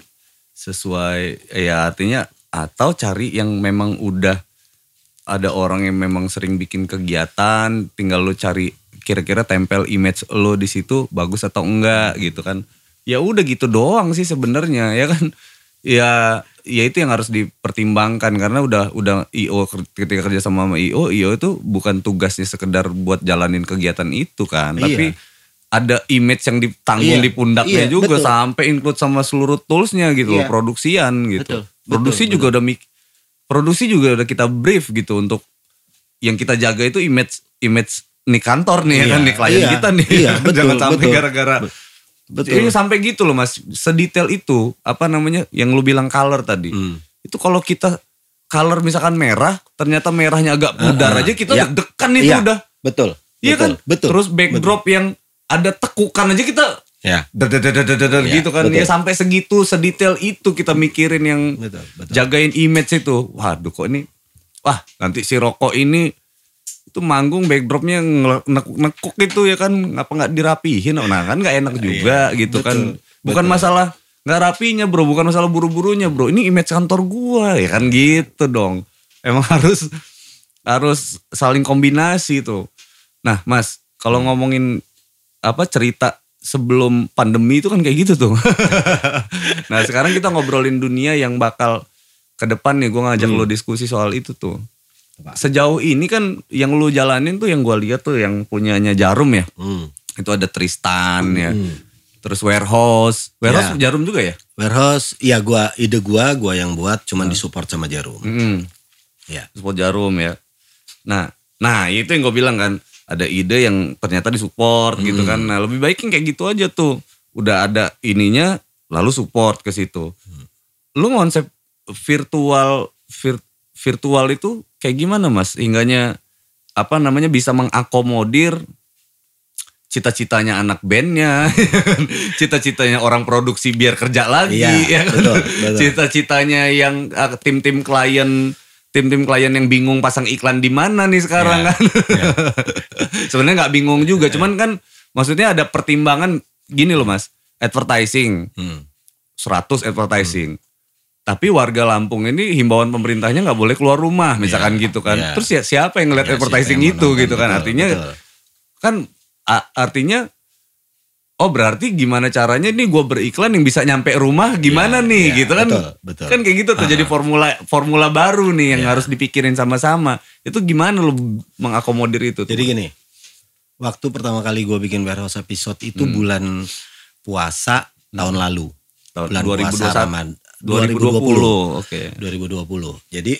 Sesuai ya artinya atau cari yang memang udah ada orang yang memang sering bikin kegiatan, tinggal lu cari kira-kira tempel image lo di situ bagus atau enggak gitu kan. Ya udah gitu doang sih sebenarnya ya kan. Ya ya itu yang harus dipertimbangkan karena udah udah I O ketika kerja sama sama I O, I O itu bukan tugasnya sekedar buat jalanin kegiatan itu kan, Iya. tapi ada image yang ditanggung Iya, di pundaknya iya, juga betul. sampai include sama seluruh toolsnya gitu loh, Iya. produksian gitu. Betul, Produksi betul, juga udah mik produksi juga udah kita brief gitu untuk yang kita jaga itu image image nih kantor nih ya Iya, kan nih klien iya, kita nih. iya, betul, Jangan sampai betul. gara-gara betul. Ini sampai gitu loh Mas, sedetail itu apa namanya yang lu bilang color tadi. Hmm. Itu kalau kita color misalkan merah, ternyata merahnya agak pudar Ah, ah. aja kita Iya. deg-degan itu Iya, udah. betul. Iya kan? betul, Betul. Terus backdrop yang ada tekukan aja kita Ya. dadadadadadadar Iya, gitu kan. betul. Ya sampai segitu sedetail itu kita mikirin yang Betul, betul. jagain image itu. Waduh kok ini wah nanti si rokok ini itu manggung backdropnya ngele- nekuk-nekuk gitu ya kan, ngapa nggak dirapihin? Nah kan nggak enak juga gitu betul, kan. Bukan betul. masalah nggak rapinya bro, bukan masalah buru-burunya bro. Ini image kantor gua ya kan gitu dong. Emang harus harus saling kombinasi tuh. Nah Mas, kalau ngomongin apa cerita sebelum pandemi itu kan kayak gitu tuh. Nah sekarang kita ngobrolin dunia yang bakal ke depan nih, gue ngajak lo diskusi soal itu tuh. Sejauh ini kan yang lu jalanin tuh yang gue lihat tuh yang punyanya Jarum ya. Hmm. Itu ada Tristan ya. Terus Warehouse. Warehouse Ya. Jarum juga ya? Warehouse, iya gua ide gua gua yang buat, cuman disupport sama Jarum. Hmm. Ya. Support Jarum ya. Nah, nah itu yang gue bilang kan. Ada ide yang ternyata disupport gitu kan. Nah lebih baik yang kayak gitu aja tuh. Udah ada ininya lalu support ke situ. Lu konsep virtual vir- virtual itu kayak gimana Mas? Hingganya apa namanya bisa mengakomodir cita-citanya anak bandnya, cita-citanya orang produksi biar kerja lagi, Iya, ya kan? betul, betul. Cita-citanya yang ah, tim-tim klien, tim-tim klien yang bingung pasang iklan di mana nih sekarang Iya, kan? Sebenarnya nggak bingung juga, cuman kan maksudnya ada pertimbangan gini loh Mas, advertising, Hmm. seratus advertising. Tapi warga Lampung ini himbauan pemerintahnya nggak boleh keluar rumah, misalkan Iya, gitu kan. iya. Terus ya siapa yang ngeliat Ya, advertising siapa yang itu menonton, gitu kan? betul, Artinya betul. kan a- artinya oh berarti gimana caranya nih gue beriklan yang bisa nyampe rumah gimana Iya, nih iya, gitu kan? betul, betul. Kan kayak gitu tuh jadi formula formula baru nih yang Iya. harus dipikirin sama-sama. Itu gimana lo mengakomodir itu? tuh? Jadi gini, waktu pertama kali gue bikin Warehouse episode itu bulan puasa tahun lalu. Tahun Bulan dua ribu dua puluh puasa satu. Ramadan. dua ribu dua puluh, oke. dua ribu dua puluh. Jadi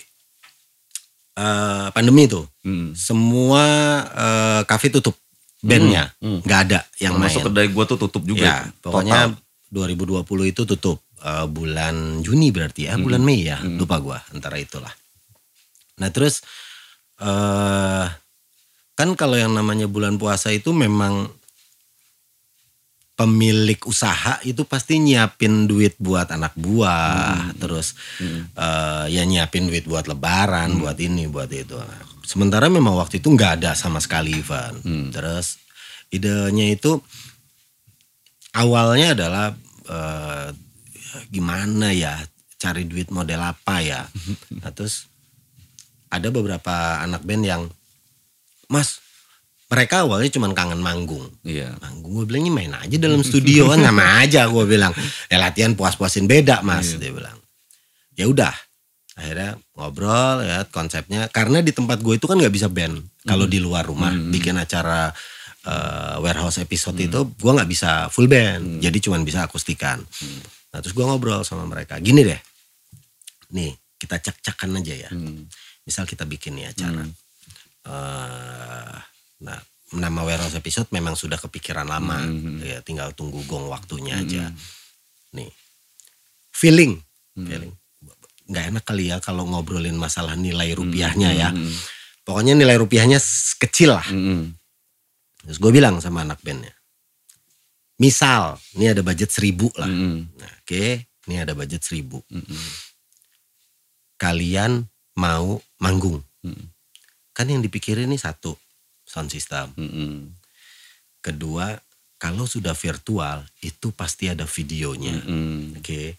eh, pandemi tuh, Hmm. semua eh, kafe tutup, bandnya Hmm, hmm. nggak ada yang main. Masuk kedai gue tuh tutup juga. Ya, itu. pokoknya Total. dua ribu dua puluh itu tutup Eh, bulan Juni berarti ya, bulan Mei ya, lupa gua antara itulah. Nah terus eh kan kalau yang namanya bulan puasa itu memang pemilik usaha itu pasti nyiapin duit buat anak buah, hmm. terus hmm. Uh, ya nyiapin duit buat lebaran, hmm. buat ini, buat itu. Sementara memang waktu itu nggak ada sama sekali, Ivan. Hmm. Terus idenya itu awalnya adalah uh, gimana ya, cari duit model apa ya. Nah, terus ada beberapa anak band yang, Mas, mereka awalnya cuma kangen manggung. Iya. Manggung, gue bilangnya main aja dalam studio kan sama aja, gue bilang. Ya latihan puas-puasin beda, Mas, iya. Dia bilang. Ya udah, akhirnya ngobrol ya konsepnya. Karena di tempat gue itu kan nggak bisa band. Hmm. Kalau di luar rumah hmm. bikin acara uh, warehouse episode hmm. itu, gue nggak bisa full band. Hmm. Jadi cuma bisa akustikan. Hmm. Nah terus gue ngobrol sama mereka. Gini deh, nih kita cak-cakan aja ya. Hmm. Misal kita bikin nih acara. Hmm. Uh, Nah, nama warehouse episode memang sudah kepikiran lama, mm-hmm. ya tinggal tunggu gong waktunya aja. Mm-hmm. Nih, feeling, mm-hmm. feeling, nggak enak kali ya kalau ngobrolin masalah nilai rupiahnya mm-hmm. ya. Pokoknya nilai rupiahnya kecil lah. Mm-hmm. Terus gue bilang sama anak bandnya, misal, ini ada budget seribu lah. Mm-hmm. Nah, oke, okay, ini ada budget seribu. Mm-hmm. Kalian mau manggung, mm-hmm. kan yang dipikirin ini satu. Sound system. Mm-hmm. Kedua, kalau sudah virtual itu pasti ada videonya. Mm-hmm. Oke. Okay.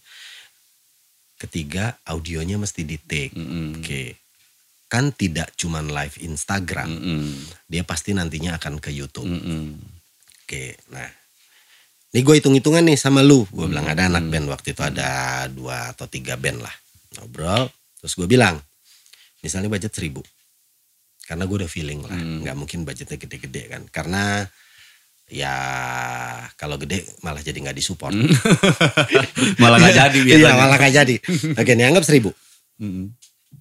Ketiga, audionya mesti di take. Mm-hmm. Oke. Okay. Kan tidak cuman live Instagram. Mm-hmm. Dia pasti nantinya akan ke YouTube. Mm-hmm. Oke. Okay. Nah, ini gue hitung-hitungan nih sama lu. Gue mm-hmm. bilang ada anak band waktu itu ada dua atau tiga band lah. Ngobrol. Terus gue bilang, misalnya budget seribu. Karena gue udah feeling lah, hmm. gak mungkin budgetnya gede-gede kan. Karena ya kalau gede malah jadi gak disupport. Malah gak jadi biasanya. Iya malah gak jadi. Oke nih anggap seribu. Hmm.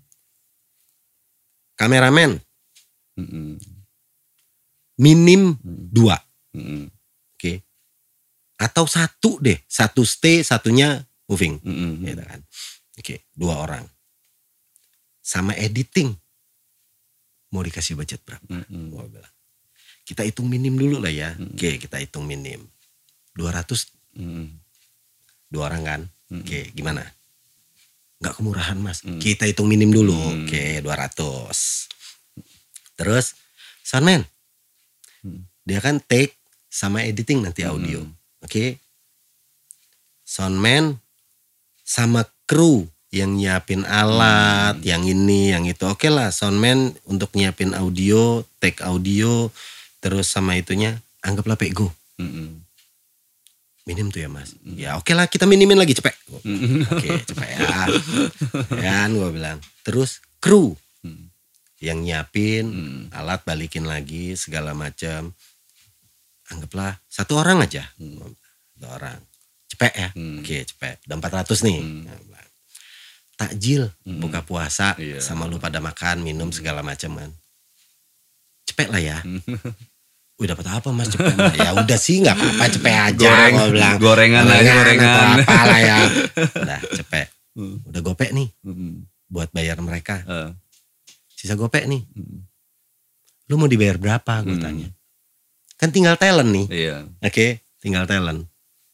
Kameramen. Hmm. Minim hmm. dua. Hmm. Oke. Atau satu deh. Satu stay, satunya moving. Hmm. Gitu kan. Oke, dua orang. Sama editing. Mau dikasih budget berapa? Mm-hmm. Gua bilang. Kita hitung minim dulu lah ya. Mm-hmm. Oke, kita hitung minim. dua ratus. Mm-hmm. Dua orang kan? Mm-hmm. Oke, gimana? Gak kemurahan, Mas. Mm-hmm. Kita hitung minim dulu. Mm-hmm. Oke, dua ratus. Terus, soundman. Mm-hmm. Dia kan take sama editing nanti audio. Mm-hmm. Oke. Soundman sama kru. Yang nyiapin alat, hmm. yang ini, yang itu. Oke lah, soundman untuk nyiapin audio, take audio, terus sama itunya, anggaplah pego. Hmm. Minim tuh ya Mas. Hmm. Ya oke lah, kita minimin lagi, cepet. Hmm. Oke, cepet ya. Kan gue bilang. Terus kru, hmm. yang nyiapin, hmm. alat balikin lagi, segala macam. Anggaplah satu orang aja. Hmm. Satu orang. Cepet ya. Hmm. Oke, cepet. Udah empat ratus nih. Hmm. Takjil, hmm. buka puasa, iya. sama lu pada makan, minum segala macam kan. Cepet lah ya. Wih dapat apa Mas cepet? Ya udah sih nggak apa-apa cepet aja. Goreng, bilang, gorengan aja gorengan. Atau apa lah ya. Udah cepet. Udah gopek nih. Hmm. Buat bayar mereka. Uh. Sisa gopek nih. Hmm. Lu mau dibayar berapa? Gue hmm. tanya. Kan tinggal talent nih. Iya. Oke, okay, tinggal talent.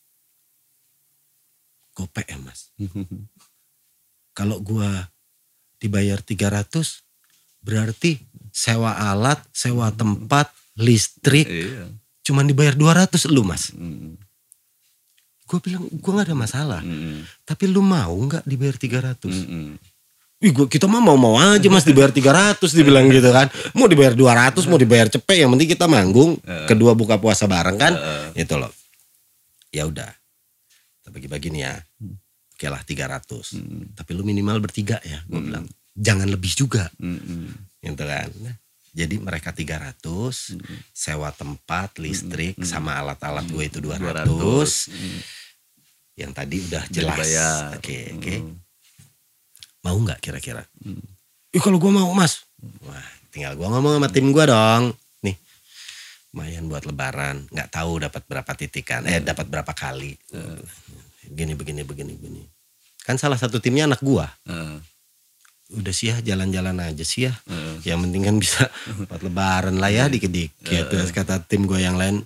Gopek ya Mas. Kalau gua dibayar tiga ratus berarti sewa alat, sewa tempat, listrik. Iya. Cuman dibayar dua ratus lu Mas. Mm. Gue bilang gue gak ada masalah. Mm. Tapi lu mau gak dibayar tiga ratus? Mm. Wih gua, kita mah mau-mau aja Mas dibayar tiga ratus dibilang gitu kan. Mau dibayar dua ratus, mau dibayar cepet, yang penting kita manggung. Uh. Kedua buka puasa bareng kan. Uh. Itu loh. Ya udah. Kita bagi-bagi nih ya. Oke lah tiga ratus. Mm. Tapi lu minimal bertiga ya. Gue mm. bilang. Jangan lebih juga. Mm. Gitu kan. Jadi mereka tiga ratus. Mm. Sewa tempat, listrik. Mm. Sama alat-alat gue itu dua ratus. Mm. Yang tadi udah jelas. Oke okay, oke. Okay. Mm. Mau gak kira-kira? Mm. Ih kalau gue mau Mas. Wah tinggal gue ngomong sama tim gue dong. Nih. Lumayan buat lebaran. Gak tahu dapat berapa titikan. Mm. Eh dapat berapa kali. Mm. Gini begini begini begini. Kan salah satu timnya anak gua. Uh. Udah sih ya jalan-jalan aja sih ya. Uh. Yang penting kan bisa buat lebaran lah ya dikit-dikit. Uh. Terus kata tim gua yang lain,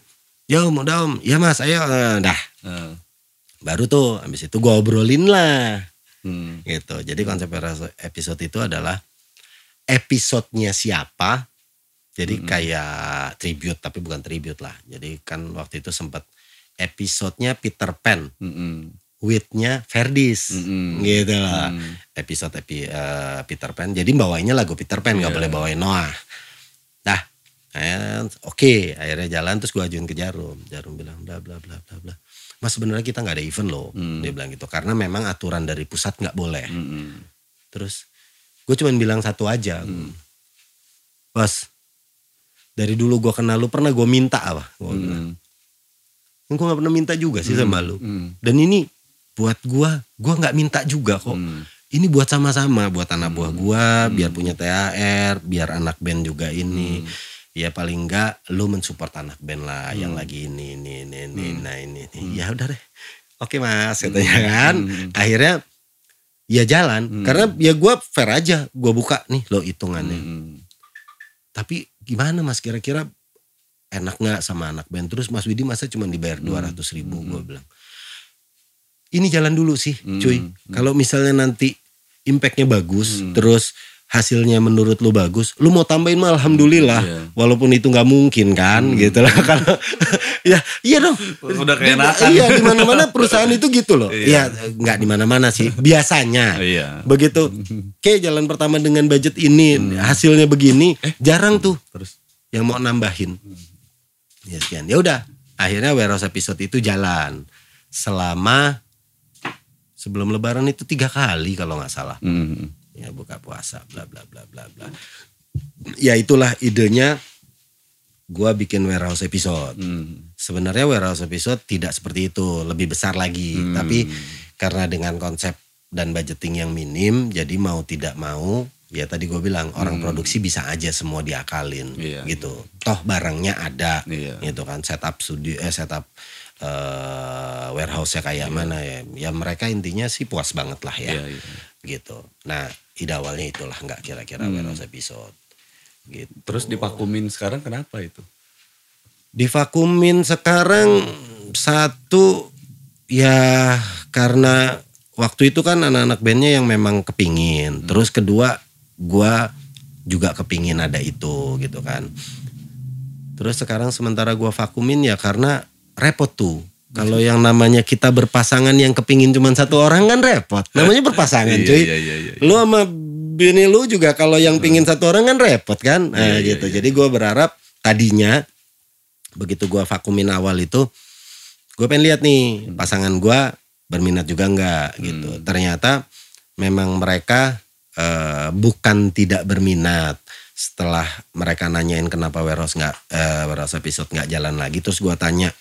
Ya om, udah om. Ya mas, ayo. Dah. Uh. Baru tuh, habis itu gue obrolin lah. Hmm. Gitu. Jadi konsep episode itu adalah episodenya siapa. Jadi hmm. kayak tribute, tapi bukan tribute lah. Jadi kan waktu itu sempat episodenya Peter Pan. Hmm. With-nya Ferdis, mm-hmm. gitu lah. Mm. Episode epi, uh, Peter Pan. Jadi bawainnya lagu Peter Pan, yeah. Gak boleh bawain Noah. Dah, oke, okay. Akhirnya jalan terus gue ajuin ke Jarum. Jarum bilang bla bla bla bla bla. Mas sebenarnya kita nggak ada event loh, mm. dia bilang gitu. Karena memang aturan dari pusat nggak boleh. Mm-hmm. Terus gue cuman bilang satu aja, mm. Bos, dari dulu gue kenal lu pernah gue minta apa? Gue mm. bilang, gue nggak pernah minta juga sih mm. sama lu. Mm. Dan ini buat gua, gua nggak minta juga kok. Hmm. Ini buat sama-sama, buat anak buah gua, hmm. biar punya T H R, biar anak band juga ini. Hmm. Ya paling enggak lu mensupport anak band lah, hmm. yang lagi ini, ini, ini, ini, hmm. nah ini, ini. Hmm. Ya udah deh. Oke mas, katanya kan. Hmm. Akhirnya ya jalan, hmm. karena ya gua fair aja, gua buka nih lo hitungannya. Hmm. Tapi gimana mas, kira-kira enak nggak sama anak band? Terus Mas Widi masa cuma dibayar dua ratus ribu, hmm. gua bilang. Ini jalan dulu sih cuy. Hmm, hmm. Kalau misalnya nanti impactnya bagus, hmm. terus hasilnya menurut lu bagus, lu mau tambahin mah alhamdulillah. Yeah. Walaupun itu gak mungkin kan, hmm. gitu lah. Kalau ya iya dong. Udah keenakan. Iya di mana-mana perusahaan itu gitu loh. Iya ya, gak di mana-mana sih. Biasanya. Yeah. Begitu. Kayak jalan pertama dengan budget ini, hmm. hasilnya begini, eh, jarang tuh. Terus yang mau nambahin. Hmm. Ya sekian. Ya udah. Akhirnya Warehouse episode itu jalan selama sebelum Lebaran itu tiga kali kalau nggak salah, mm. ya buka puasa, bla bla bla bla bla. Ya itulah idenya, gue bikin Warehouse episode. Mm. Sebenarnya Warehouse episode tidak seperti itu, lebih besar lagi. Mm. Tapi karena dengan konsep dan budgeting yang minim, jadi mau tidak mau, ya tadi gue bilang orang mm. produksi bisa aja semua diakalin, yeah. gitu. Toh barangnya ada, yeah. gitu kan. Setup studio, eh setup Uh, warehouse-nya kayak yeah. mana ya. Ya mereka intinya sih puas banget lah ya. Yeah, yeah. Gitu. Nah ide awalnya itulah, gak kira-kira hmm. warehouse episode. Gitu. Terus divakumin sekarang kenapa itu? Divakumin sekarang satu ya karena waktu itu kan anak-anak bandnya yang memang kepingin. Hmm. Terus kedua gua juga kepingin ada itu gitu kan. Terus sekarang sementara gua vakumin ya karena repot tuh. Kalau yang namanya kita berpasangan yang kepingin cuma satu orang kan repot. Namanya berpasangan cuy. Iya, iya, iya, iya. Lu sama bini lu juga kalau yang pingin satu orang kan repot kan. Nah iya, gitu. Iya, iya. Jadi gue berharap tadinya begitu gue vakumin awal itu, gue pengen lihat nih pasangan gue berminat juga enggak gitu. Hmm. Ternyata memang mereka uh, bukan tidak berminat. Setelah mereka nanyain kenapa Warehouse nggak uh, Warehouse episode nggak jalan lagi, terus gue tanya,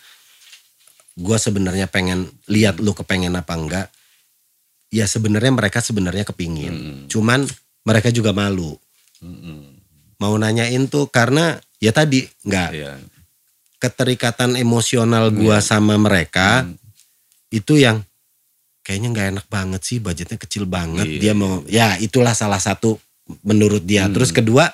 gue sebenarnya pengen lihat lu kepengen apa enggak. Ya sebenarnya mereka sebenarnya kepingin, hmm. cuman mereka juga malu hmm. mau nanyain tuh karena ya tadi nggak yeah. keterikatan emosional gue yeah. sama mereka hmm. itu yang kayaknya nggak enak banget sih, budgetnya kecil banget, yeah. dia mau ya itulah salah satu menurut dia. Hmm. Terus kedua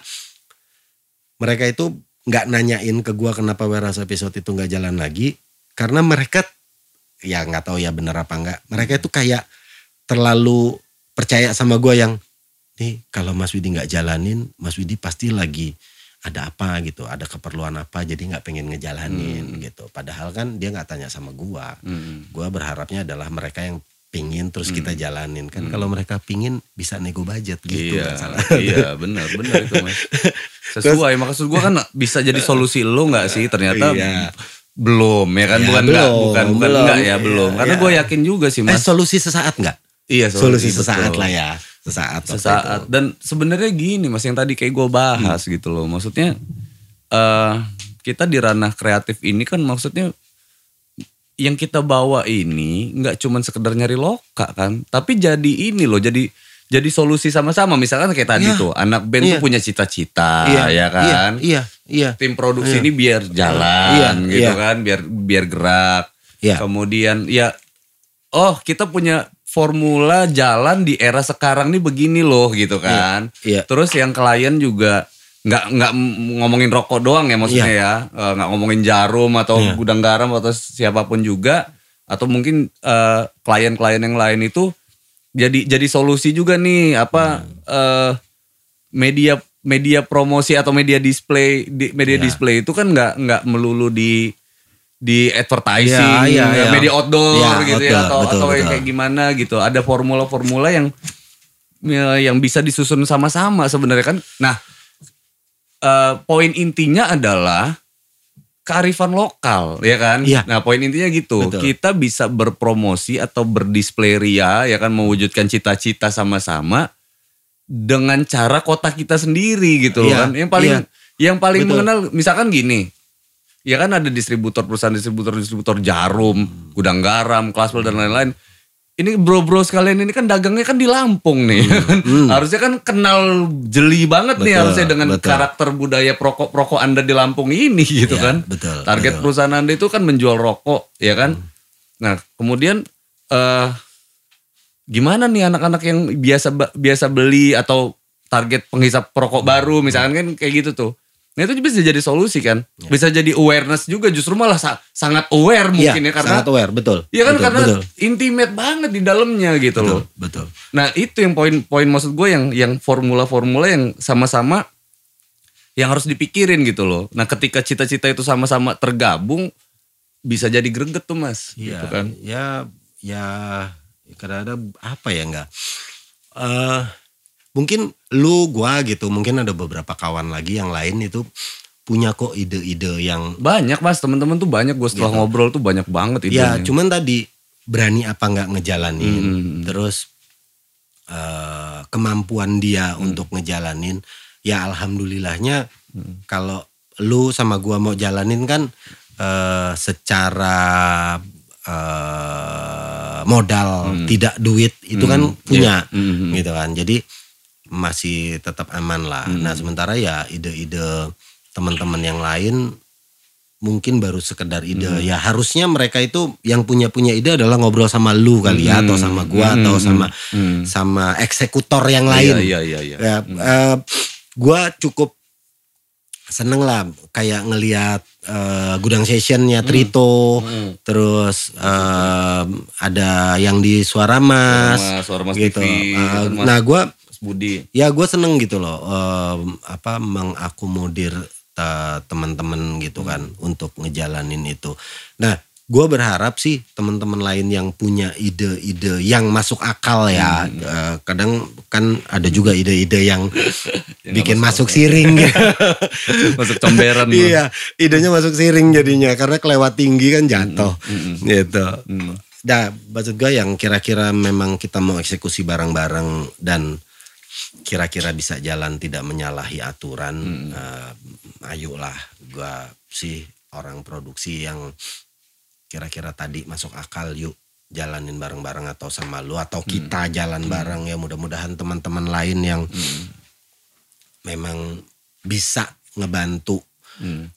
mereka itu nggak nanyain ke gue kenapa Warehouse episode itu nggak jalan lagi. Karena mereka ya nggak tahu ya bener apa enggak. Mereka itu kayak terlalu percaya sama gue yang nih kalau Mas Widi nggak jalanin, Mas Widi pasti lagi ada apa gitu, ada keperluan apa, jadi nggak pengen ngejalanin hmm. gitu. Padahal kan dia nggak tanya sama gue. Hmm. Gue berharapnya adalah mereka yang pingin terus hmm. kita jalanin kan. Hmm. Kalau mereka pingin bisa nego budget gitu. Iya, kan salah. Iya benar benar itu Mas. Sesuai maksud gue kan bisa jadi solusi lo nggak sih ternyata. Iya. Belum ya kan, ya, bukan belum, enggak, bukan bukan belum. Enggak ya belum. Karena ya. Gue yakin juga sih Mas. Eh solusi sesaat enggak? Iya solusi, solusi sesaat lah ya. Sesaat. Sesaat. Dan sebenarnya gini Mas yang tadi kayak gue bahas hmm. gitu loh. Maksudnya uh, kita di ranah kreatif ini kan maksudnya yang kita bawa ini nggak cuman sekedar nyari loka kan, tapi jadi ini loh, jadi jadi solusi sama-sama. Misalkan kayak tadi ya. Tuh anak band iya. tuh punya cita-cita iya. ya kan. Iya, iya. Tim produksi iya. ini biar jalan iya. gitu iya. kan, biar biar gerak. Iya. Kemudian ya oh kita punya formula jalan di era sekarang nih begini loh gitu kan. Iya. Iya. Terus yang klien juga nggak nggak ngomongin rokok doang ya maksudnya Iya. ya, Eh, nggak ngomongin Jarum atau Iya. Gudang Garam atau siapapun juga, atau mungkin eh, klien-klien yang lain itu jadi jadi solusi juga nih apa eh, media media promosi atau media display di, media Iya. display itu kan nggak nggak melulu di di advertising, Iya, iya, iya. media outdoor Iya, gitu ya, outdoor, atau betul, atau yang betul. kayak gimana gitu. Ada formula-formula yang ya, yang bisa disusun sama-sama sebenarnya kan. Nah, eh, poin intinya adalah kearifan lokal, ya kan? Iya. Nah, poin intinya gitu. Betul. Kita bisa berpromosi atau berdisplay ria, ya kan, mewujudkan cita-cita sama-sama dengan cara kota kita sendiri gitu loh Iya, kan. Yang paling iya. yang paling Betul. mengenal misalkan gini. Ya kan ada distributor, perusahaan distributor-distributor Jarum, Gudang Garam, Klasbel dan lain-lain. Ini bro-bro sekalian ini kan dagangnya kan di Lampung nih. kan. Harusnya kan kenal jeli banget nih Betul, harusnya dengan betul. karakter budaya perokok-perokok Anda di Lampung ini gitu Iya, kan. betul, Target betul. perusahaan Anda itu kan menjual rokok ya kan. Nah kemudian eh gimana nih anak-anak yang biasa biasa beli atau target penghisap perokok baru misalkan kan kayak gitu tuh. Nah itu bisa jadi solusi kan. Bisa jadi awareness juga, justru malah sa- sangat aware Iya, mungkin ya karena sangat aware, betul. Iya kan betul, karena betul, intimate banget di dalamnya gitu betul, loh. betul. Nah itu yang poin-poin maksud gue yang yang formula-formula yang sama-sama yang harus dipikirin gitu loh. Nah ketika cita-cita itu sama-sama tergabung bisa jadi greget tuh mas. Iya, Gitu kan. ya, ya kadang-kadang apa ya enggak. Eh mungkin lu, gua gitu, mungkin ada beberapa kawan lagi yang lain itu punya kok ide-ide yang Banyak mas, teman-teman tuh banyak. Gue setelah Gitu. ngobrol tuh banyak banget ya idenya. cuman tadi berani apa nggak ngejalanin, Hmm. terus eh, kemampuan dia Hmm. untuk ngejalanin, ya alhamdulillahnya kalau lu sama gua mau jalanin kan eh, secara eh, modal tidak duit itu kan punya Hmm. gitu kan, jadi masih tetap aman lah. Nah sementara ya ide-ide teman-teman yang lain mungkin baru sekedar ide. Ya harusnya mereka itu yang punya-punya ide adalah ngobrol sama lu kali ya, atau sama gua, atau sama sama eksekutor yang lain. Iya iya iya. Ya, eh, gua cukup seneng lah kayak ngelihat eh, gudang sessionnya Trito, terus eh, ada yang di Suara Mas, Suara Mas, Suara Mas gitu. T V, Eh, Mas- nah gua Mas Budi. ya gue seneng gitu loh, em, apa mengakomodir eh, teman-teman gitu kan untuk ngejalanin itu. Nah gue berharap sih teman-teman lain yang punya ide-ide yang masuk akal ya, eh, kadang kan ada juga ide-ide yang bikin masuk siring gitu. Masuk comberan. Iya, idenya masuk siring jadinya karena kelewat tinggi kan jatuh gitu. Nah maksud gue yang kira-kira memang kita mau eksekusi bareng-bareng dan kira-kira bisa jalan tidak menyalahi aturan, eh, ayolah, gue sih orang produksi yang kira-kira tadi masuk akal, yuk jalanin bareng-bareng atau sama lu atau kita jalan bareng ya, mudah-mudahan teman-teman lain yang memang bisa ngebantu Hmm.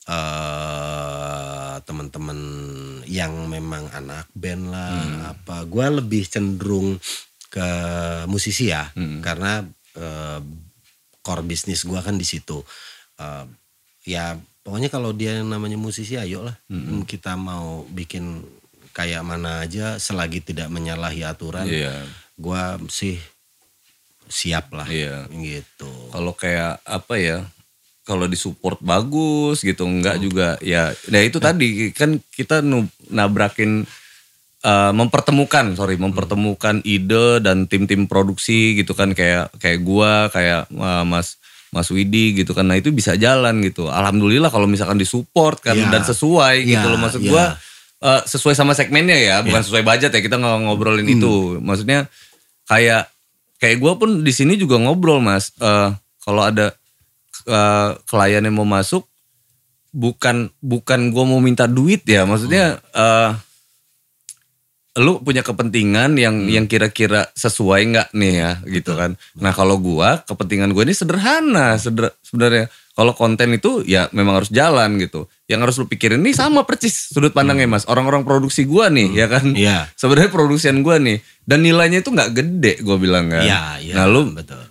eh, teman-teman yang memang anak band lah apa, gue lebih cenderung ke musisi ya, karena eh, core bisnis gue kan di situ. Eh, ya pokoknya kalau dia yang namanya musisi, ayo lah kita mau bikin kayak mana aja selagi tidak menyalahi aturan. Iya. Gue sih siap lah, Iya. gitu. Kalau kayak apa ya? Kalau disupport bagus gitu, enggak juga ya. Nah itu tadi kan kita nu- nabrakin eh, mempertemukan, sorry, mempertemukan ide dan tim-tim produksi gitu kan, kayak kayak gua, kayak eh, Mas Mas Widi gitu kan. Nah itu bisa jalan gitu. Alhamdulillah kalau misalkan disupport kan Iya. dan sesuai gitu Iya, loh, maksud iya. gua eh, sesuai sama segmennya ya, bukan sesuai budget ya. Kita nggak ngobrolin itu. Maksudnya kayak kayak gua pun di sini juga ngobrol Mas. Eh, kalau ada uh, klien yang mau masuk, bukan bukan gue mau minta duit ya, maksudnya uh, lu punya kepentingan yang yang kira-kira sesuai nggak nih ya, gitu kan. Nah kalau gue, kepentingan gue ini sederhana seder- sebenarnya. Kalau konten itu ya memang harus jalan gitu. Yang harus lu pikirin nih sama persis sudut pandangnya Mas. Orang-orang produksi gue nih ya kan. Iya. Sebenarnya produksian gue nih, dan nilainya itu nggak gede gue bilang kan. Iya, iya, Nah lu betul.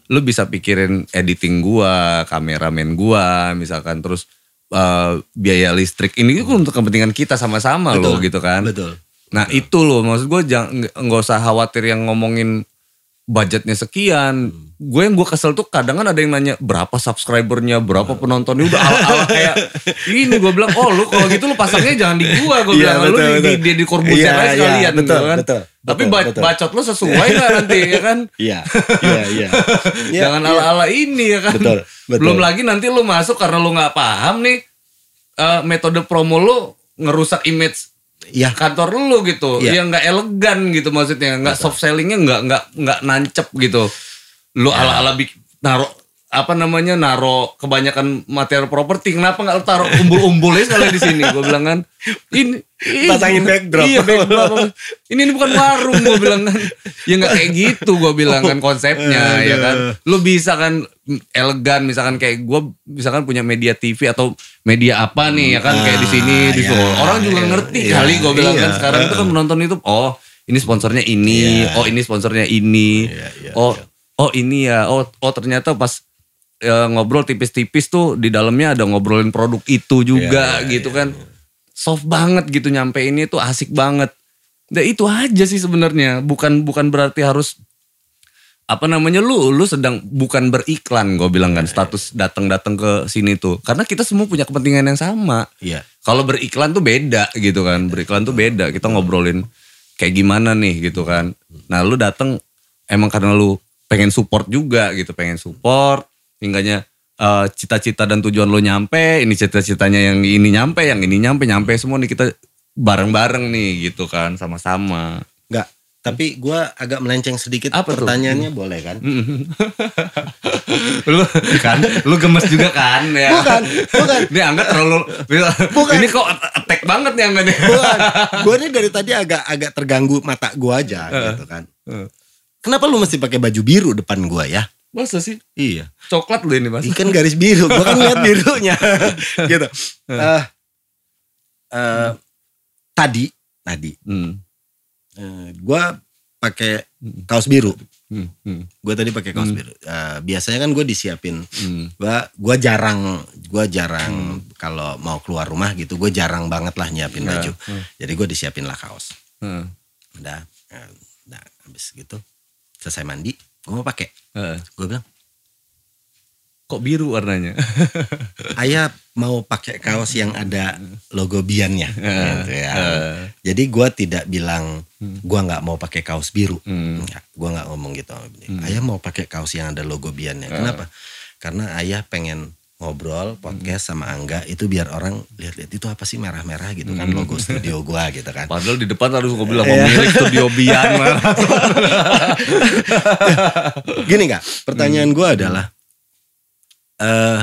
lu bisa pikirin editing gua, kameramen gua, misalkan terus uh, biaya listrik ini kan untuk kepentingan kita sama-sama Betul, loh gitu kan. Betul. Nah betul. itu loh maksud gue jangan nggak usah khawatir yang ngomongin budgetnya sekian. Hmm. Gue yang gue kesel tuh kadang kan ada yang nanya berapa subscribernya, berapa penontonnya, udah ala-ala kayak ini. Gue bilang, oh lu kalau gitu lu pasangnya jangan di gue. Gue yeah, bilang, betul, lu betul. di, di, di Corbuzier yeah, aja sekalian yeah, betul, gitu kan. Betul, Tapi betul, ba- betul. bacot lu sesuai gak nanti ya kan? Iya, iya, iya. Jangan yeah. ala-ala ini ya kan. Betul, betul. Belum lagi nanti lu masuk karena lu gak paham nih, uh, metode promo lu ngerusak image ya. kantor lu gitu, ya nggak elegan gitu maksudnya, nggak soft sellingnya nggak nggak nggak nancep gitu. Lu ya. ala-ala bik, naro apa namanya naro kebanyakan material properti, kenapa nggak lu taruh umbul-umbulnya sekali di sini? Gue bilang kan, ini, ini pasangin backdrop. Iya backdrop. Ini, ini bukan warung, gue bilang kan. Ya nggak kayak gitu, gue bilang kan konsepnya, ya kan. Lu bisa kan elegan, misalkan kayak gue, misalkan punya media T V atau media apa nih, ya kan, kayak di sini, di ya, Solo. Orang juga ya, ngerti ya, kali, gue bilang iya, kan. Sekarang itu kan menonton itu, oh ini sponsornya ini, ya. oh ini sponsornya ini, ya, ya, oh ya. oh ini ya, oh oh ternyata pas ya, ngobrol tipis-tipis tuh di dalamnya ada ngobrolin produk itu juga ya, ya, gitu ya, kan. Ya. Soft banget gitu nyampe ini tuh asik banget. Nah itu aja sih sebenarnya. Bukan bukan berarti harus apa namanya lu lu sedang bukan beriklan gue bilang kan, status datang-datang ke sini tuh. Karena kita semua punya kepentingan yang sama. Iya. Kalau beriklan tuh beda gitu kan. Beriklan tuh beda. Kita ngobrolin kayak gimana nih gitu kan. Nah lu datang emang karena lu pengen support juga gitu, pengen support. Hingganya uh, cita-cita dan tujuan lo nyampe, ini cita-citanya yang ini nyampe, yang ini nyampe, nyampe semua nih kita bareng-bareng nih gitu kan, sama-sama. Enggak, tapi gue agak melenceng sedikit. Apa pertanyaannya tuh? Boleh kan? lu kan, lu gemes juga kan ya? Bukan, bukan. Ini Angga terlalu, bukan. Ini kok attack banget nih Angga nih. Bukan, gue nih dari tadi agak agak terganggu mata gue aja uh, gitu kan. Uh. Kenapa lu mesti pakai baju biru depan gue ya? Masa sih? Iya. Coklat lu ini mas. Ikan garis biru. Gue kan lihat birunya. gitu. Uh, uh, tadi, tadi, hmm. uh, gue pakai kaos biru. Hmm. Hmm. Gue tadi pakai kaos hmm. biru. Uh, biasanya kan gue disiapin. Hmm. Gue, gue jarang, gue jarang hmm. kalau mau keluar rumah gitu. Gue jarang banget lah nyiapin baju. Hmm. Jadi gue disiapin lah kaos. Hmm. Udah, uh, udah habis gitu. Selesai mandi. Gue mau pakai, uh. gue bilang, kok biru warnanya? Ayah mau pakai kaos yang ada logo Biannya, uh. gitu ya. Uh. Jadi gue tidak bilang gue nggak mau pakai kaos biru, hmm. gue nggak ngomong gitu. Hmm. Ayah mau pakai kaos yang ada logo Biannya. Uh. Kenapa? Karena ayah pengen ngobrol podcast sama Angga itu biar orang lihat-lihat itu apa sih merah-merah gitu kan, logo studio gua gitu kan. Padahal di depan harus gue bilang pemilik studio Bian. Gini Kak, pertanyaan gua adalah uh,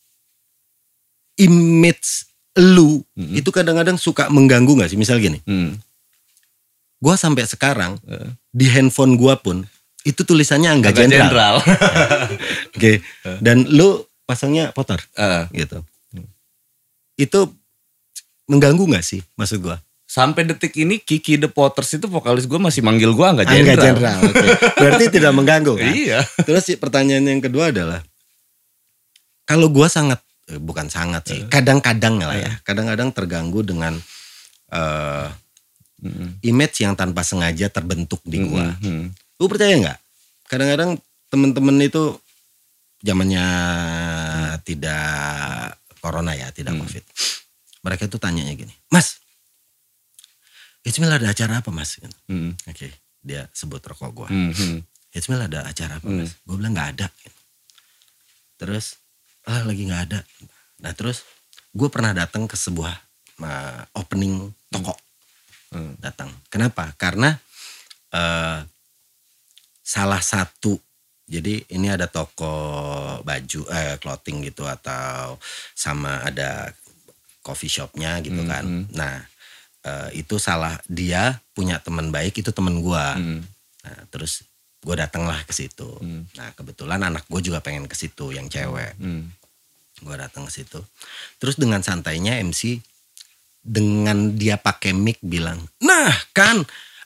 image lu hmm. itu kadang-kadang suka mengganggu gak sih? Misal gini, hmm. gua sampai sekarang uh. di handphone gua pun itu tulisannya Angga Jenderal. Oke, okay. uh. Dan lu pasangnya Potter uh. gitu. Hmm. Itu mengganggu gak sih maksud gue? Sampai detik ini Kiki The Potters itu vokalis gue masih manggil gue Angga Jenderal. Angga Jenderal, okay. Berarti tidak mengganggu kan? Iya. Terus pertanyaan yang kedua adalah, kalau gue sangat, eh, bukan sangat sih, kadang-kadang lah ya, kadang-kadang terganggu dengan uh, mm-hmm. image yang tanpa sengaja terbentuk di gue. Mm-hmm. Lu percaya gak? Kadang-kadang temen-temen itu zamannya hmm. tidak corona ya, tidak hmm. covid. Mereka tuh tanyanya gini, Mas, Ismail ada acara apa Mas? Hmm. Oke, okay. Dia sebut rokok gue. Hmm. Ismail ada acara apa Mas? Hmm. Gue bilang gak ada. Terus, ah lagi gak ada. Nah terus, gue pernah datang ke sebuah uh, opening toko. Hmm. Datang. Kenapa? Karena uh, salah satu, jadi ini ada toko baju, eh, clothing gitu atau sama ada coffee shopnya gitu kan. Mm-hmm. Nah eh, itu salah, dia punya teman baik, itu teman gue. Mm. Nah terus gue datang lah ke situ. Mm. Nah kebetulan anak gue juga pengen ke situ yang cewek. Mm. Gue datang ke situ. Terus dengan santainya M C dengan dia pakai mic bilang, nah kan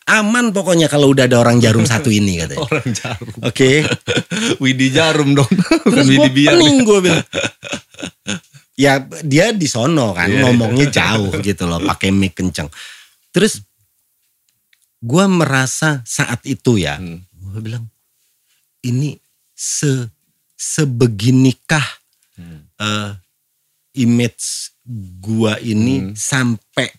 aman pokoknya kalau udah ada orang Jarum satu ini katanya. Orang Jarum. Oke. Widi Jarum dong. Terus Widi gue Biar. pening gue bilang. Ya dia di sono kan Yeah. ngomongnya jauh gitu loh, pakai mic kenceng. Terus gue merasa saat itu ya, Hmm. gue bilang ini se sebeginikah Hmm. uh, image gue ini Hmm. sampai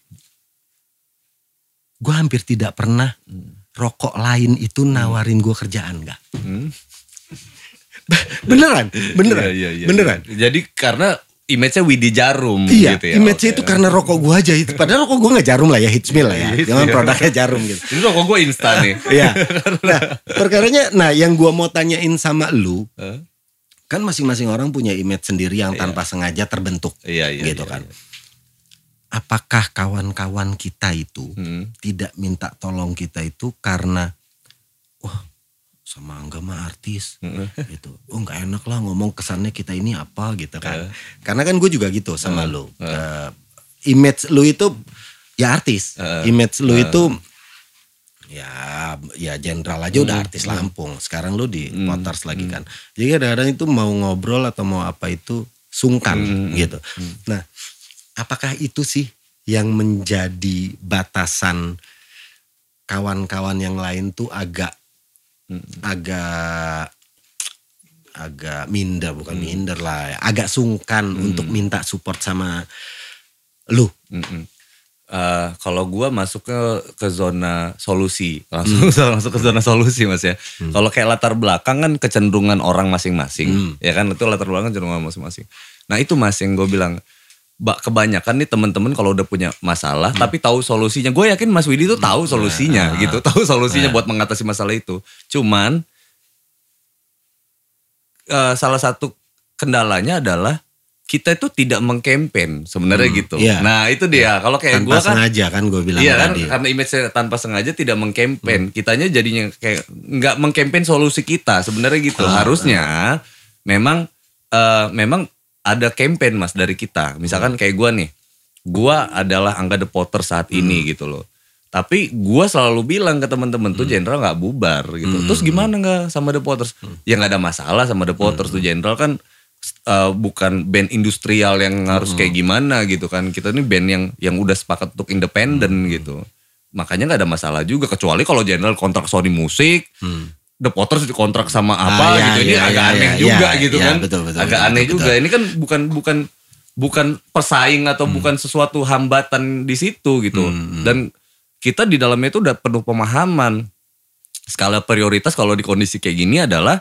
gue hampir tidak pernah Hmm. rokok lain itu nawarin gue kerjaan gak? Hmm. Beneran, beneran, Iya, iya, iya. beneran. Jadi karena image-nya Widi Jarum Iya, gitu ya. image-nya Oke. itu karena rokok gue aja itu. Padahal rokok gue gak Jarum lah ya, Hitsmil lah ya. Iya, Jangan iya. produknya Jarum gitu. Ini rokok gue instan nih. Iya. Nah, perkaranya, nah yang gue mau tanyain sama lu, Hah? kan masing-masing orang punya image sendiri yang Iya. tanpa sengaja terbentuk, Iya, iya. gitu iya, kan. iya. Apakah kawan-kawan kita itu Hmm. tidak minta tolong kita itu karena, wah sama Angga mah artis, Hmm. gitu. Oh nggak enak lah ngomong kesannya kita ini apa gitu kan. Eh. Karena kan gue juga gitu sama Eh. lu. Eh. Eh, image lu itu ya artis. Eh. Image lu Eh. itu ya ya jenderal aja udah Hmm. artis Lampung. Sekarang lu di Hmm. Poters lagi Hmm. kan. Jadi kadang-kadang itu mau ngobrol atau mau apa itu sungkan Hmm. gitu. Hmm. Nah, apakah itu sih yang menjadi batasan kawan-kawan yang lain tuh agak Hmm. agak agak minder, bukan minder lah ya. Agak sungkan Hmm. untuk minta support sama lu. Mm-mm. Eh, kalau gue masuk ke ke zona solusi, langsung masuk ke zona solusi mas ya. Hmm. Kalau kayak latar belakang kan kecenderungan orang masing-masing, Hmm. ya kan itu latar belakang kecenderungan masing-masing. Nah itu mas yang gue bilang, ba- kebanyakan nih teman-teman kalau udah punya masalah, Hmm. tapi tahu solusinya. Gue yakin Mas Widi tuh tahu solusinya, Nah. gitu, tahu solusinya Nah. buat mengatasi masalah itu. Cuman eh, salah satu kendalanya adalah kita itu tidak mengkampen sebenarnya Hmm, gitu. iya. Nah itu dia. Kalau kayak Tanpa gue kan, sengaja kan gue bilang iya kan, tadi. karena image tanpa sengaja tidak Hmm. mengkampen. Kitanya jadinya kayak nggak mengkampen solusi kita sebenarnya gitu. Ah, Harusnya memang eh, memang ada campaign mas dari kita. Misalkan Hmm. kayak gue nih, gue adalah Angga The Potter saat Hmm. ini gitu loh. Tapi gue selalu bilang ke teman-teman tuh Jenderal nggak bubar gitu. Hmm. Terus gimana nggak sama The Potters? Ya nggak ada masalah sama The Potters tuh Jenderal kan uh, bukan band industrial yang harus kayak gimana gitu kan. Kita ini band yang yang udah sepakat untuk independen gitu. Makanya nggak ada masalah juga kecuali kalau Jenderal kontrak Sony Musik, Hmm. The Potters dikontrak sama Ah, apa ya, gitu. Ini ya, agak ya, aneh ya, juga ya, gitu ya, kan. betul, betul, agak betul, aneh betul, juga. betul. Ini kan bukan bukan bukan pesaing atau bukan sesuatu hambatan di situ gitu. Hmm. Dan kita di dalamnya itu udah penuh pemahaman. Skala prioritas kalau di kondisi kayak gini adalah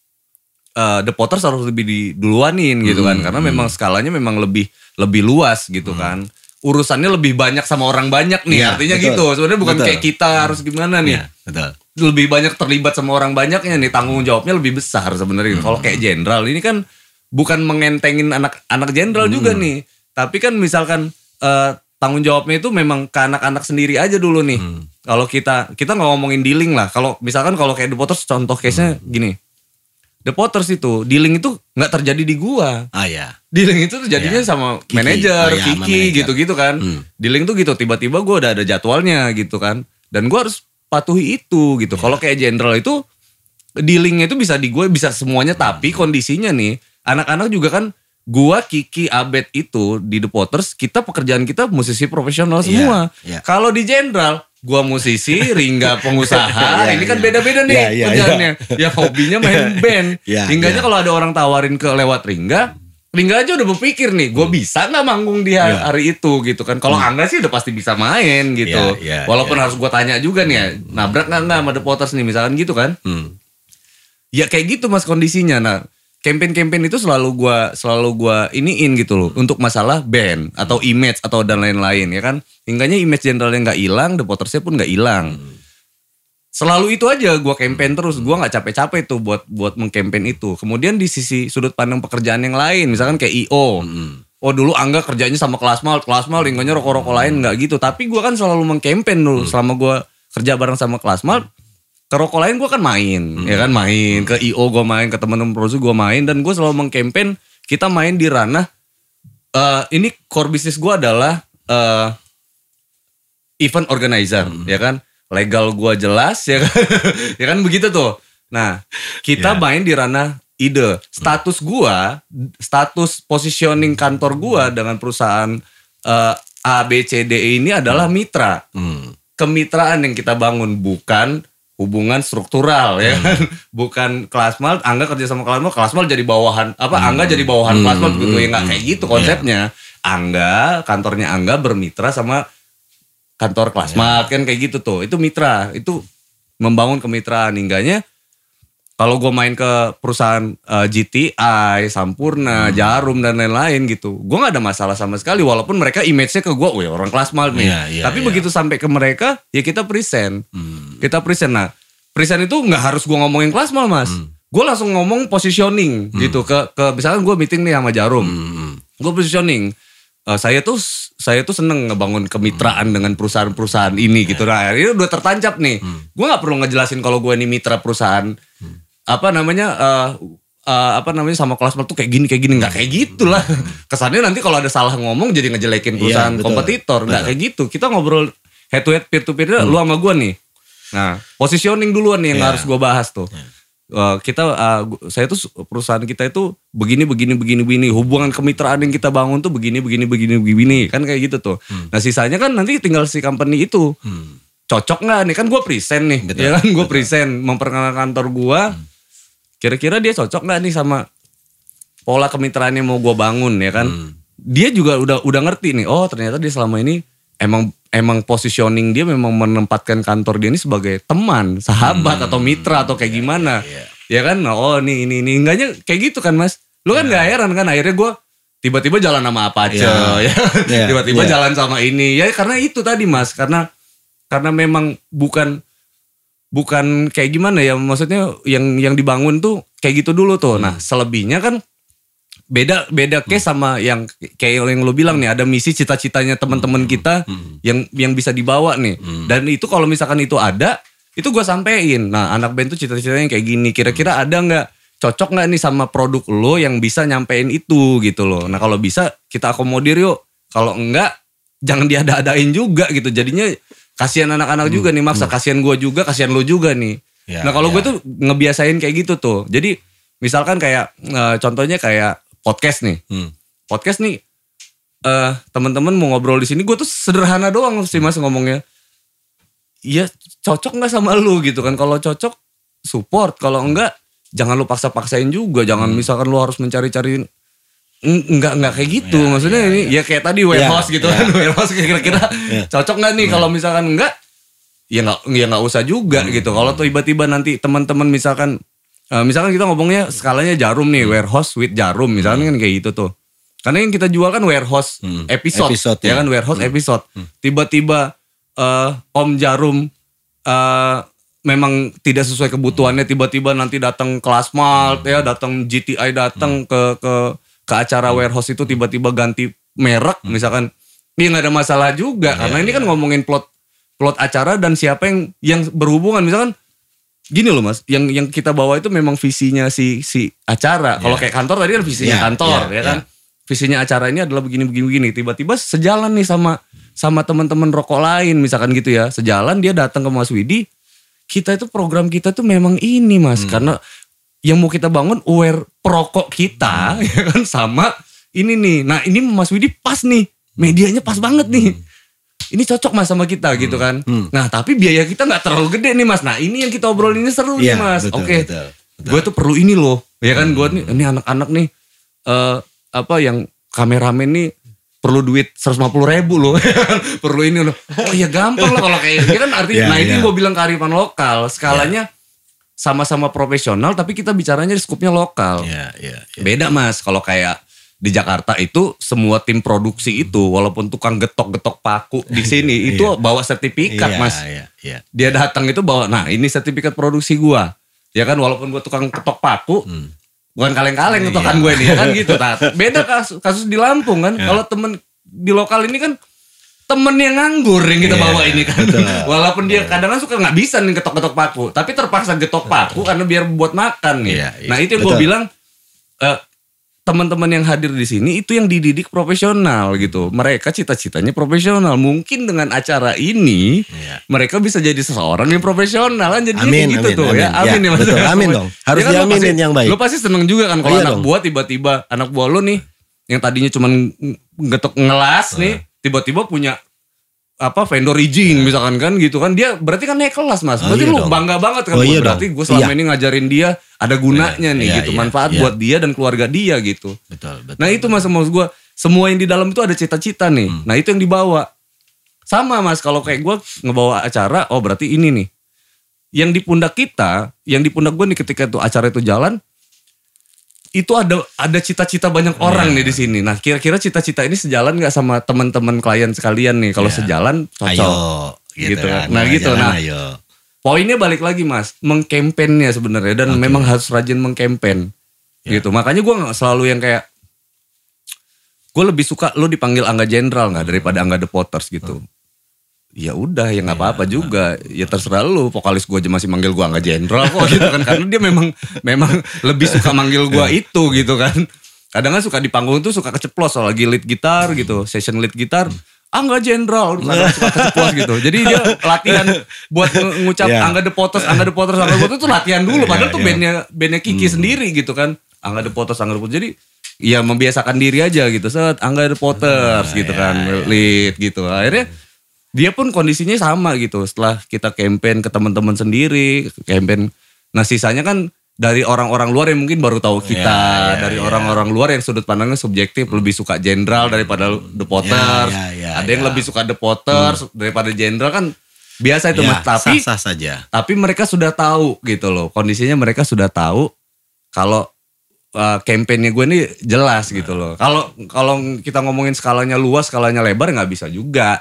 eh, The Potters harus lebih diduluanin gitu kan. Karena memang skalanya memang lebih lebih luas gitu kan. Urusannya lebih banyak sama orang banyak nih. Iya, Artinya betul. gitu. Sebenarnya bukan Betul. kayak kita harus gimana nih. Iya, betul. Lebih banyak terlibat sama orang banyaknya nih, tanggung jawabnya lebih besar sebenarnya. Kalau kayak jenderal ini kan bukan mengentengin anak-anak jenderal juga nih, tapi kan misalkan eh, tanggung jawabnya itu memang ke anak-anak sendiri aja dulu nih. Kalau kita kita nggak ngomongin dealing lah. Kalau misalkan kalau kayak The Potters contoh case-nya gini, The Potters itu dealing itu nggak terjadi di gua. Ah ya. Dealing itu terjadinya Ya. sama Kiki. manajer, Oh, ya, sama Kiki manajer. gitu-gitu kan. Hmm. Dealing tuh gitu, tiba-tiba gue udah ada jadwalnya gitu kan. Dan gue harus patuhi itu gitu. Kalau kayak jenderal itu, dealingnya itu bisa di gue, bisa semuanya. Tapi kondisinya nih, anak-anak juga kan, gue, Kiki, Abed itu di The Potters, kita pekerjaan kita musisi profesional semua. Iya, iya. Kalau di jenderal, gue musisi, Ringga pengusaha, Iya, ini kan iya. beda-beda nih Iya, iya, kerjaannya. Ya hobinya main band. Iya, Ringganya iya. kalau ada orang tawarin ke lewat Ringga, Ringga aja udah berpikir nih, gue bisa nggak manggung di hari, Iya. hari itu gitu kan. Kalau Angga sih udah pasti bisa main gitu. Iya, iya, Walaupun iya. harus gue tanya juga nih, ya, nabrak nggak nggak sama The Potters nih misalkan gitu kan. Hmm. Ya kayak gitu mas kondisinya. Nah, campaign-campaign itu selalu gua selalu gua iniin gitu loh untuk masalah band atau image atau dan lain-lain ya kan. Hingganya image generalnya nggak hilang, The Pottersnya pun nggak hilang. Selalu itu aja gua campaign terus. Gua nggak capek-capek tuh buat buat mengcampaign itu. Kemudian di sisi sudut pandang pekerjaan yang lain, misalkan kayak I O. Oh dulu Angga kerjanya sama Klasmal, Klasmal Hingganya rokok-rokok lain nggak gitu. Tapi gua kan selalu mengcampaign dulu selama gua kerja bareng sama Klasmal. Ke rokok lain gue kan main, ya kan main. Ke I O gue main, ke teman-teman produksi gue main. Dan gue selalu mengkampen kita main di ranah. eh, ini core bisnis gue adalah eh, event organizer, ya kan. legal gue jelas ya kan. Ya kan begitu tuh. Nah, kita Yeah. main di ranah ide. Status gue, status positioning kantor gue dengan perusahaan uh, A, B, C, D, E ini adalah mitra. Hmm. Kemitraan yang kita bangun, bukan hubungan struktural ya kan. Bukan Klasmal, Angga kerja sama Klasmal, Klasmal jadi bawahan apa Angga jadi bawahan Klasmal gitu ya, nggak kayak gitu konsepnya. Angga, kantornya Angga bermitra sama kantor Klasmal kan kayak gitu tuh. Itu mitra, itu membangun kemitraan. Hingganya kalau gue main ke perusahaan uh, G T I, Sampurna, Jarum dan lain-lain gitu, gue nggak ada masalah sama sekali. Walaupun mereka image-nya ke gue, wih orang Klasmal nih. Iya, iya, Tapi iya. begitu sampai ke mereka, ya kita present, Hmm. kita present. Nah, present itu nggak harus gue ngomongin Klasmal mas, Hmm. gue langsung ngomong positioning gitu ke ke misalkan gue meeting nih sama Jarum, Hmm. gue positioning. Uh, saya tuh saya tuh seneng ngebangun kemitraan dengan perusahaan-perusahaan ini gitu. Nah, ini udah tertancap nih. Gue nggak perlu ngejelasin kalau gue ini mitra perusahaan apa namanya uh, uh, apa namanya sama Klasmal tuh kayak gini kayak gini nggak kayak gitulah. Kesannya nanti kalau ada salah ngomong jadi ngejelekin perusahaan Iya, betul. kompetitor. Nggak kayak gitu. Kita ngobrol head to head peer to peer lu sama gue nih. Nah, positioning duluan nih yang Iya. harus gue bahas tuh. Uh, kita uh, gu- saya tuh perusahaan kita itu begini begini begini begini, hubungan kemitraan yang kita bangun tuh begini begini begini begini kan kayak gitu tuh. Nah sisanya kan nanti tinggal si company itu Hmm. cocok nggak nih, kan gue present nih, Betul, ya kan gue present memperkenalkan kantor gue. Kira-kira dia cocok nggak nih sama pola kemitraan yang mau gue bangun ya kan? Dia juga udah udah ngerti nih. Oh ternyata dia selama ini emang emang positioning dia memang menempatkan kantor dia ini sebagai teman, sahabat atau mitra atau kayak gimana. Ya kan? Oh nih ini ini enggaknya kayak gitu kan mas. Lu kan gak heran kan akhirnya gue tiba-tiba jalan sama apa aja Iya. ya. Iya, Tiba-tiba iya. jalan sama ini. Ya karena itu tadi mas, karena karena memang bukan bukan kayak gimana ya, maksudnya yang yang dibangun tuh kayak gitu dulu tuh. Nah, selebihnya kan beda beda case sama yang kayak yang lo bilang nih, ada misi cita-citanya teman-teman kita yang yang bisa dibawa nih. Dan itu kalau misalkan itu ada, itu gue sampein. Nah, anak band tuh cita-citanya kayak gini. Kira-kira ada nggak cocok nggak nih sama produk lo yang bisa nyampein itu gitu loh. Nah, kalau bisa kita akomodir yuk. Kalau enggak jangan diada-adain juga gitu. Jadinya kasihan anak-anak juga nih, maksa kasihan gue juga, kasihan lo juga nih. Ya, Nah, kalau ya. gue tuh ngebiasain kayak gitu tuh. Jadi misalkan kayak eh, contohnya kayak podcast nih. Hmm. Podcast nih eh teman-teman mau ngobrol di sini, gue tuh sederhana doang sih Mas ngomongnya. Iya, cocok nggak sama lu gitu kan. Kalau cocok support, kalau enggak jangan lu paksa-paksain juga. Jangan misalkan lu harus mencari-cari. Eng- enggak enggak kayak gitu. Ya, Maksudnya ya, ini ya kayak tadi warehouse Ya, gitu ya. kan. Warehouse kira-kira cocok nggak nih kalau misalkan enggak, ya nggak ya nggak usah juga gitu. Kalau tiba-tiba nanti teman-teman misalkan eh, misalkan kita ngomongnya skalanya Jarum nih, warehouse with Jarum misalkan kan kayak gitu tuh. Karena yang kita jual kan warehouse Hmm. episode, Episode, ya ya. kan warehouse episode. Tiba-tiba eh, Om Jarum eh, memang tidak sesuai kebutuhannya, tiba-tiba nanti datang Klasmalt ya, datang G T I datang ke ke ke acara warehouse itu tiba-tiba ganti merek misalkan, ini nggak ada masalah juga karena ini kan ngomongin plot plot acara dan siapa yang yang berhubungan. Misalkan gini loh Mas, yang yang kita bawa itu memang visinya si si acara. Kalau kayak kantor tadi kan visinya Ya, kantor ya, ya kan. Visinya acara ini adalah begini begini begini. Tiba-tiba sejalan nih sama sama teman-teman rokok lain misalkan gitu ya. Sejalan dia datang ke Mas Widi. Kita itu program kita tuh memang ini Mas, karena yang mau kita bangun aware perokok kita ya kan sama ini nih. Nah, ini Mas Widi pas nih. Medianya pas banget nih. Ini cocok Mas sama kita gitu kan. Nah, tapi biaya kita nggak terlalu gede nih Mas. Nah, ini yang kita obrolin ini seru nih Iya, Mas. betul, Oke. betul, betul. Gue tuh perlu ini loh. Ya kan gue nih ini anak-anak nih eh apa yang kameramen nih perlu duit seratus lima puluh ribu loh. Perlu ini loh. Oh ya gampang lah kalau kayak ini kan artinya. Iya, Nah, ini iya. gue bilang kearifan lokal. Skalanya sama-sama profesional tapi kita bicaranya di skupnya lokal. Ya, ya, ya. Beda Mas, kalau kayak di Jakarta itu semua tim produksi itu walaupun tukang getok-getok paku di sini itu Iya. bawa sertifikat Iya, Mas. iya, iya. Dia datang itu bawa, nah ini sertifikat produksi gua. Ya kan walaupun gua tukang ketok paku, bukan kaleng-kaleng ketokan Iya. gue ini ya kan gitu. Nah, beda kasus, kasus di Lampung kan. Kalau temen di lokal ini kan temen yang nganggur yang kita Iya, bawa ini kan. betul. Walaupun dia kadang-kadang suka nggak bisa nih ketok-ketok paku, tapi terpaksa getok paku karena biar buat makan nih. Iya, iya. Nah itu yang gue Betul. bilang, eh, teman-teman yang hadir di sini itu yang dididik profesional gitu. Mereka cita-citanya profesional. Mungkin dengan acara ini Iya. mereka bisa jadi seseorang yang profesional kan jadi Amin, gitu amin, tuh amin. ya. Amin Ya, ya, Mas. betul, amin dong. Harus Ya kan, lo diaminin pasti- yang baik. Lo pasti seneng juga kan kalau Iya anak dong. buah tiba-tiba anak buah lo nih yang tadinya cuman ngetok ngelas nih tiba-tiba punya apa vendor rigging misalkan kan gitu kan dia berarti kan naik kelas Mas. Oh, Berarti iya lu dong. bangga banget kan. Oh, Wah, iya berarti dong. gue selama Iya. ini ngajarin dia ada gunanya nih Iya, gitu. iya, Manfaat iya. buat dia dan keluarga dia gitu. Betul, betul. Nah itu Mas maksud gue semua yang di dalam itu ada cita-cita nih. Hmm. Nah itu yang dibawa. Sama Mas kalau kayak gue ngebawa acara oh berarti ini nih. Yang di pundak kita, yang di pundak gue nih ketika itu acara itu jalan itu ada ada cita-cita banyak orang Iya. nih di sini. Nah kira-kira cita-cita ini sejalan nggak sama teman-teman klien sekalian nih? Kalau Iya. sejalan cocok. Ayo, gitu, Gitu. kan. Nah, gitu, jalan, nah. Ayo. Poinnya balik lagi Mas, mengkampennya sebenarnya dan Oke. memang harus rajin mengkampen. Ya. Gitu. Makanya gue nggak selalu yang kayak gue lebih suka lo dipanggil Angga Jenderal nggak daripada Angga The Potters gitu. Ya udah ya nggak apa-apa juga. Ya terserah lu. Vokalis gue aja masih manggil gue Angga Jenderal kok gitu kan. Karena dia memang memang lebih suka manggil gue itu gitu kan. Kadang kan suka di panggung tuh suka keceplos soal lagi lead gitar gitu, session lead gitar. Angga Jenderal kadang suka keceplos gitu. Jadi dia latihan buat nge- ngucap Yeah. Angga The Potters, Angga The Potters, Angga The Potters tuh latihan dulu. Padahal Yeah, tuh yeah. bandnya bandnya Kiki sendiri gitu kan. Angga The Potters, Angga The Potters. Jadi ya membiasakan diri aja gitu. Set Angga The Potters gitu yeah, kan, yeah. lead gitu. Akhirnya dia pun kondisinya sama gitu. Setelah kita campaign ke teman-teman sendiri, campaign. Nah sisanya kan dari orang-orang luar yang mungkin baru tahu kita, Ya, ya, dari ya. orang-orang luar yang sudut pandangnya subjektif, lebih suka Jenderal daripada The Potters. Ya, ya, ya, Ada yang ya. lebih suka The Potters daripada Jenderal kan biasa itu Ya, Mas. Tapi sah-sah saja. tapi mereka sudah tahu gitu loh. Kondisinya mereka sudah tahu kalau uh, kampanyenya gue ini jelas gitu loh. Kalau kalau kita ngomongin skalanya luas, skalanya lebar nggak bisa juga.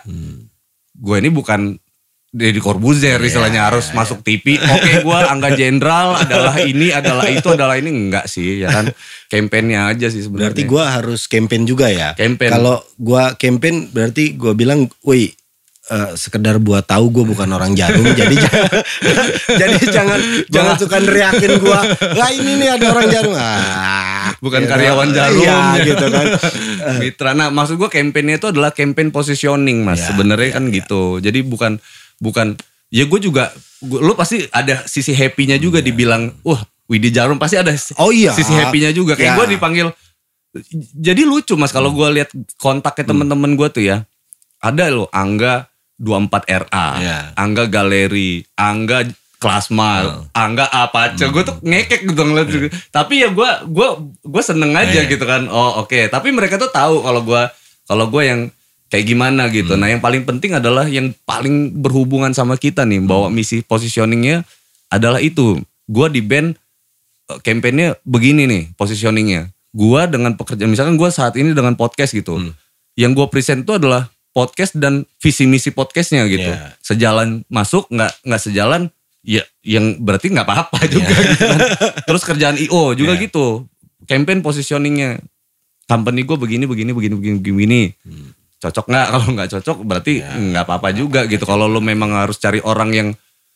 Gue ini bukan Deddy Corbuzier istilahnya harus masuk T V. Oke gue Angga Jenderal adalah ini, adalah itu, adalah ini. Enggak sih ya kan. Kampanyenya aja sih sebenarnya. Berarti gue harus campaign juga ya. Campaign. Kalau gue campaign berarti gue bilang, woi eh, sekedar buat tahu gue bukan orang Jarum. jadi jangan, jadi jangan jangan suka neriakin gue. Wah ini nih ada orang Jarum. Ah, Bukan gitu. karyawan Jarum. Iya gitu kan. Mitra. Nah maksud gue kampanyenya itu adalah campaign positioning Mas. Ya, Sebenarnya ya, kan ya. gitu. Jadi bukan bukan ya gue juga gua, lu pasti ada sisi happy-nya juga dibilang wah Widi Jarum pasti ada Oh iya. sisi happy-nya juga. Kayak Ya. gue dipanggil. Jadi lucu Mas kalau gue lihat kontaknya temen-temen gue tuh ya. Ada loh Angga dua puluh empat R A, Ya. Angga Galeri, Angga Klasmal, Angga Apache. Gue tuh ngekek gitu ngeliat juga. Tapi ya gue gue gue seneng aja Iya. gitu kan. Oh oke. Tapi mereka tuh tahu kalau gue kalau gue yang kayak gimana gitu. Nah yang paling penting adalah yang paling berhubungan sama kita nih. Bawa misi positioningnya adalah itu. Gue di band eh, campaignnya begini nih positioningnya. Gue dengan pekerjaan, misalkan gue saat ini dengan podcast gitu. Yang gue present itu adalah podcast dan visi misi podcastnya gitu. Iya. Sejalan masuk nggak nggak sejalan ya yang berarti nggak apa-apa juga gitu kan. Terus kerjaan I O juga Iya. gitu. Campaign positioningnya. Company gue begini begini begini begini begini. Cocok nggak? Kalau nggak cocok berarti nggak apa-apa juga gitu. Kalau lo memang harus cari orang yang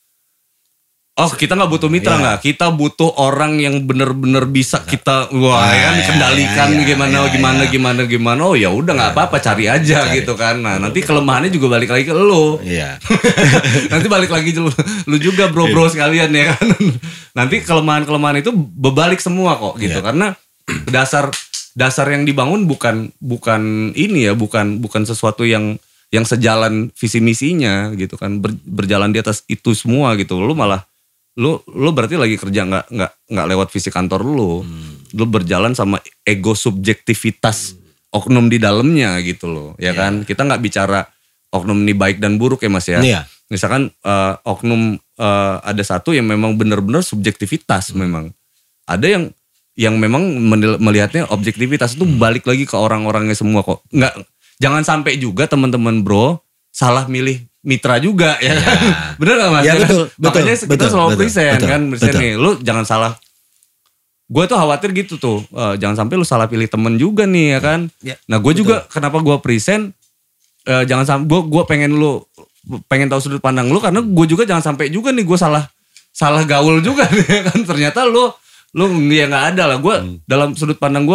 oh kita nggak butuh mitra Iya. nggak? Kita butuh orang yang bener-bener bisa kita wah Ah, ya kan iya, kendalikan iya, gimana iya, gimana iya. gimana gimana. Oh ya udah nggak apa-apa cari aja Cari. gitu kan. Nah nanti kelemahannya juga balik lagi ke lo. Iya. Nanti balik lagi lu, lu juga bro-bro sekalian ya kan. Nanti kelemahan-kelemahan itu berbalik semua kok gitu. Iya. Karena dasar dasar yang dibangun bukan bukan ini ya, bukan bukan sesuatu yang yang sejalan visi misinya gitu kan. Ber- berjalan di atas itu semua gitu. Lu malah lu lu berarti lagi kerja nggak nggak nggak lewat visi kantor lu. Lu berjalan sama ego subjektivitas oknum di dalamnya gitu loh. Ya kan? Kita nggak bicara oknum ini baik dan buruk ya Mas ya. Iya. Misalkan eh, oknum eh, ada satu yang memang benar-benar subjektivitas memang. Ada yang yang memang menil- melihatnya objektivitas itu balik lagi ke orang-orangnya semua kok. Nggak, jangan sampai juga teman-teman bro salah milih mitra juga ya kan. Bener gak Mas? Ya, kan? betul, betul, Makanya kita betul, selalu betul, present betul, kan. Present betul. nih, lu jangan salah. Gue tuh khawatir gitu tuh. eh, jangan sampai lu salah pilih temen juga nih ya kan. Ya, Nah gue juga kenapa gue present. eh, jangan sampai gue gue pengen lu pengen tahu sudut pandang lu karena gue juga jangan sampai juga nih gue salah salah gaul juga nih kan ternyata lu lu ya nggak ada lah gue dalam sudut pandang gue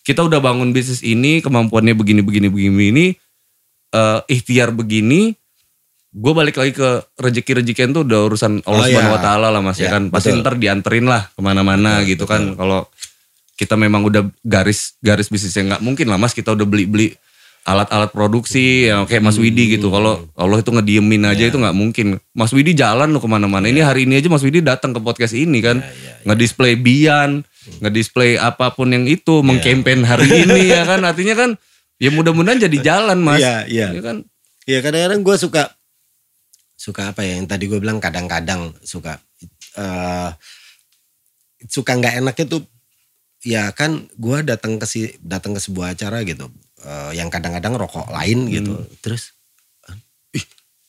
kita udah bangun bisnis ini, kemampuannya begini begini begini ini, uh, ikhtiar begini. Gue balik lagi ke rezeki-rezekian tuh udah urusan Allah Oh, Subhanahu iya. Wa Taala lah mas ya, Ya, kan. Pasti betul. ntar dianterin lah kemana-mana Betul, gitu kan. betul. Kalau kita memang udah garis garis bisnisnya nggak mungkin lah mas kita udah beli-beli alat-alat produksi ya kayak Mas Widi gitu. Kalau Allah itu ngediemin aja itu nggak mungkin. Mas Widi jalan loh kemana-mana. Ini hari ini aja Mas Widi datang ke podcast ini kan, ngedisplay Bian, ngedisplay apapun yang itu, mengkampen hari ini ya kan. Artinya kan ya mudah-mudahan jadi jalan mas. Iya, iya. Ya kan. Iya kadang-kadang gue suka suka apa ya yang tadi gue bilang kadang-kadang suka uh, suka nggak enaknya tuh ya kan gue datang ke si datang ke sebuah acara gitu uh, yang kadang-kadang rokok lain gitu Hmm. terus uh, ih,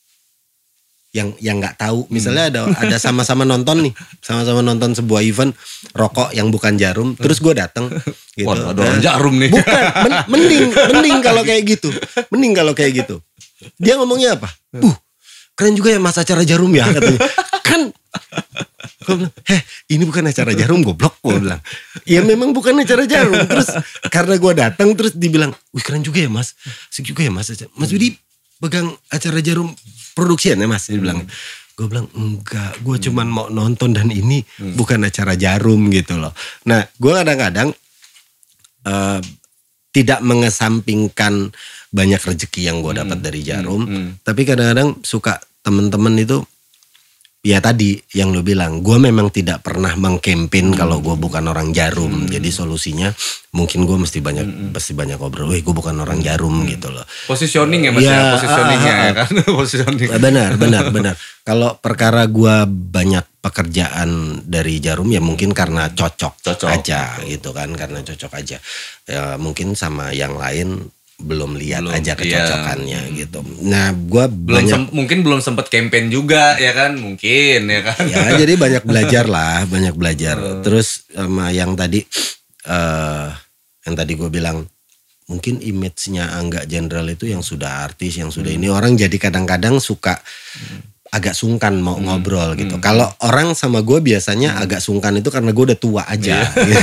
yang yang nggak tahu misalnya ada ada sama-sama nonton nih sama-sama nonton sebuah event rokok yang bukan jarum terus gue datang gitu. Wah, ada orang jarum nih. Bukan, men- mending mending kalau kayak gitu. Mending kalau kayak gitu. Dia ngomongnya apa? Buh, keren juga ya mas acara jarum ya katanya. Kan gue bilang, heh ini bukan acara jarum goblok gue bilang. Ya memang bukan acara jarum. Terus karena gue datang terus dibilang, wih keren juga ya mas. Asik juga ya mas. Mas Widi pegang acara jarum produksian ya mas. Dia bilang. Gue bilang enggak, gue cuman mau nonton dan ini bukan acara jarum gitu loh. Nah gue kadang-kadang uh, tidak mengesampingkan banyak rezeki yang gue dapat dari jarum, tapi kadang-kadang suka temen-temen itu ya tadi yang lu bilang, gue memang tidak pernah mengkampen kalau gue bukan orang jarum. Jadi solusinya mungkin gue mesti banyak mesti banyak ngobrol, weh gue bukan orang jarum gitu loh. Positioning ya mas ya, Ya, positioningnya ah, ah, ya kan. Positioning. Benar, benar, benar. Kalau perkara gue banyak pekerjaan dari jarum ya mungkin karena cocok, Cocok, aja gitu kan, karena cocok aja. Ya mungkin sama yang lain belum lihat Belum, aja iya. kecocokannya gitu. Nah gue Belum banyak sem- mungkin belum sempet campaign juga ya kan, mungkin ya kan. ya jadi banyak belajar lah, banyak belajar. Terus sama yang tadi eh yang tadi gue bilang mungkin image-nya Angga Jenderal itu yang sudah artis, yang sudah ini orang jadi kadang-kadang suka agak sungkan mau ngobrol gitu. Kalau orang sama gue biasanya agak sungkan itu karena gue udah tua aja. Gitu.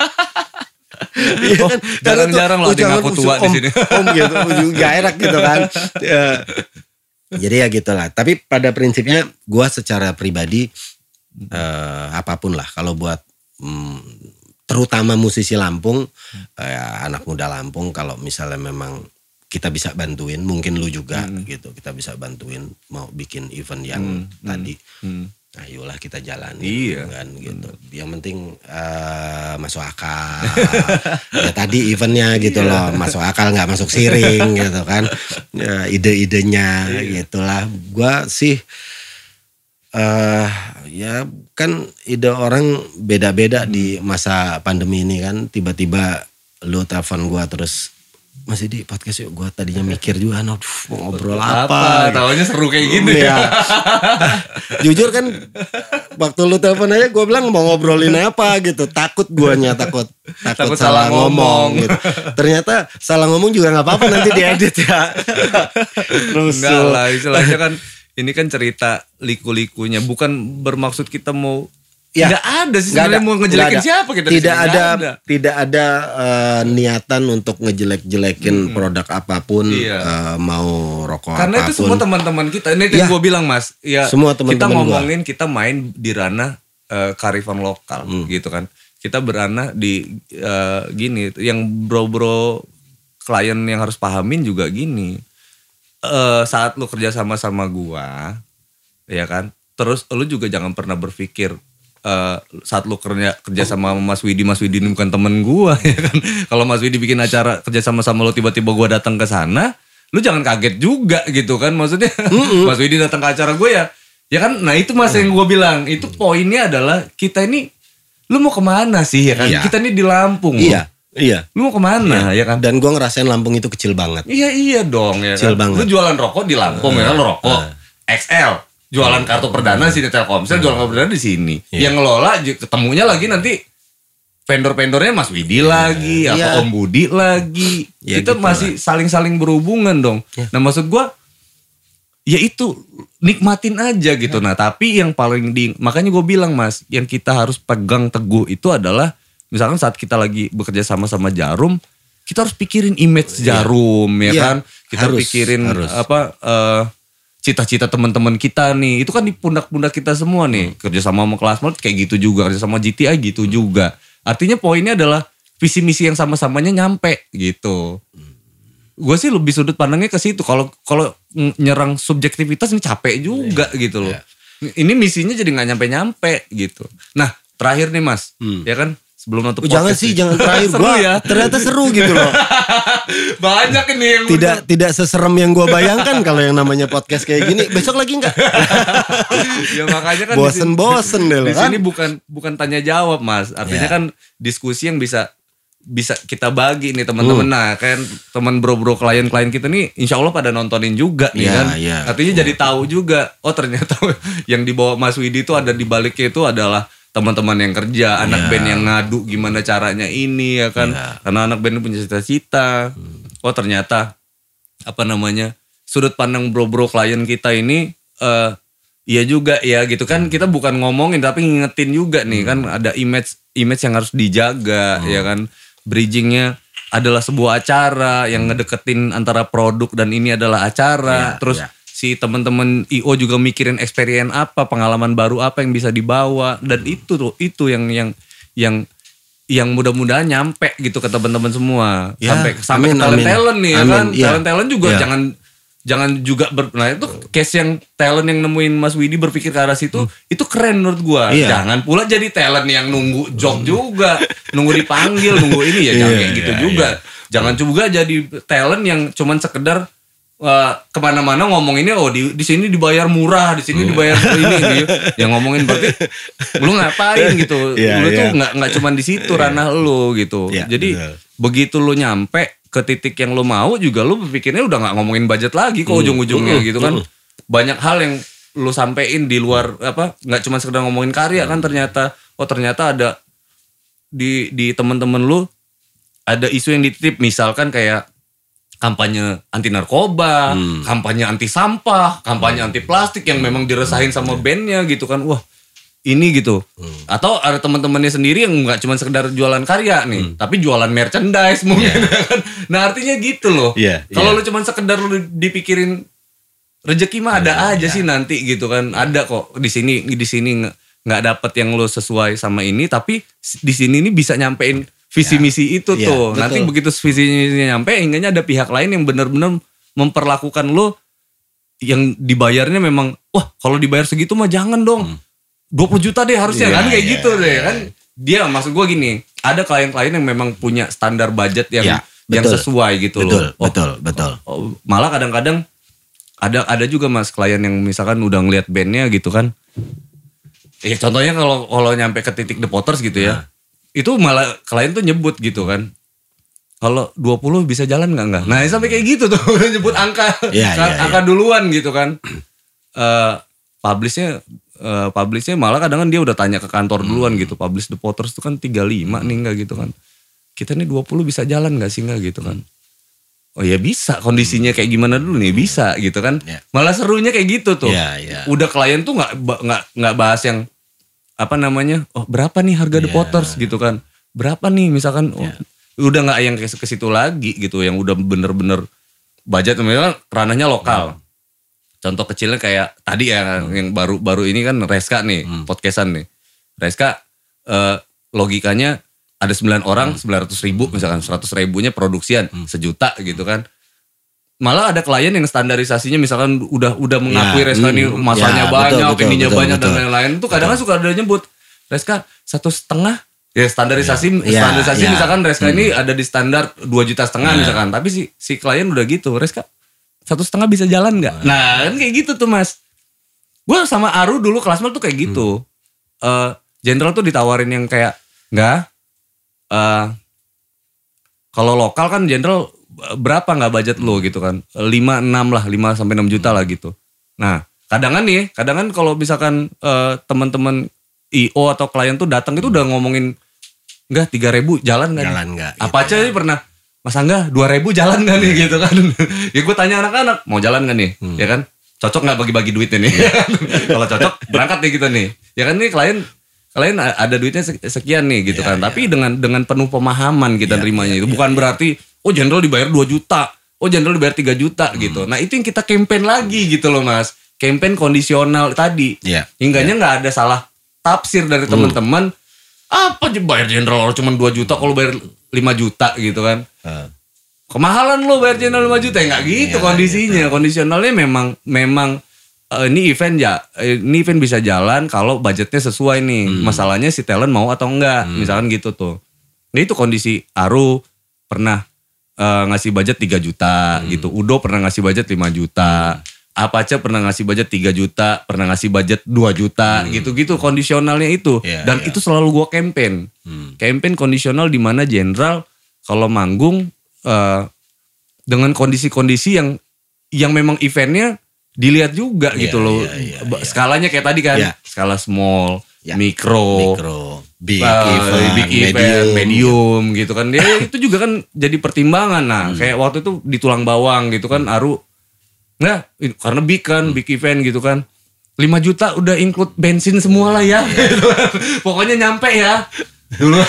Iya Oh, kan? jarang-jarang loh ada yang ngaku tua di om, sini. Om gitu, gak enak gitu kan. Ya, jadi ya gitulah. Tapi pada prinsipnya gue secara pribadi eh, apapun lah. Kalau buat hmm, terutama musisi Lampung, eh, anak muda Lampung, kalau misalnya memang kita bisa bantuin, mungkin lu juga gitu, kita bisa bantuin mau bikin event yang tadi. Hmm. Ayolah kita jalani Iya. kan gitu. Yang penting uh, masuk akal. Ya tadi eventnya gitu loh, masuk akal nggak masuk siring gitu kan. Ya, ide-idenya gitulah. Gua sih uh, ya kan ide orang beda-beda di masa pandemi ini kan. Tiba-tiba lu telepon gua terus Mas Didi podcast yuk, gue tadinya mikir juga, aduh mau ngobrol apa, Apa? Taunya seru kayak gini ya. Jujur kan waktu lu telepon aja gue bilang mau ngobrolin apa gitu. Takut guanya takut takut, Takut salah, salah ngomong. ngomong. Gitu. Ternyata salah ngomong juga nggak apa-apa nanti diedit ya. Enggak lah, istilahnya kan ini kan cerita liku-likunya, bukan bermaksud kita mau Ya, nggak ada sih nggak sebenarnya ada, mau ngejelekin nggak ada. siapa kita di Tidak sini, ada, nggak ada. tidak ada uh, niatan untuk ngejelek-jelekin produk apapun, Iya. uh, mau rokok Karena apapun. itu semua teman-teman kita. Ini Ya. yang gue bilang mas, ya Semua kita teman-teman gua. ngomongin kita main di ranah eh, kearifan lokal Hmm. gitu kan. Kita berana di eh, gini, yang bro-bro klien yang harus pahamin juga gini. Eh, saat lu kerja sama sama gua, ya kan. Terus lu juga jangan pernah berpikir eh, saat lu kerja kerja sama Mas Widi, Mas Widi ini bukan temen gua ya kan. Kalau Mas Widi bikin acara kerja sama sama lu tiba-tiba gua datang ke sana, lu jangan kaget juga gitu kan. Maksudnya Mas Widi datang ke acara gue ya, ya kan. Nah itu mas yang gue bilang, itu poinnya adalah kita ini, lu mau kemana sih ya kan? Iya. Kita ini di Lampung. Iya, iya. Lu mau kemana ya kan? Dan gue ngerasain Lampung itu kecil banget. Iya iya dong ya Kecil kan. banget. Lu jualan rokok di Lampung ya kan, lu rokok X L. Jualan kartu perdana sini Telkomsel, jualan kartu perdana di sini. Iya. Yang ngelola ju- ketemunya lagi nanti vendor-vendornya Mas Widi lagi, Iya. atau Om Budi lagi. Ya, Kita gitu masih saling-saling berhubungan dong. Ya. Nah maksud gua, ya itu nikmatin aja gitu. Nah tapi yang paling di, makanya gue bilang mas, yang kita harus pegang teguh itu adalah misalkan saat kita lagi bekerja sama sama Jarum, kita harus pikirin image Jarum ya, ya kan. Kita harus, pikirin harus. apa uh, cita-cita teman-teman kita nih. Itu kan di pundak-pundak kita semua nih. Hmm. Kerja sama sama Klasmart kayak gitu juga, kerja sama G T I gitu hmm. juga. Artinya poinnya adalah visi misi yang sama-samanya nyampe gitu. Hmm. Gue sih lebih sudut pandangnya ke situ. Kalau kalau nyerang subjektivitas ini capek juga yeah. gitu loh. Yeah. Ini misinya jadi nggak nyampe-nyampe gitu. Nah terakhir nih Mas, hmm. ya kan sebelum nutup podcast. Jangan sih, jangan terakhir. Gua ya. Ternyata seru gitu loh. Banyak ini yang tidak bener. Tidak seserem yang gue bayangkan kalau yang namanya podcast kayak gini. Besok lagi nggak? Ya makanya kan. Bosen-bosen deh loh. Di sini kan? bukan bukan tanya jawab Mas. Artinya yeah. kan diskusi yang bisa bisa kita bagi nih teman-teman. Hmm. Nah kan teman bro-bro klien-klien kita nih insya Allah pada nontonin juga nih yeah, kan. Yeah. Artinya yeah. jadi tahu juga. Oh ternyata yang dibawa Mas Widi itu ada di baliknya itu adalah teman-teman yang kerja, anak yeah. band yang ngadu gimana caranya ini ya kan. Yeah. Karena anak band punya cita-cita. Hmm. Oh ternyata apa namanya sudut pandang bro-bro klien kita ini uh, iya juga ya gitu kan. Kita bukan ngomongin tapi ngingetin juga nih hmm. kan ada image image yang harus dijaga hmm. ya kan. Bridgingnya adalah sebuah acara yang ngedeketin antara produk dan ini adalah acara. Yeah, Terus yeah. si teman-teman I O juga mikirin experience apa, pengalaman baru apa yang bisa dibawa dan hmm. itu tuh itu yang yang yang yang mudah-mudahan nyampe gitu ke teman-teman semua. Yeah, sampai sampai ke talent-talent nih ya kan. Yeah. Talent-talent juga yeah. jangan jangan juga ber, nah itu case yang talent yang nemuin Mas Widi berpikir ke arah situ hmm. itu keren menurut gua. Iya. Jangan pula jadi talent yang nunggu job juga, nunggu dipanggil, nunggu ini ya jangan iya, kayak gitu iya, juga. Iya. Jangan juga jadi talent yang cuman sekedar uh, kemana-mana ngomonginnya oh di di sini dibayar murah, di sini hmm. dibayar ini gitu. Yang ngomongin berarti lu ngapain gitu. Iya, lu iya. tuh nggak nggak cuman di situ ranah lu gitu. Iya, jadi betul. Begitu lu nyampe ke titik yang lo mau juga lo berpikirnya udah gak ngomongin budget lagi kok hmm. ujung-ujungnya hmm. gitu kan. Hmm. Banyak hal yang lo sampein di luar apa gak cuma sekedar ngomongin karya kan ternyata. Oh ternyata ada di di teman-teman lo ada isu yang dititip misalkan kayak kampanye anti narkoba, hmm. kampanye anti sampah, kampanye hmm. anti plastik yang memang diresahin sama bandnya gitu kan. Wah ini gitu. Hmm. Atau ada teman-temannya sendiri yang gak cuma sekedar jualan karya nih, hmm. tapi jualan merchandise mungkin yeah. kan. Nah artinya gitu loh. Yeah, Kalau yeah. lu cuma sekedar lu dipikirin rezeki mah ada yeah, aja yeah. sih nanti gitu kan. Yeah. Ada kok di sini di sini nggak dapet yang lu sesuai sama ini, tapi di sini ini bisa nyampein visi yeah. misi itu yeah, tuh. Betul. Nanti begitu visi misinya nyampe, hingganya ada pihak lain yang benar-benar memperlakukan lu yang dibayarnya memang wah kalau dibayar segitu mah jangan dong. Hmm. dua puluh juta deh harusnya yeah, kan kayak yeah, gitu deh yeah. kan. Dia maksud gue gini, ada klien-klien yang memang punya standar budget yang yeah, yang sesuai gitu betul, loh. Oh, betul, betul. Oh, malah kadang-kadang ada ada juga Mas klien yang misalkan udah ngeliat bandnya gitu kan. Ya contohnya kalau kalau nyampe ke titik The Potters gitu ya. Nah. Itu malah klien tuh nyebut gitu kan. Kalau dua puluh bisa jalan enggak enggak? Nah, sampai kayak gitu tuh nyebut angka yeah, yeah, angka yeah. duluan gitu kan. Uh, publishnya Uh, publishnya malah kadang kan dia udah tanya ke kantor duluan hmm. gitu. Publish The Potters itu kan tiga puluh lima hmm. nih enggak gitu kan. Kita nih dua puluh bisa jalan gak sih enggak gitu kan. Oh ya bisa kondisinya kayak gimana dulu nih bisa gitu kan. Yeah. Malah serunya kayak gitu tuh. Yeah, yeah. Udah klien tuh gak, gak, gak bahas yang apa namanya. Oh berapa nih harga The yeah. Potters gitu kan. Berapa nih misalkan. Oh, yeah. Udah gak yang ke situ lagi gitu. Yang udah bener-bener budget. Misalkan ranahnya lokal. Yeah. Contoh kecilnya kayak tadi ya hmm. yang baru-baru ini kan Reska nih hmm. podcastan nih. Reska eh, logikanya ada sembilan orang hmm. sembilan ratus ribu misalkan seratus ribunya produksian hmm. sejuta gitu kan. Malah ada klien yang standarisasinya misalkan udah udah mengakui ya, Reska ini hmm. masanya ya, banyak, betul, ininya betul, banyak betul, dan lain-lain. Itu kadang-kadang suka ada nyebut Reska satu setengah. Ya standarisasi ya, standarisasi ya, misalkan Reska hmm. ini ada di standar dua juta setengah ya. Misalkan. Tapi si si klien udah gitu Reska satu setengah bisa jalan nggak? Nah kan kayak gitu tuh Mas. Gue sama Aru dulu Klasmart tuh kayak gitu. Jenderal hmm. uh, tuh ditawarin yang kayak nggak. Uh, kalau lokal kan Jenderal berapa nggak budget hmm. lo gitu kan? lima enam lah, lima sampai enam juta hmm. lah gitu. Nah kadang kan nih, kadang kan kalau misalkan uh, teman-teman I O atau klien tuh datang itu udah ngomongin nggak tiga ribu jalan nggak? Jalan nggak? Apa gitu aja ya. Pernah? Mas Angga dua ribu jalan gak nih gitu kan. Ya gue tanya anak-anak mau jalan gak nih hmm. ya kan. Cocok gak bagi-bagi duitnya nih. Kalau cocok berangkat nih kita nih. Ya kan nih klien kalian ada duitnya sekian nih gitu ya, kan. ya. Tapi dengan dengan penuh pemahaman kita ya, nerimanya ya, itu. ya, Bukan ya. berarti oh jenderal dibayar dua juta. Oh jenderal dibayar tiga juta hmm. gitu. Nah itu yang kita campaign lagi gitu loh Mas. Campaign kondisional tadi. Ya, Hingganya nggak ya. ada salah tafsir dari hmm. teman-teman. Apa bayar jenderal cuma dua juta kalau bayar lima juta gitu kan. Hmm. Kemahalan lo bayar jenderal lima juta. Ya nggak gitu ya, kondisinya. Ya, kondisionalnya memang memang uh, ini event ya. Ini event bisa jalan kalau budgetnya sesuai nih. Hmm. Masalahnya si talent mau atau enggak. Hmm. Misalkan gitu tuh. Nah itu kondisi Aru pernah Uh, ngasih budget tiga juta hmm. gitu. Udo pernah ngasih budget lima juta. Hmm. Apace pernah ngasih budget tiga juta. Pernah ngasih budget dua juta. Hmm. Gitu-gitu kondisionalnya itu. Yeah, Dan yeah. itu selalu gua campaign. Hmm. Campaign kondisional di mana jenderal kalau manggung uh, dengan kondisi-kondisi yang yang memang eventnya dilihat juga yeah, gitu loh. Yeah, yeah, yeah. Skalanya kayak tadi kan. Yeah. Skala small, yeah. mikro. Mikro. Big uh, event, big event, medium, medium gitu kan. Dia itu juga kan jadi pertimbangan. Nah, hmm. kayak waktu itu di Tulang Bawang gitu kan, Aru. Nah, karena big kan, hmm. big event gitu kan. lima juta udah include bensin semua lah ya. Gitu kan. Pokoknya nyampe ya. Dulu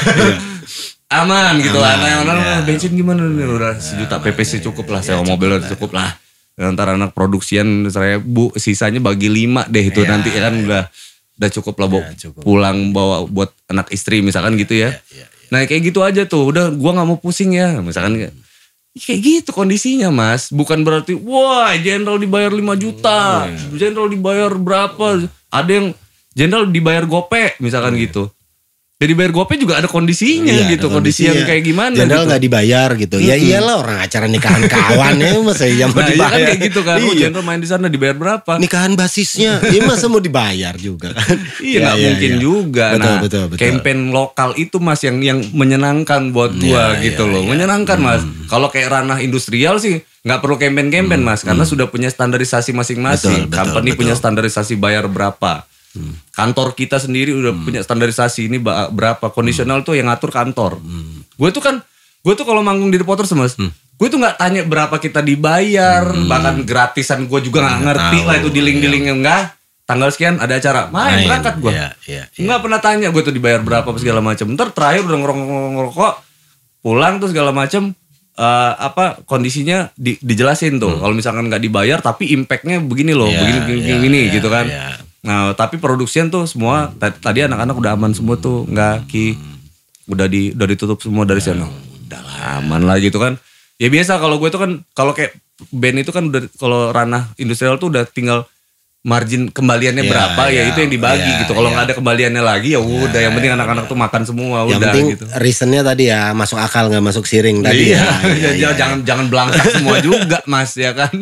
aman gitu lah. Nah, ya. bensin gimana nih? Udah sejuta P P C cukup lah, sewa ya, mobil cukup lah. Antara anak produksian seribu, sisanya bagi lima deh itu ya, nanti kan ya. udah udah cukup lah bawa ya, cukup. pulang bawa buat anak istri misalkan gitu ya. Ya, ya, ya. Nah kayak gitu aja tuh. Udah gua gak mau pusing ya. Misalkan hmm. kayak gitu kondisinya Mas. Bukan berarti wah jenderal dibayar lima juta. Jenderal dibayar berapa. Ada yang jenderal dibayar gope misalkan hmm. gitu. Jadi bayar gope juga ada kondisinya iya, gitu. Ada kondisi yang kayak gimana jenderal gitu. Gak dibayar gitu. Mm-hmm. Ya iyalah orang acara nikahan kawan ya masa ya mau nah, dibayar. Iya kan kayak gitu kan. Iya. Oh jenderal main di sana dibayar berapa? Nikahan basisnya. Ya masa mau dibayar juga kan. Iya ya, gak ya, mungkin ya. juga. Betul, nah betul, betul. campaign lokal itu Mas yang yang menyenangkan buat gua ya, gitu ya, loh. Ya. Menyenangkan hmm. Mas. Kalau kayak ranah industrial sih gak perlu campaign-campaign hmm. Mas. Karena hmm. sudah punya standarisasi masing-masing. Betul, Company betul, punya betul. standarisasi bayar berapa. Hmm. Kantor kita sendiri udah hmm. punya standarisasi ini berapa. Kondisional hmm. tuh yang ngatur kantor. Hmm. Gue tuh kan, gue tuh kalau manggung di Reporters Mas, hmm. gue tuh nggak tanya berapa kita dibayar, hmm. bahkan gratisan gue juga nggak ngerti tahu, lah itu dealing-dealing ya. Enggak. Tanggal sekian ada acara, main, main berangkat gue. Ya, ya, ya. Nggak pernah tanya gue tuh dibayar berapa segala macam. Ntar terakhir udah ngerokok, pulang tuh segala macam. Uh, apa kondisinya di, dijelasin tuh. Hmm. Kalau misalkan nggak dibayar, tapi impactnya begini loh, ya, begini, begini, ya, begini ya, gitu kan. Ya. Nah tapi produksian tuh semua hmm. tadi anak-anak udah aman semua tuh nggak ki udah di udah ditutup semua dari sana udah aman lah gitu kan ya biasa kalau gue tuh kan kalau kayak band itu kan udah kalau ranah industrial tuh udah tinggal margin kembaliannya yeah, berapa yeah, ya itu yang dibagi yeah, gitu kalau nggak yeah. ada kembaliannya lagi ya udah yeah, yang penting anak-anak yeah. tuh makan semua yang udah penting gitu. Reasonnya tadi ya masuk akal nggak masuk siring tadi iya, ya, ya, ya, ya jangan ya. jangan belangsak semua juga Mas ya kan.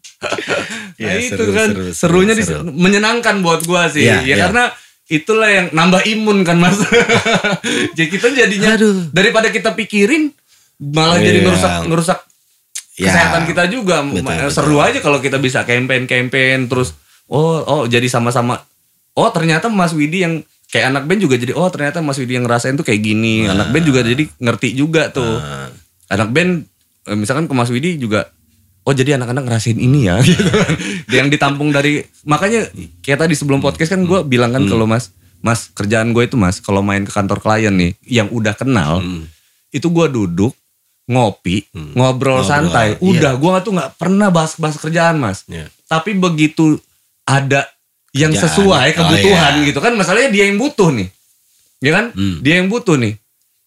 Nah ya, itu seru, kan seru, serunya seru, seru. menyenangkan buat gua sih ya, ya, ya karena itulah yang nambah imun kan Mas. Jadi kita jadinya Aduh. daripada kita pikirin malah ya. jadi ngerusak ngerusak ya. kesehatan kita juga. Betul, seru betul. aja kalau kita bisa campaign-campaign terus oh oh jadi sama-sama oh ternyata Mas Widi yang kayak anak band juga jadi oh ternyata Mas Widi yang ngerasain tuh kayak gini. Nah. Anak band juga jadi ngerti juga tuh. Nah. Anak band misalkan ke Mas Widi juga oh jadi anak-anak ngerasain ini ya gitu kan. Yang ditampung dari makanya kayak tadi sebelum podcast kan gue bilang kan hmm. kalau mas mas kerjaan gue itu Mas kalau main ke kantor klien nih yang udah kenal hmm. itu gue duduk ngopi hmm. ngobrol, ngobrol santai udah iya. gue tuh nggak pernah bahas-bahas kerjaan Mas yeah. tapi begitu ada yang kerjaan. sesuai kebutuhan oh, iya. gitu kan masalahnya dia yang butuh nih ya kan hmm. dia yang butuh nih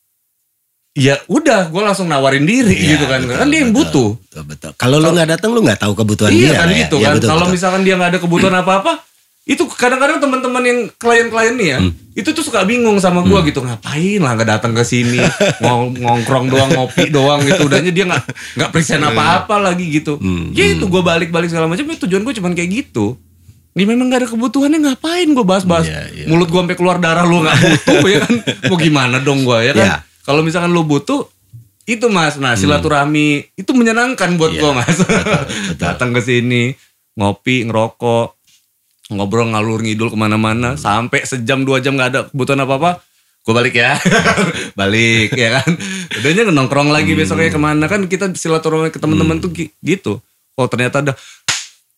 ya udah, gue langsung nawarin diri ya, gitu kan, betul, kan dia yang butuh. Betul, betul. Kalau lu nggak datang, lu nggak tahu kebutuhan iya, dia. Kan gitu ya, kan, kalau misalkan dia nggak ada kebutuhan apa-apa, itu kadang-kadang teman-teman yang klien-klien nih ya, hmm. itu tuh suka bingung sama gue hmm. gitu, ngapain lah nggak datang ke sini, Ngong ngongkrong doang, ngopi doang gitu, udahnya dia nggak nggak present apa-apa lagi gitu. Hmm. Ya itu gue balik-balik segala macam, ya tujuan gue cuma kayak gitu. Ini memang gak ada kebutuhannya ngapain gue bahas-bahas, yeah, yeah. mulut gue sampai keluar darah lu nggak butuh ya kan, mau gimana dong gue ya kan. Yeah. Kalau misalkan lu butuh, itu Mas, nah silaturahmi hmm. itu menyenangkan buat yeah, gue Mas. Datang ke sini, ngopi, ngerokok, ngobrol ngalur ngidul kemana-mana, hmm. sampai sejam dua jam nggak ada kebutuhan apa-apa, gue balik ya, balik ya kan. Udahnya nongkrong lagi hmm. besoknya kemana kan kita silaturahmi ke teman-teman hmm. tuh gitu. Oh ternyata ada,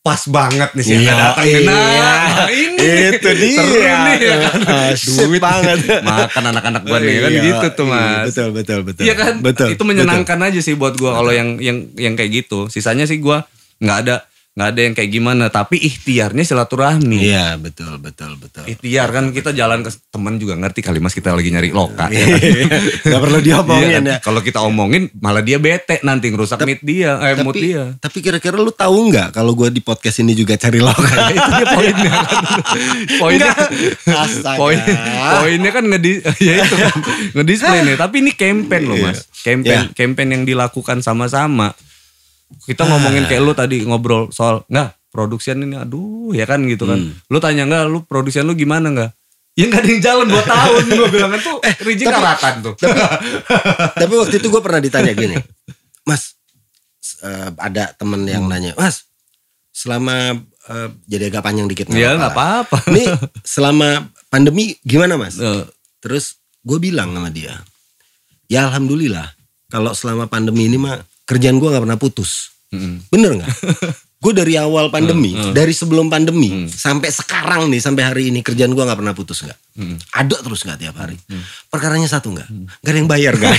pas banget nih sih Iya, datang iya. nah, ini Itu dia. seru nih ya kan. Asik Duit banget. makan anak-anak gua nih kan Iya, gitu tuh iya, Mas. betul, betul, betul. Iya kan? Betul. Itu menyenangkan aja sih buat gua kalau yang yang yang kayak gitu. Sisanya sih gua nggak ada nggak ada yang kayak gimana, tapi ikhtiarnya silaturahmi. Iya, betul, betul, betul. Ikhtiar kan kita jalan ke teman juga ngerti kali Mas kita lagi nyari loka. Iya, Gak perlu diomongin Iya, ya. kalau kita omongin malah dia bete nanti ngerusak mood dia, eh mood Tapi, dia. tapi kira-kira lu tahu nggak kalau gue di podcast ini juga cari loka? Itu dia poinnya kan. Poinnya Astaga. poin poinnya kan ngedi ya itu kan ngedisplay nih, tapi ini campaign loh Mas. Campaign Iya. campaign yang dilakukan sama-sama. Kita ngomongin kayak lu tadi ngobrol soal nggak produksian ini aduh ya kan gitu kan. Hmm. Lu tanya nggak lu produksian lu gimana nggak? Ya nggak ada yang jalan dua tahun gue bilang tuh eh Riji tapi- karatan tuh. tapi, tapi waktu itu gue pernah ditanya gini, Mas, eh, ada temen yang nanya, Mas, selama eh, jadi agak panjang dikit. Ya nggak apa-apa. Ini selama pandemi gimana Mas? Eh, Terus gue bilang sama dia, ya alhamdulillah kalau selama pandemi ini mah kerjaan gue nggak pernah putus. mm. Bener nggak? Gue dari awal pandemi, Hmm, hmm. dari sebelum pandemi Hmm. sampai sekarang nih, sampai hari ini kerjaan gue nggak pernah putus nggak? Hmm. Ada terus nggak tiap hari? Hmm. Perkaranya satu nggak? Nggak ada yang bayar nggak?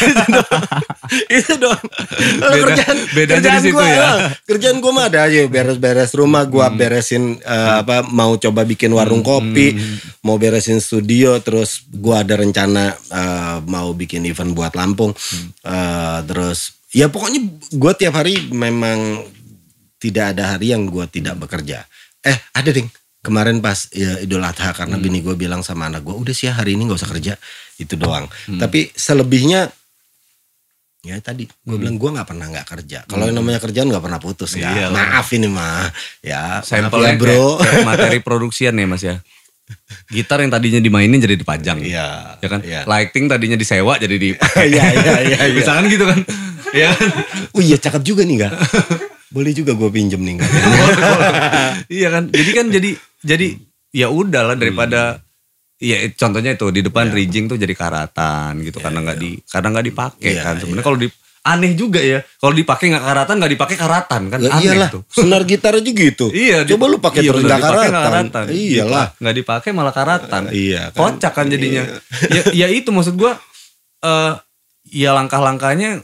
Itu doang. Kalau Beda- kerjaan, bedanya kerjaan di situ gua, ya. Kerjaan gue mah ada aja, beres-beres rumah, gue beresin eh, apa, mau coba bikin warung kopi, mau beresin studio, terus gue ada rencana eh, mau bikin event buat Lampung, Eh, terus ya pokoknya gue tiap hari memang tidak ada hari yang gue tidak bekerja. Eh ada ding kemarin pas ya, Idul Adha karena bini gue bilang sama anak gue udah sih ya, hari ini nggak usah kerja, itu doang. Tapi selebihnya ya tadi gue bilang gue nggak pernah nggak kerja. Kalau yang namanya kerjaan nggak pernah putus nggak. Iyalah. Maaf ini mah ya. Sampelnya maaf ya, bro. kayak- kayak materi produksian ya Mas ya. Gitar yang tadinya dimainin jadi dipajang. Iya. Ya kan? Iya. Lighting tadinya disewa jadi dipakai. Iya iya iya. iya. Misalkan gitu kan. Ya kan? Oh iya cakep juga nih nggak. Boleh juga gue pinjem nih nggak. Iya kan? Jadi kan jadi jadi ya udahlah daripada ya contohnya itu di depan Iya. rigging tuh jadi karatan gitu karena nggak di karena nggak dipakai Iya, kan. Sebenarnya iya. kalau di aneh juga ya. Kalau dipakai nggak karatan nggak dipakai karatan kan Ya, aneh iyalah, tuh. senar gitar aja gitu. Iya, Coba lu pakai iya, terus bener, nggak dipakai karatan. Iyalah. Dipa- nggak dipakai malah karatan. Iya kan. Kocak kan jadinya. ya, ya itu maksud gua eh ya langkah-langkahnya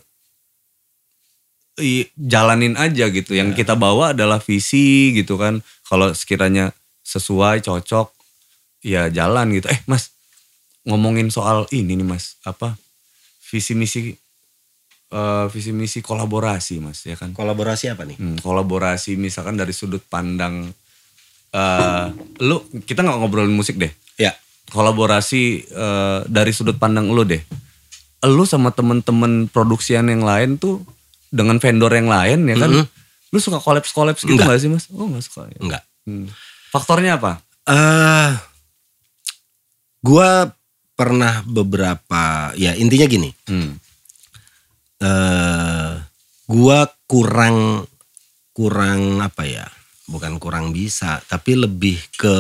i- jalanin aja gitu. Yang Iya. kita bawa adalah visi gitu kan. Kalau sekiranya sesuai, cocok, ya jalan gitu. Eh Mas, ngomongin soal ini nih Mas, apa visi misi eh, visi misi kolaborasi Mas ya kan. Kolaborasi apa nih? Hmm, kolaborasi misalkan dari sudut pandang eh lu kita nggak ngobrolin musik deh. Ya. Kolaborasi eh, dari sudut pandang lu deh. Lu sama temen-temen produksian yang lain tuh dengan vendor yang lain ya kan. Mhm. Lu suka kolaps-kolaps gitu Enggak. gak sih Mas? Oh gak suka ya. Enggak. Hmm. Faktornya apa? Eh, gua pernah beberapa, ya intinya gini. Hmm. Eh, gua kurang kurang apa ya? Bukan kurang bisa, tapi lebih ke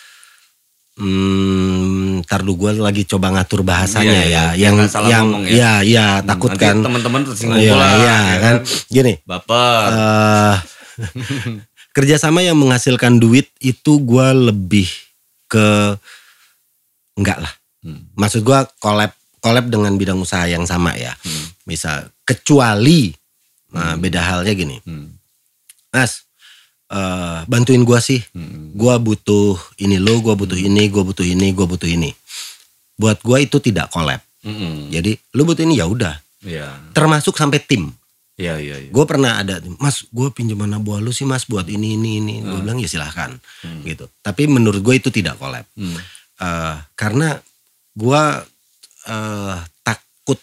Hmm, ntar dulu gue lagi coba ngatur bahasanya Iya, iya, ya, iya. yang Nggak salah yang ngomong ya. ya ya takut Nanti kan teman-teman tersinggung Iya, pula, iya, ya kan gini Baper. eh kerjasama yang menghasilkan duit itu gue lebih ke enggak lah, Hmm. maksud gue collab collab dengan bidang usaha yang sama ya, Hmm. misal kecuali nah, beda halnya gini, Hmm. Mas eh, bantuin gue sih. Hmm. Gua butuh ini lo, gua butuh ini, gua butuh ini, gua butuh ini. Buat gua itu tidak collab. Hmm. Jadi lu butuh ini ya udah. Iya. Termasuk sampai tim. Iya, iya, iya. Gue pernah ada, Mas, gue pinjam mana buah lu sih Mas buat ini ini ini. Gue bilang ya silahkan, Hmm. gitu. Tapi menurut gue itu tidak collab. Hmm. Eh, karena gua eh, takut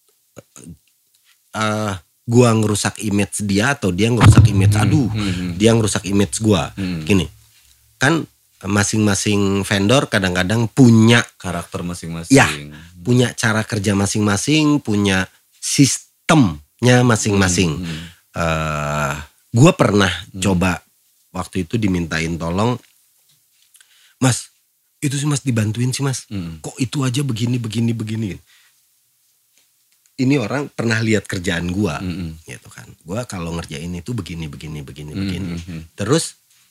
eh, gua ngerusak image dia atau dia ngerusak image. Aduh, hmm. dia ngerusak image gua. Hmm. Gini, kan masing-masing vendor kadang-kadang punya Karakter masing-masing. Ya. punya cara kerja masing-masing, punya sistemnya masing-masing. Hmm. Eh, gua pernah coba waktu itu dimintain tolong, Mas, itu sih Mas dibantuin sih Mas. Hmm. Kok itu aja begini begini begini. Ini orang pernah lihat kerjaan gua, Hmm. gitu kan. Gua kalau ngerjain itu begini begini begini Hmm. begini. Hmm. Terus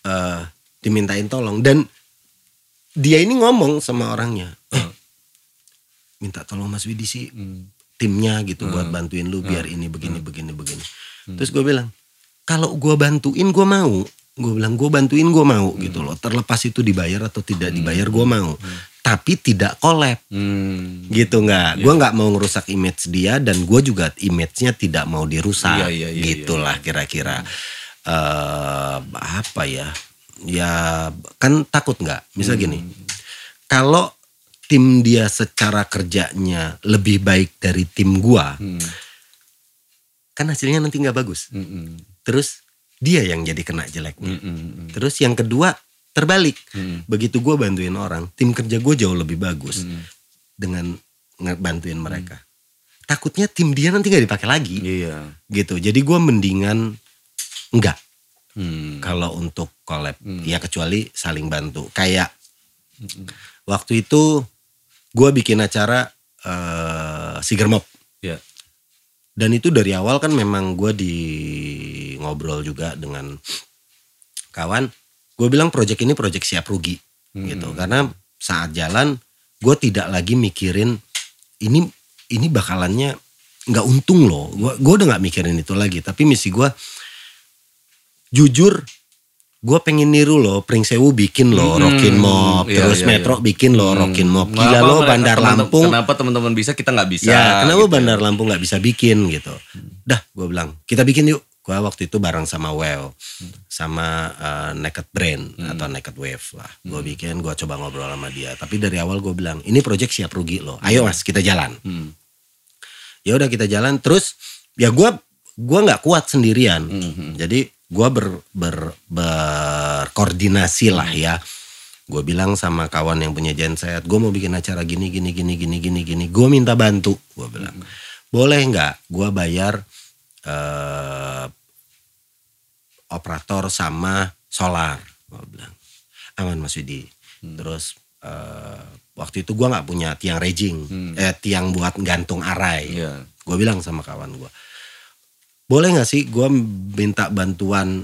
uh, dimintain tolong dan dia ini ngomong sama orangnya, eh, minta tolong Mas Widi sih hmm. timnya gitu hmm. buat bantuin lu biar hmm. ini begini hmm. begini begini. Hmm. Terus gue bilang, kalau gue bantuin gue mau, gue bilang gue bantuin gue mau hmm. gitu loh. Terlepas itu dibayar atau tidak dibayar gue mau, hmm. tapi tidak collab, hmm. gitu nggak? Yeah. Gue nggak mau ngerusak image dia dan gue juga image-nya tidak mau dirusak, yeah, yeah, yeah, gitulah yeah, yeah. kira-kira. Hmm. Uh, apa ya? Ya kan takut nggak? Misal hmm. gini, kalau tim dia secara kerjanya lebih baik dari tim gua, hmm. kan hasilnya nanti nggak bagus. Hmm. Terus dia yang jadi kena jeleknya. Hmm. Terus yang kedua terbalik, hmm. begitu gua bantuin orang, tim kerja gua jauh lebih bagus hmm. dengan ngebantuin mereka. Hmm. Takutnya tim dia nanti nggak dipakai lagi, iya. gitu. Jadi gua mendingan enggak. Hmm. Kalau untuk collab, hmm. ya kecuali saling bantu. Kayak hmm. waktu itu gue bikin acara uh, Sigermop, yeah. dan itu dari awal kan memang gue di ngobrol juga dengan kawan. Gue bilang project ini project siap rugi, hmm. gitu. Karena saat jalan gue tidak lagi mikirin ini ini bakalannya nggak untung loh. Gue gue udah nggak mikirin itu lagi. Tapi misi gue jujur, gue pengen niru loh, Pring Sewu bikin loh, hmm, Rockin Mop, iya, terus iya, Metro iya. bikin loh, hmm. Rockin Mop. Gila loh, Bandar teman, Lampung. Kenapa teman-teman bisa, kita nggak bisa? Ya, kenapa gitu. Bandar Lampung nggak bisa bikin gitu? Dah, gue bilang, kita bikin yuk. Gue waktu itu bareng sama Well, sama uh, Naked Brain hmm. atau Naked Wave lah. Gue hmm. bikin, gue coba ngobrol sama dia. Tapi dari awal gue bilang, ini project siap rugi loh. Ayo mas, kita jalan. Hmm. Ya udah kita jalan. Terus, ya gue gue nggak kuat sendirian. Hmm. Jadi gue ber, ber, berkoordinasi lah ya. Gue bilang sama kawan yang punya genset, gue mau bikin acara gini gini gini gini gini gini. Gue minta bantu. Gue bilang, hmm. boleh nggak? Gue bayar uh, operator sama solar. Gue bilang, aman Mas Widi. Hmm. Terus uh, waktu itu gue nggak punya tiang raging, hmm. eh, tiang buat gantung arai. Yeah. Gue bilang sama kawan gue, boleh gak sih gue minta bantuan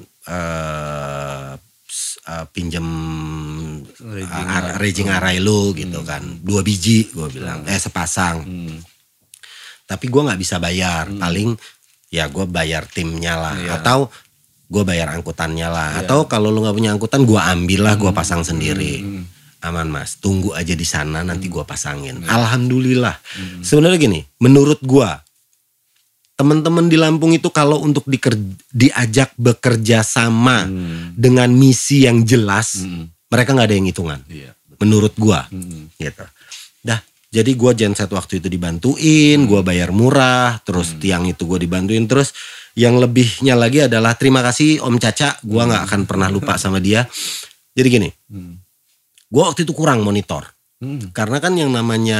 uh, uh, pinjem raging, uh, raging arai lu gitu hmm. kan. Dua biji gue bilang, hmm. eh sepasang. Hmm. Tapi gue gak bisa bayar. Hmm. Paling ya gue bayar timnya lah. Yeah. Atau gue bayar angkutannya lah. Yeah. Atau kalau lu gak punya angkutan gue ambil lah, gue pasang sendiri. Hmm. Aman mas, tunggu aja di sana nanti gue pasangin. Hmm. Alhamdulillah. Hmm. Sebenarnya gini, menurut gue, teman-teman di Lampung itu kalau untuk diker, diajak bekerja sama hmm. dengan misi yang jelas, hmm. mereka nggak ada yang hitungan. Iya, menurut gua, hmm. gitu. Dah, jadi gua genset waktu itu dibantuin, hmm. gua bayar murah, terus hmm. tiang itu gua dibantuin, terus yang lebihnya lagi adalah terima kasih Om Caca, gua nggak hmm. akan pernah lupa sama dia. Jadi gini, hmm. gua waktu itu kurang monitor, hmm. karena kan yang namanya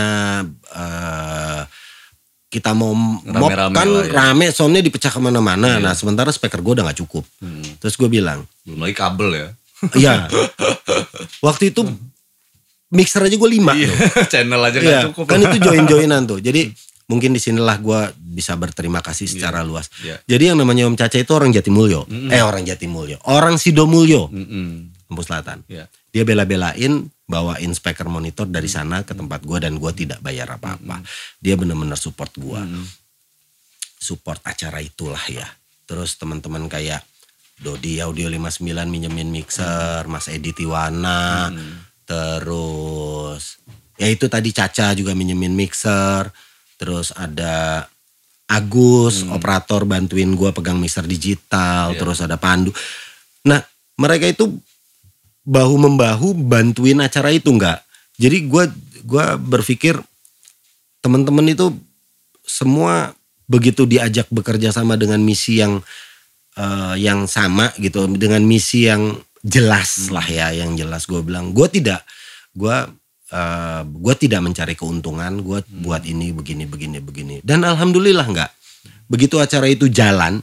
uh, kita mau mop kan lah, ya. Rame soundnya dipecah kemana-mana. Iya. Nah sementara speaker gue udah gak cukup. Hmm. Terus gue bilang, belum lagi kabel ya. Iya. Waktu itu mixer aja gue lima. Iya. Channel aja iya. gak cukup. Kan itu join-joinan tuh. Jadi mungkin disinilah gue bisa berterima kasih secara iya. luas. Iya. Jadi yang namanya Om Caca itu orang Jatimulyo. Mm-mm. Eh orang Jatimulyo. Orang Sidomulyo. Lampung Selatan. Iya. Dia bela-belain bawain speaker monitor dari sana ke tempat gue dan gue tidak bayar apa-apa. Hmm. Dia benar-benar support gue, hmm. support acara itulah ya. Terus teman-teman kayak Dodi Audio lima puluh sembilan minjemin mixer, hmm. Mas Edi Tiwana, hmm. terus ya itu tadi Caca juga minjemin mixer, terus ada Agus hmm. operator bantuin gue pegang mixer digital, yeah. terus ada Pandu. Nah mereka itu bahu membahu bantuin acara itu enggak. Jadi gue gue berpikir teman-teman itu semua begitu diajak bekerja sama dengan misi yang uh, yang sama gitu, dengan misi yang jelas lah ya, yang jelas. Gue bilang gue tidak gue uh, gue tidak mencari keuntungan, gue hmm. buat ini begini begini begini. Dan alhamdulillah enggak. Begitu acara itu jalan,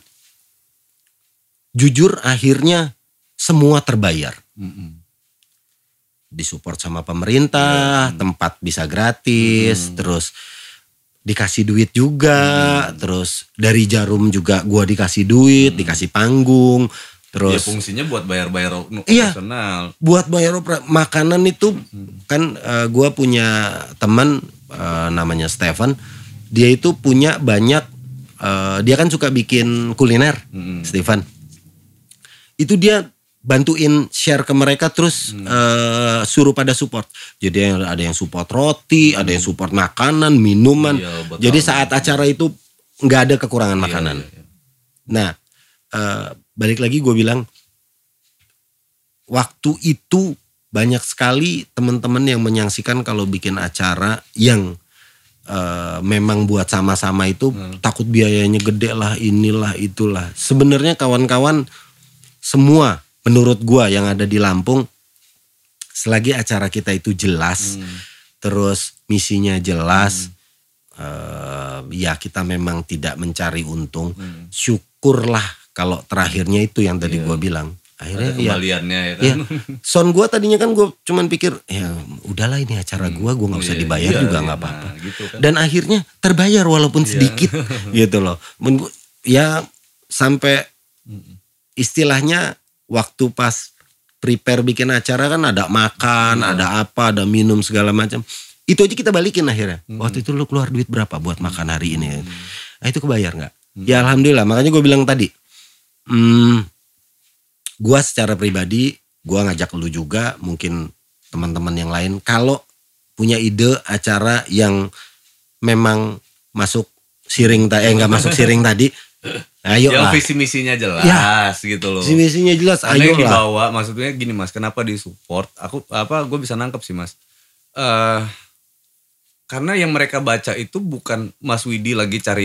jujur akhirnya semua terbayar. Mm-mm. Disupport sama pemerintah, mm. tempat bisa gratis, mm. terus dikasih duit juga, mm. terus dari Jarum juga gua dikasih duit, mm. dikasih panggung, Terus ya fungsinya buat bayar-bayar iya, operasional. Buat bayar opera, makanan itu hmm. kan uh, gue punya teman uh, namanya Stefan, dia itu punya banyak, uh, dia kan suka bikin kuliner, hmm. Stefan. Itu dia bantuin share ke mereka terus hmm. uh, suruh pada support. Jadi ada yang support roti, hmm. ada yang support makanan, minuman. Iya, jadi saat acara itu nggak ada kekurangan iya, makanan. Iya, iya. Nah. Uh, balik lagi gue bilang waktu itu banyak sekali teman-teman yang menyaksikan kalau bikin acara yang uh, memang buat sama-sama itu hmm. takut biayanya gede lah, inilah itulah. Sebenarnya kawan-kawan semua menurut gue yang ada di Lampung, selagi acara kita itu jelas, hmm. terus misinya jelas, hmm. uh, ya kita memang tidak mencari untung, hmm. syukurlah. Kalau terakhirnya itu yang tadi iya. gue bilang. Akhirnya ada kembaliannya ya, ya kan. Ya. Sound gue tadinya kan gue cuman pikir ya udahlah ini acara gue, gue gak usah dibayar iya, juga iya, gak apa-apa. Nah, gitu kan. Dan akhirnya terbayar walaupun iya. sedikit gitu loh. Ya sampai istilahnya waktu pas prepare bikin acara kan ada makan, hmm. ada apa, ada minum segala macam. Itu aja kita balikin akhirnya. Hmm. Waktu itu lu keluar duit berapa buat makan hari ini. Hmm. Nah itu kebayar gak? Hmm. Ya alhamdulillah, makanya gue bilang tadi. Hmm, gue secara pribadi, gue ngajak lu juga, mungkin teman-teman yang lain, kalau punya ide acara yang memang masuk siring, eh nggak masuk siring tadi, ayo lah. Yang visi misinya jelas, ya, gitu loh. Visi misinya jelas, karena ayo yang lah. Dibawa, maksudnya gini mas, kenapa di support? Aku apa, gue bisa nangkep sih mas. Uh, karena yang mereka baca itu bukan Mas Widi lagi cari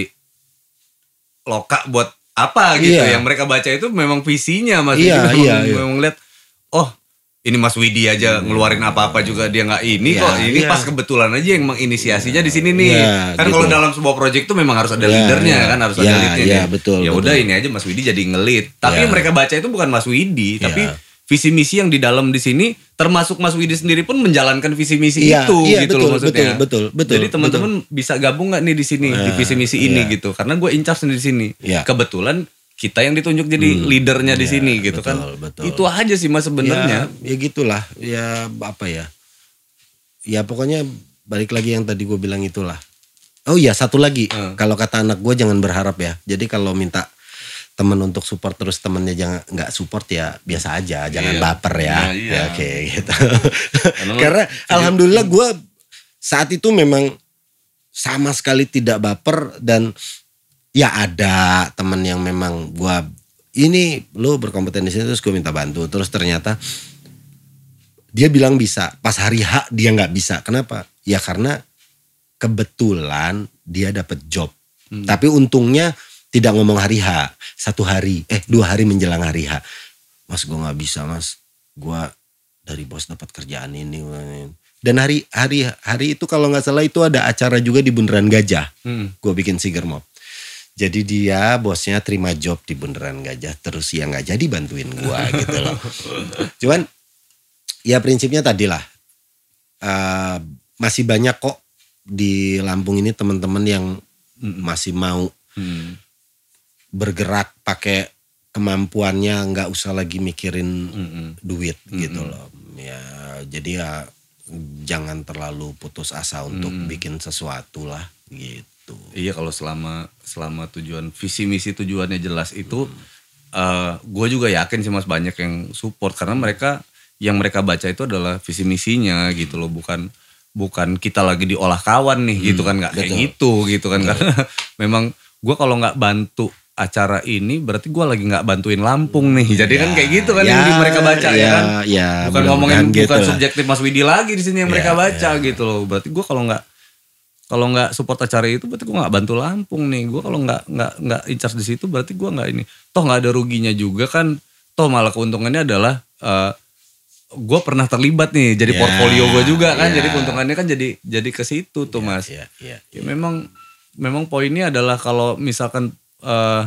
loka buat apa gitu, iya. Yang mereka baca itu memang visinya Mas Widi, iya, memang, iya, iya. memang lihat oh ini Mas Widi aja ngeluarin apa-apa juga dia nggak ini iya, kok ini iya. Pas kebetulan aja yang menginisiasinya iya, di sini nih iya, kan gitu. Kalau dalam sebuah proyek itu memang harus ada iya, leadernya iya. Kan harus iya, ada leadnya iya, betul, ya udah ini aja Mas Widi jadi ngelit tapi iya. Yang mereka baca itu bukan Mas Widi iya. Tapi visi misi yang di dalam di sini termasuk Mas Widi sendiri pun menjalankan visi misi iya, itu iya, gitu betul, loh maksudnya. Betul, betul, betul. Jadi teman-teman bisa gabung nggak nih di sini iya, di visi misi iya. Ini gitu. Karena gue in charge di sini. Iya. Kebetulan kita yang ditunjuk jadi hmm, leadernya iya, di sini gitu betul, kan. Betul. Itu aja sih Mas sebenarnya. Ya, ya gitulah. Ya apa ya? Ya pokoknya balik lagi yang tadi gue bilang itulah. Oh iya satu lagi. Hmm. Kalau kata anak gue jangan berharap ya. Jadi kalau minta temen untuk support terus temennya jangan nggak support ya biasa aja, jangan iya. Baper ya, nah, iya. Ya oke okay, gitu. Karena alhamdulillah gue saat itu memang sama sekali tidak baper dan ya ada temen yang memang gue ini lo berkompeten di sini terus gue minta bantu terus ternyata dia bilang bisa pas hari H dia nggak bisa kenapa? Ya karena kebetulan dia dapat job, hmm. Tapi untungnya tidak ngomong hari H, satu hari, eh dua hari menjelang hari H. Mas gue gak bisa mas, gue dari bos dapat kerjaan ini. Dan hari hari hari itu kalau gak salah itu ada acara juga di Bundaran Gajah. Hmm. Gue bikin Siger Mob. Jadi dia bosnya terima job di Bundaran Gajah. Terus ya gak jadi bantuin gue gitu loh. Cuman ya prinsipnya tadi lah. Uh, masih banyak kok di Lampung ini teman-teman yang hmm. masih mau hmm. bergerak pakai kemampuannya nggak usah lagi mikirin mm-hmm. duit mm-hmm. gitu loh ya jadi ya jangan terlalu putus asa untuk mm-hmm. bikin sesuatu lah gitu. Iya kalau selama selama tujuan visi misi tujuannya jelas itu mm. uh, gue juga yakin sih mas banyak yang support karena mereka yang mereka baca itu adalah visi misinya gitu loh bukan bukan kita lagi diolah kawan nih mm. gitu kan nggak kayak gitu gitu kan betul. Karena memang gue kalau nggak bantu acara ini berarti gue lagi nggak bantuin Lampung nih, jadi ya, kan kayak gitu kan ya, yang mereka baca ya, ya kan, ya, bukan ngomongin bukan gitu subjektif Mas Widi lagi di sini yang ya, mereka baca ya. Gitu loh, berarti gue kalau nggak kalau nggak support acara itu berarti gue nggak bantu Lampung nih, gue kalau nggak nggak nggak in charge di situ berarti gue nggak ini, toh nggak ada ruginya juga kan, toh malah keuntungannya adalah uh, gue pernah terlibat nih, jadi ya, portfolio gue juga kan, ya. Jadi keuntungannya kan jadi jadi ke situ tuh ya, mas, ya, ya, ya. Ya, memang memang poinnya adalah kalau misalkan Uh,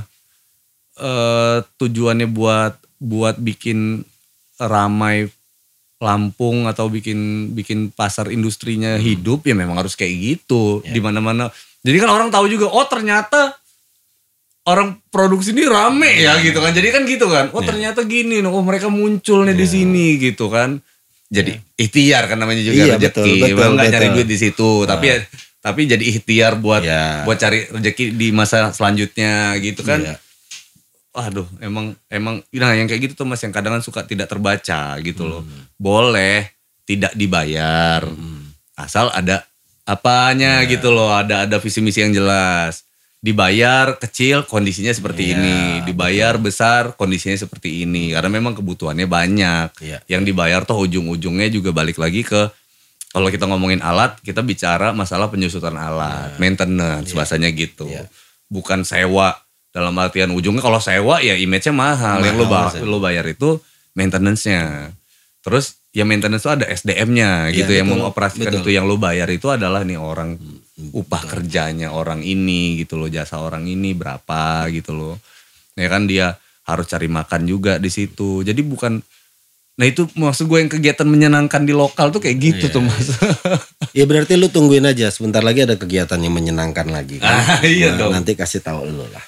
uh, tujuannya buat buat bikin ramai Lampung atau bikin bikin pasar industrinya hmm. hidup ya memang harus kayak gitu ya. Di mana-mana. Jadi kan orang tahu juga oh ternyata orang produksi ini rame ya gitu kan. Jadi kan gitu kan. Oh ternyata gini, oh mereka muncul nih di sini gitu kan. Jadi ikhtiar kan namanya juga Iya, rezeki. betul, betul, Memang nggak nyari betul. duit di situ, tapi ya, tapi jadi ikhtiar buat Ya. buat cari rezeki di masa selanjutnya gitu kan. Iya. Waduh, emang emang nah yang kayak gitu tuh Mas yang kadang kan suka tidak terbaca gitu loh. Hmm. Boleh tidak dibayar. Asal ada apanya Iya. gitu loh, ada ada visi misi yang jelas. Dibayar kecil kondisinya seperti Iya, ini, dibayar besar kondisinya seperti ini. Karena memang kebutuhannya banyak. Iya. Yang dibayar tuh ujung-ujungnya juga balik lagi ke kalau kita ngomongin alat, kita bicara masalah penyusutan alat, maintenance bahasanya gitu. Iya. Bukan sewa dalam artian ujungnya kalau sewa ya image-nya mahal. Mahal, Yang lo, ba- Mas. lo bayar itu maintenance-nya. Terus ya maintenance itu ada S D M-nya gitu Iya, yang betul, mengoperasikan betul. itu. Yang lo bayar itu adalah nih orang upah kerjanya orang ini gitu loh, jasa orang ini berapa gitu loh. Ya kan dia harus cari makan juga di situ. Jadi bukan, nah itu maksud gue yang kegiatan menyenangkan di lokal tuh kayak gitu tuh Mas. Ya berarti lu tungguin aja, sebentar lagi ada kegiatan yang menyenangkan lagi kan. Ah, iya Nah, dong. Nanti kasih tahu lu lah.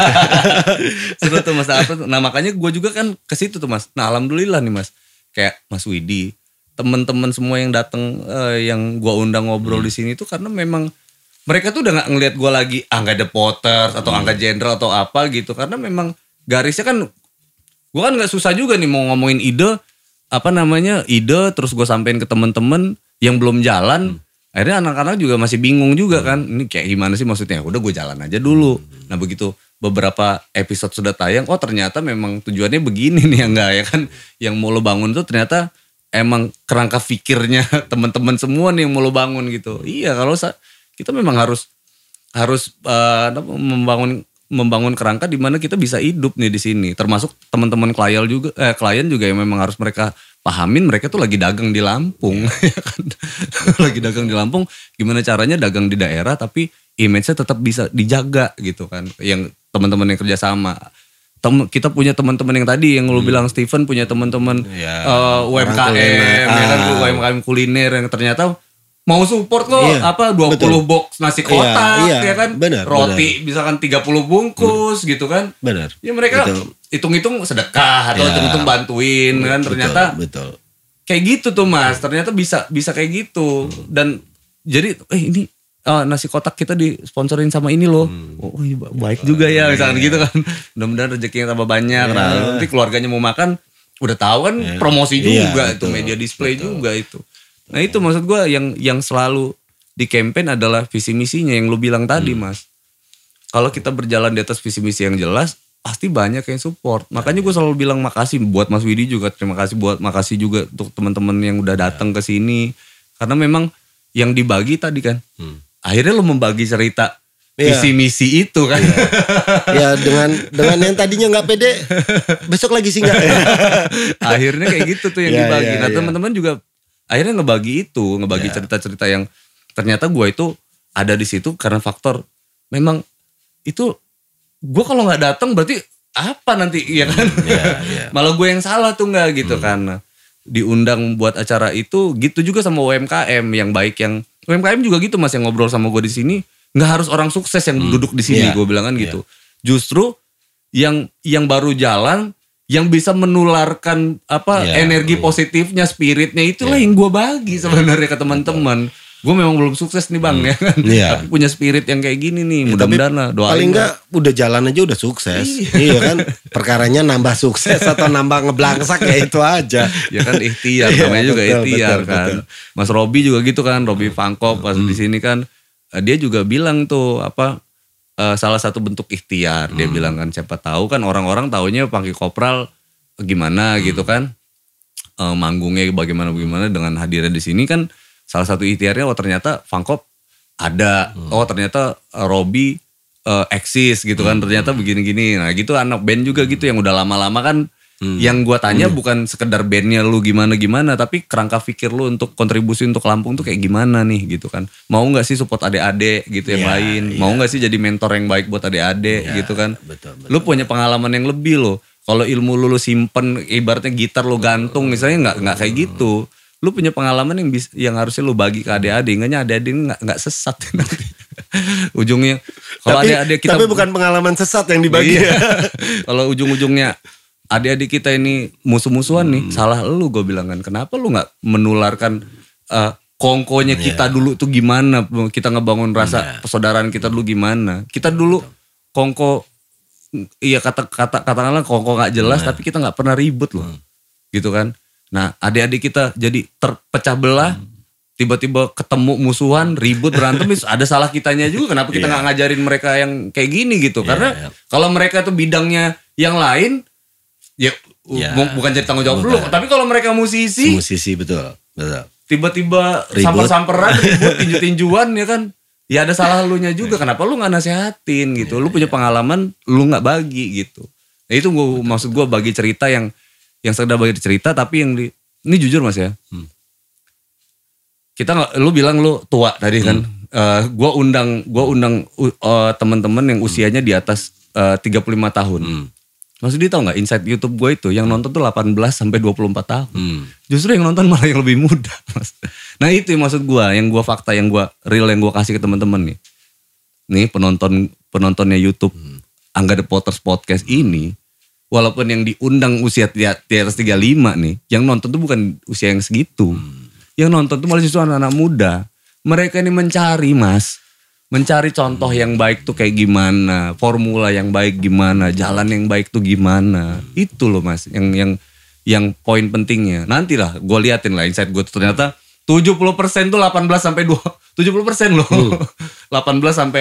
Seru tuh Mas. Apa tuh? Nah makanya gue juga kan ke situ tuh Mas. Nah alhamdulillah nih Mas, kayak Mas Widi, teman-teman semua yang datang eh, yang gue undang ngobrol di sini tuh karena memang mereka tuh udah nggak ngelihat gue lagi ah nggak ada Potters atau angka jenderal atau apa gitu, karena memang garisnya kan gue kan nggak susah juga nih mau ngomongin ide apa namanya ide terus gue sampein ke temen-temen yang belum jalan. Akhirnya anak-anak juga masih bingung juga kan, ini kayak gimana sih maksudnya. Udah gue jalan aja dulu. Nah begitu beberapa episode sudah tayang, oh ternyata memang tujuannya begini nih, ya enggak ya kan. Yang mau lo bangun tuh ternyata emang kerangka pikirnya teman-teman semua nih yang mau lo bangun gitu. Iya kalau sa- kita memang harus harus eh, apa, membangun membangun kerangka di mana kita bisa hidup nih di sini. Termasuk teman-teman klien juga eh klien juga yang memang harus mereka pahamin, mereka tuh lagi dagang di Lampung ya kan. Lagi dagang di Lampung, gimana caranya dagang di daerah tapi image-nya tetap bisa dijaga gitu kan. Yang teman-teman yang kerja sama. Tem- kita punya teman-teman yang tadi yang lu bilang Steven punya teman-teman Ya, eh, U M K M orang kuliner. ya kan, Ah. U M K M kuliner yang ternyata mau support lo Iya, apa dua puluh betul. box nasi kotak Iya, iya, ya kan, benar, roti misalkan tiga puluh bungkus gitu kan. Benar. Ya mereka Betul. hitung-hitung sedekah atau Ya. hitung-hitung bantuin kan, Betul, ternyata betul. kayak gitu tuh Mas, ternyata bisa bisa kayak gitu. Dan jadi eh ini ah, nasi kotak kita disponsorin sama ini loh. Oh iya, baik juga ya misalkan gitu kan. Mudah-mudahan rezekinya tambah banyak. Nah, nanti keluarganya mau makan udah tahu kan promosi Iya, juga itu, betul, media display juga itu. Nah, itu maksud gua yang yang selalu di campaign adalah visi misinya yang lu bilang tadi Mas. Kalau kita berjalan di atas visi misi yang jelas, pasti banyak yang support. Makanya gue selalu bilang makasih buat Mas Widi juga, terima kasih buat makasih juga untuk teman-teman yang udah datang ke sini. Karena memang yang dibagi tadi kan, akhirnya lo membagi cerita Iya. visi misi itu kan. Ya dengan dengan yang tadinya nggak pede, besok lagi sih nggak. Akhirnya kayak gitu tuh yang Iya, dibagi. iya, Nah iya. teman-teman juga akhirnya ngebagi itu, ngebagi cerita-cerita yang ternyata gue itu ada di situ karena faktor memang itu gue kalau nggak datang berarti apa nanti ya kan? Iya, iya. Malah gue yang salah tuh nggak gitu kan. Nah, diundang buat acara itu gitu juga sama U M K M yang baik, yang U M K M juga gitu Mas yang ngobrol sama gue di sini, nggak harus orang sukses yang duduk di sini, Iya. gue bilang kan gitu. Justru yang yang baru jalan yang bisa menularkan apa Iya. energi positifnya, spiritnya itulah yang gue bagi sebenarnya ke teman-teman. Gue memang belum sukses nih Bang ya kan. Iya. Tapi punya spirit yang kayak gini nih, Ya, mudah-mudahan lah doain. paling lah. enggak udah jalan aja udah sukses. Iya kan? Perkaranya nambah sukses atau nambah ngeblangsak ya itu aja. Ya kan ikhtiar, Iya, namanya juga betul, ikhtiar betul, kan. betul. Mas Robi juga gitu kan, Robi Fangkop pas di sini kan, eh, dia juga bilang tuh apa eh, salah satu bentuk ikhtiar. Dia bilang kan siapa tahu kan orang-orang taunya Pangki Kopral gimana gitu kan, eh, manggungnya bagaimana bagaimana dengan hadirnya di sini kan salah satu ikhtiarnya. Oh ternyata Fangkop ada, oh ternyata eh, Robi eh, eksis gitu kan, ternyata begini-gini. Nah gitu anak band juga gitu yang udah lama-lama kan. Yang gua tanya bukan sekedar bandnya lu gimana-gimana, tapi kerangka pikir lu untuk kontribusi untuk Lampung tuh kayak gimana nih gitu kan. Mau gak sih support adik-adik gitu yang Iya, lain. iya. Mau gak sih jadi mentor yang baik buat adik-adik Iya, gitu kan. betul, betul. Lu punya pengalaman yang lebih loh. Kalau ilmu lu, lu simpen, ibaratnya gitar lu gantung misalnya, nggak nggak kayak gitu. Lu punya pengalaman yang bis, yang harusnya lu bagi ke adik-adik, enggaknya adik-adik nggak nggak sesat nanti. Ujungnya kalau Tapi, adik-adik kita tapi bukan pengalaman sesat yang dibagi. Iya. Kalau ujung-ujungnya adik-adik kita ini musuh-musuhan nih, salah lu gue bilang kan. Kenapa lu nggak menularkan uh, kongkonya kita Iya. dulu tuh gimana? Kita ngebangun rasa Iya. persaudaraan kita dulu gimana? Kita dulu kongko, iya kata kata katakanlah kongko nggak jelas, tapi kita nggak pernah ribut loh, gitu kan? Nah adik-adik kita jadi terpecah belah. Tiba-tiba ketemu musuhan, ribut, berantem, ada salah kitanya juga. Kenapa kita nggak Iya. ngajarin mereka yang kayak gini gitu? Iya, Karena iya. kalau mereka tuh bidangnya yang lain, ya Iya. bu- bukan jadi tanggung jawab lu. Bukan. Tapi kalau mereka musisi, Musisi betul, betul. tiba-tiba Ribut. samper-samperan, ribut, tinju-tinjuan ya kan? Ya ada salah lu nya juga. Kenapa lu nggak nasehatin gitu? Lu punya pengalaman, lu nggak bagi gitu. Nah itu gua, maksud gue bagi cerita yang yang sekedar bagi cerita, tapi yang di ini jujur mas ya. Hmm. Kita nggak, lu bilang lu tua tadi kan. Eh, gua undang, gua undang uh, teman-teman yang usianya di atas uh, tiga puluh lima tahun. Hmm. Maksudnya tahu nggak inside YouTube gue itu yang nonton tuh delapan belas sampai dua puluh empat tahun. Hmm. Justru yang nonton malah yang lebih muda, Mas. Nah, itu yang maksud gua, yang gua fakta, yang gua real, yang gua kasih ke teman-teman nih. Nih penonton penontonnya YouTube Angga The Potters Podcast ini, walaupun yang diundang usia di di atas tiga puluh lima nih, yang nonton tuh bukan usia yang segitu. Yang nonton tuh malah justru anak-anak muda. Mereka ini mencari, Mas. Mencari contoh yang baik tuh kayak gimana, formula yang baik gimana, jalan yang baik tuh gimana. Itu loh Mas, yang yang yang poin pentingnya. Nantilah gue liatin lah insight gue tuh ternyata tujuh puluh persen tuh delapan belas sampai dua tujuh puluh persen loh. delapan belas sampai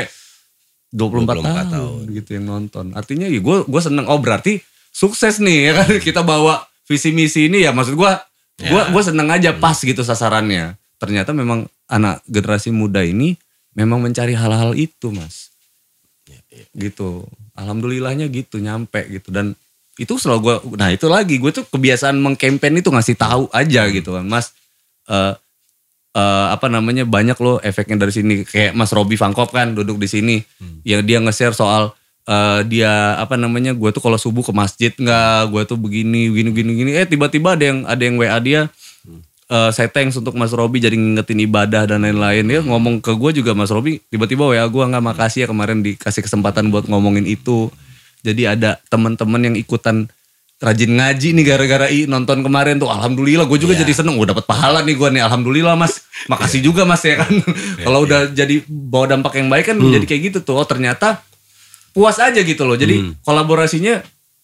dua puluh empat tahun, tahun gitu yang nonton. Artinya ya gue gue seneng, oh berarti sukses nih ya kan, kita bawa visi misi ini ya, maksud gue gue Ya. gue seneng aja pas gitu sasarannya. Ternyata memang anak generasi muda ini memang mencari hal-hal itu Mas. Ya, ya. Gitu. Alhamdulillahnya gitu nyampe gitu, dan itu selalu gue, nah itu lagi gue tuh kebiasaan mengkampen itu ngasih tahu aja gitu kan Mas. Eh uh, apa namanya, banyak loh efeknya dari sini, kayak Mas Robi Fangkop kan duduk di sini, hmm. yang dia nge-share soal uh, dia apa namanya, gue tuh kalau subuh ke masjid nggak, gue tuh begini begini begini gini, eh tiba-tiba ada yang ada yang W A dia, hmm. uh, saya thanks untuk Mas Robi jadi ngingetin ibadah dan lain-lain. Dia ngomong ke gue juga, Mas Robi tiba-tiba W A gue, nggak makasih ya kemarin dikasih kesempatan buat ngomongin itu. Jadi ada teman-teman yang ikutan rajin ngaji nih gara-gara i nonton kemarin tuh, alhamdulillah gue juga yeah. jadi seneng, udah dapat pahala nih gue nih, alhamdulillah Mas, makasih juga Mas ya kan. Yeah, kalau yeah. udah jadi bawa dampak yang baik kan, hmm. jadi kayak gitu tuh, oh ternyata puas aja gitu loh. Jadi hmm. kolaborasinya,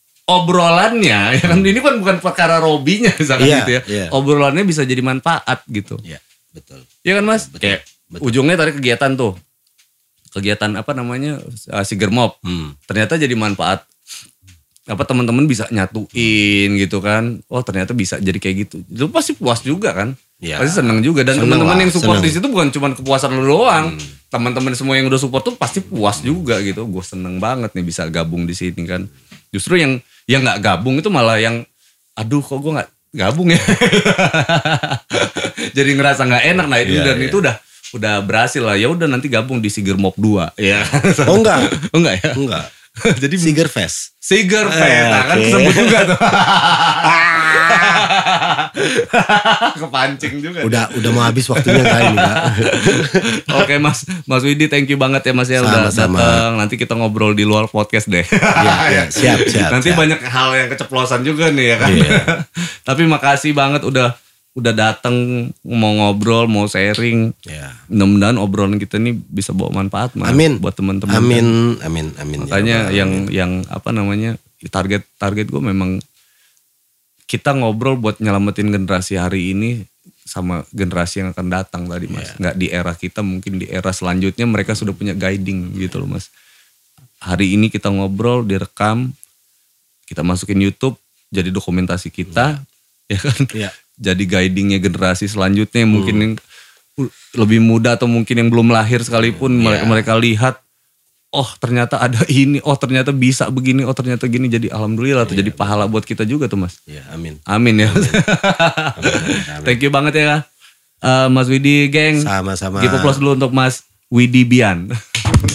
obrolannya ya kan, hmm. ini kan bukan perkara Robinya misalkan yeah, gitu ya, yeah. obrolannya bisa jadi manfaat gitu. Iya, yeah, betul. Iya kan Mas, betul, kayak betul. Ujungnya tadi kegiatan tuh, kegiatan apa namanya, uh, Sigermop, hmm. ternyata jadi manfaat. Apa teman-teman bisa nyatuin gitu kan, oh ternyata bisa jadi kayak gitu, lu pasti puas juga kan, ya, pasti seneng juga, dan teman-teman yang support seneng. Di situ bukan cuma kepuasan lu doang, hmm. teman-teman semua yang udah support tuh pasti puas hmm. juga gitu. Gue seneng banget nih bisa gabung di sini kan. Justru yang yang nggak gabung itu malah yang, aduh kok gue nggak gabung ya, jadi ngerasa nggak enak. Nah itu ya, dan ya. itu udah udah berhasil lah, ya udah nanti gabung di Sigermop dua ya. Oh enggak, oh enggak ya, enggak. Jadi Sigerfest. Sigerfest, eh, nah, kan okay. kesebut juga tuh. Kepancing juga. Udah nih. udah mau habis waktunya kali ini, Pak. Oke Mas, Mas Widi thank you banget ya Mas ya, udah datang. Nanti kita ngobrol di luar podcast deh. Iya, ya, siap, siap. Nanti siap. banyak hal yang keceplosan juga nih ya kan. Yeah. Tapi makasih banget udah udah datang, mau ngobrol, mau sharing. Ya. Mudah-mudahan obrolan kita ini bisa bawa manfaat Mas, amin. buat teman-teman. Amin, kan. amin, amin. Makanya ya, yang amin. yang apa namanya, target target gue memang kita ngobrol buat nyelamatin generasi hari ini sama generasi yang akan datang tadi Mas. Yeah. Nggak di era kita, mungkin di era selanjutnya mereka sudah punya guiding gitu loh Mas. Hari ini kita ngobrol, direkam, kita masukin YouTube, jadi dokumentasi kita, yeah. ya kan? Yeah. Jadi guidingnya generasi selanjutnya, mungkin hmm. yang lebih muda atau mungkin yang belum lahir sekalipun, yeah. mereka, mereka lihat, oh ternyata ada ini, oh ternyata bisa begini, oh ternyata gini, jadi alhamdulillah tuh, yeah. jadi pahala buat kita juga tuh Mas. Ya, amin. Amin ya. Amin. Amin, amin. Thank you banget ya uh, Mas Widi, geng. Sama-sama. Give applause dulu untuk Mas Widi Bian.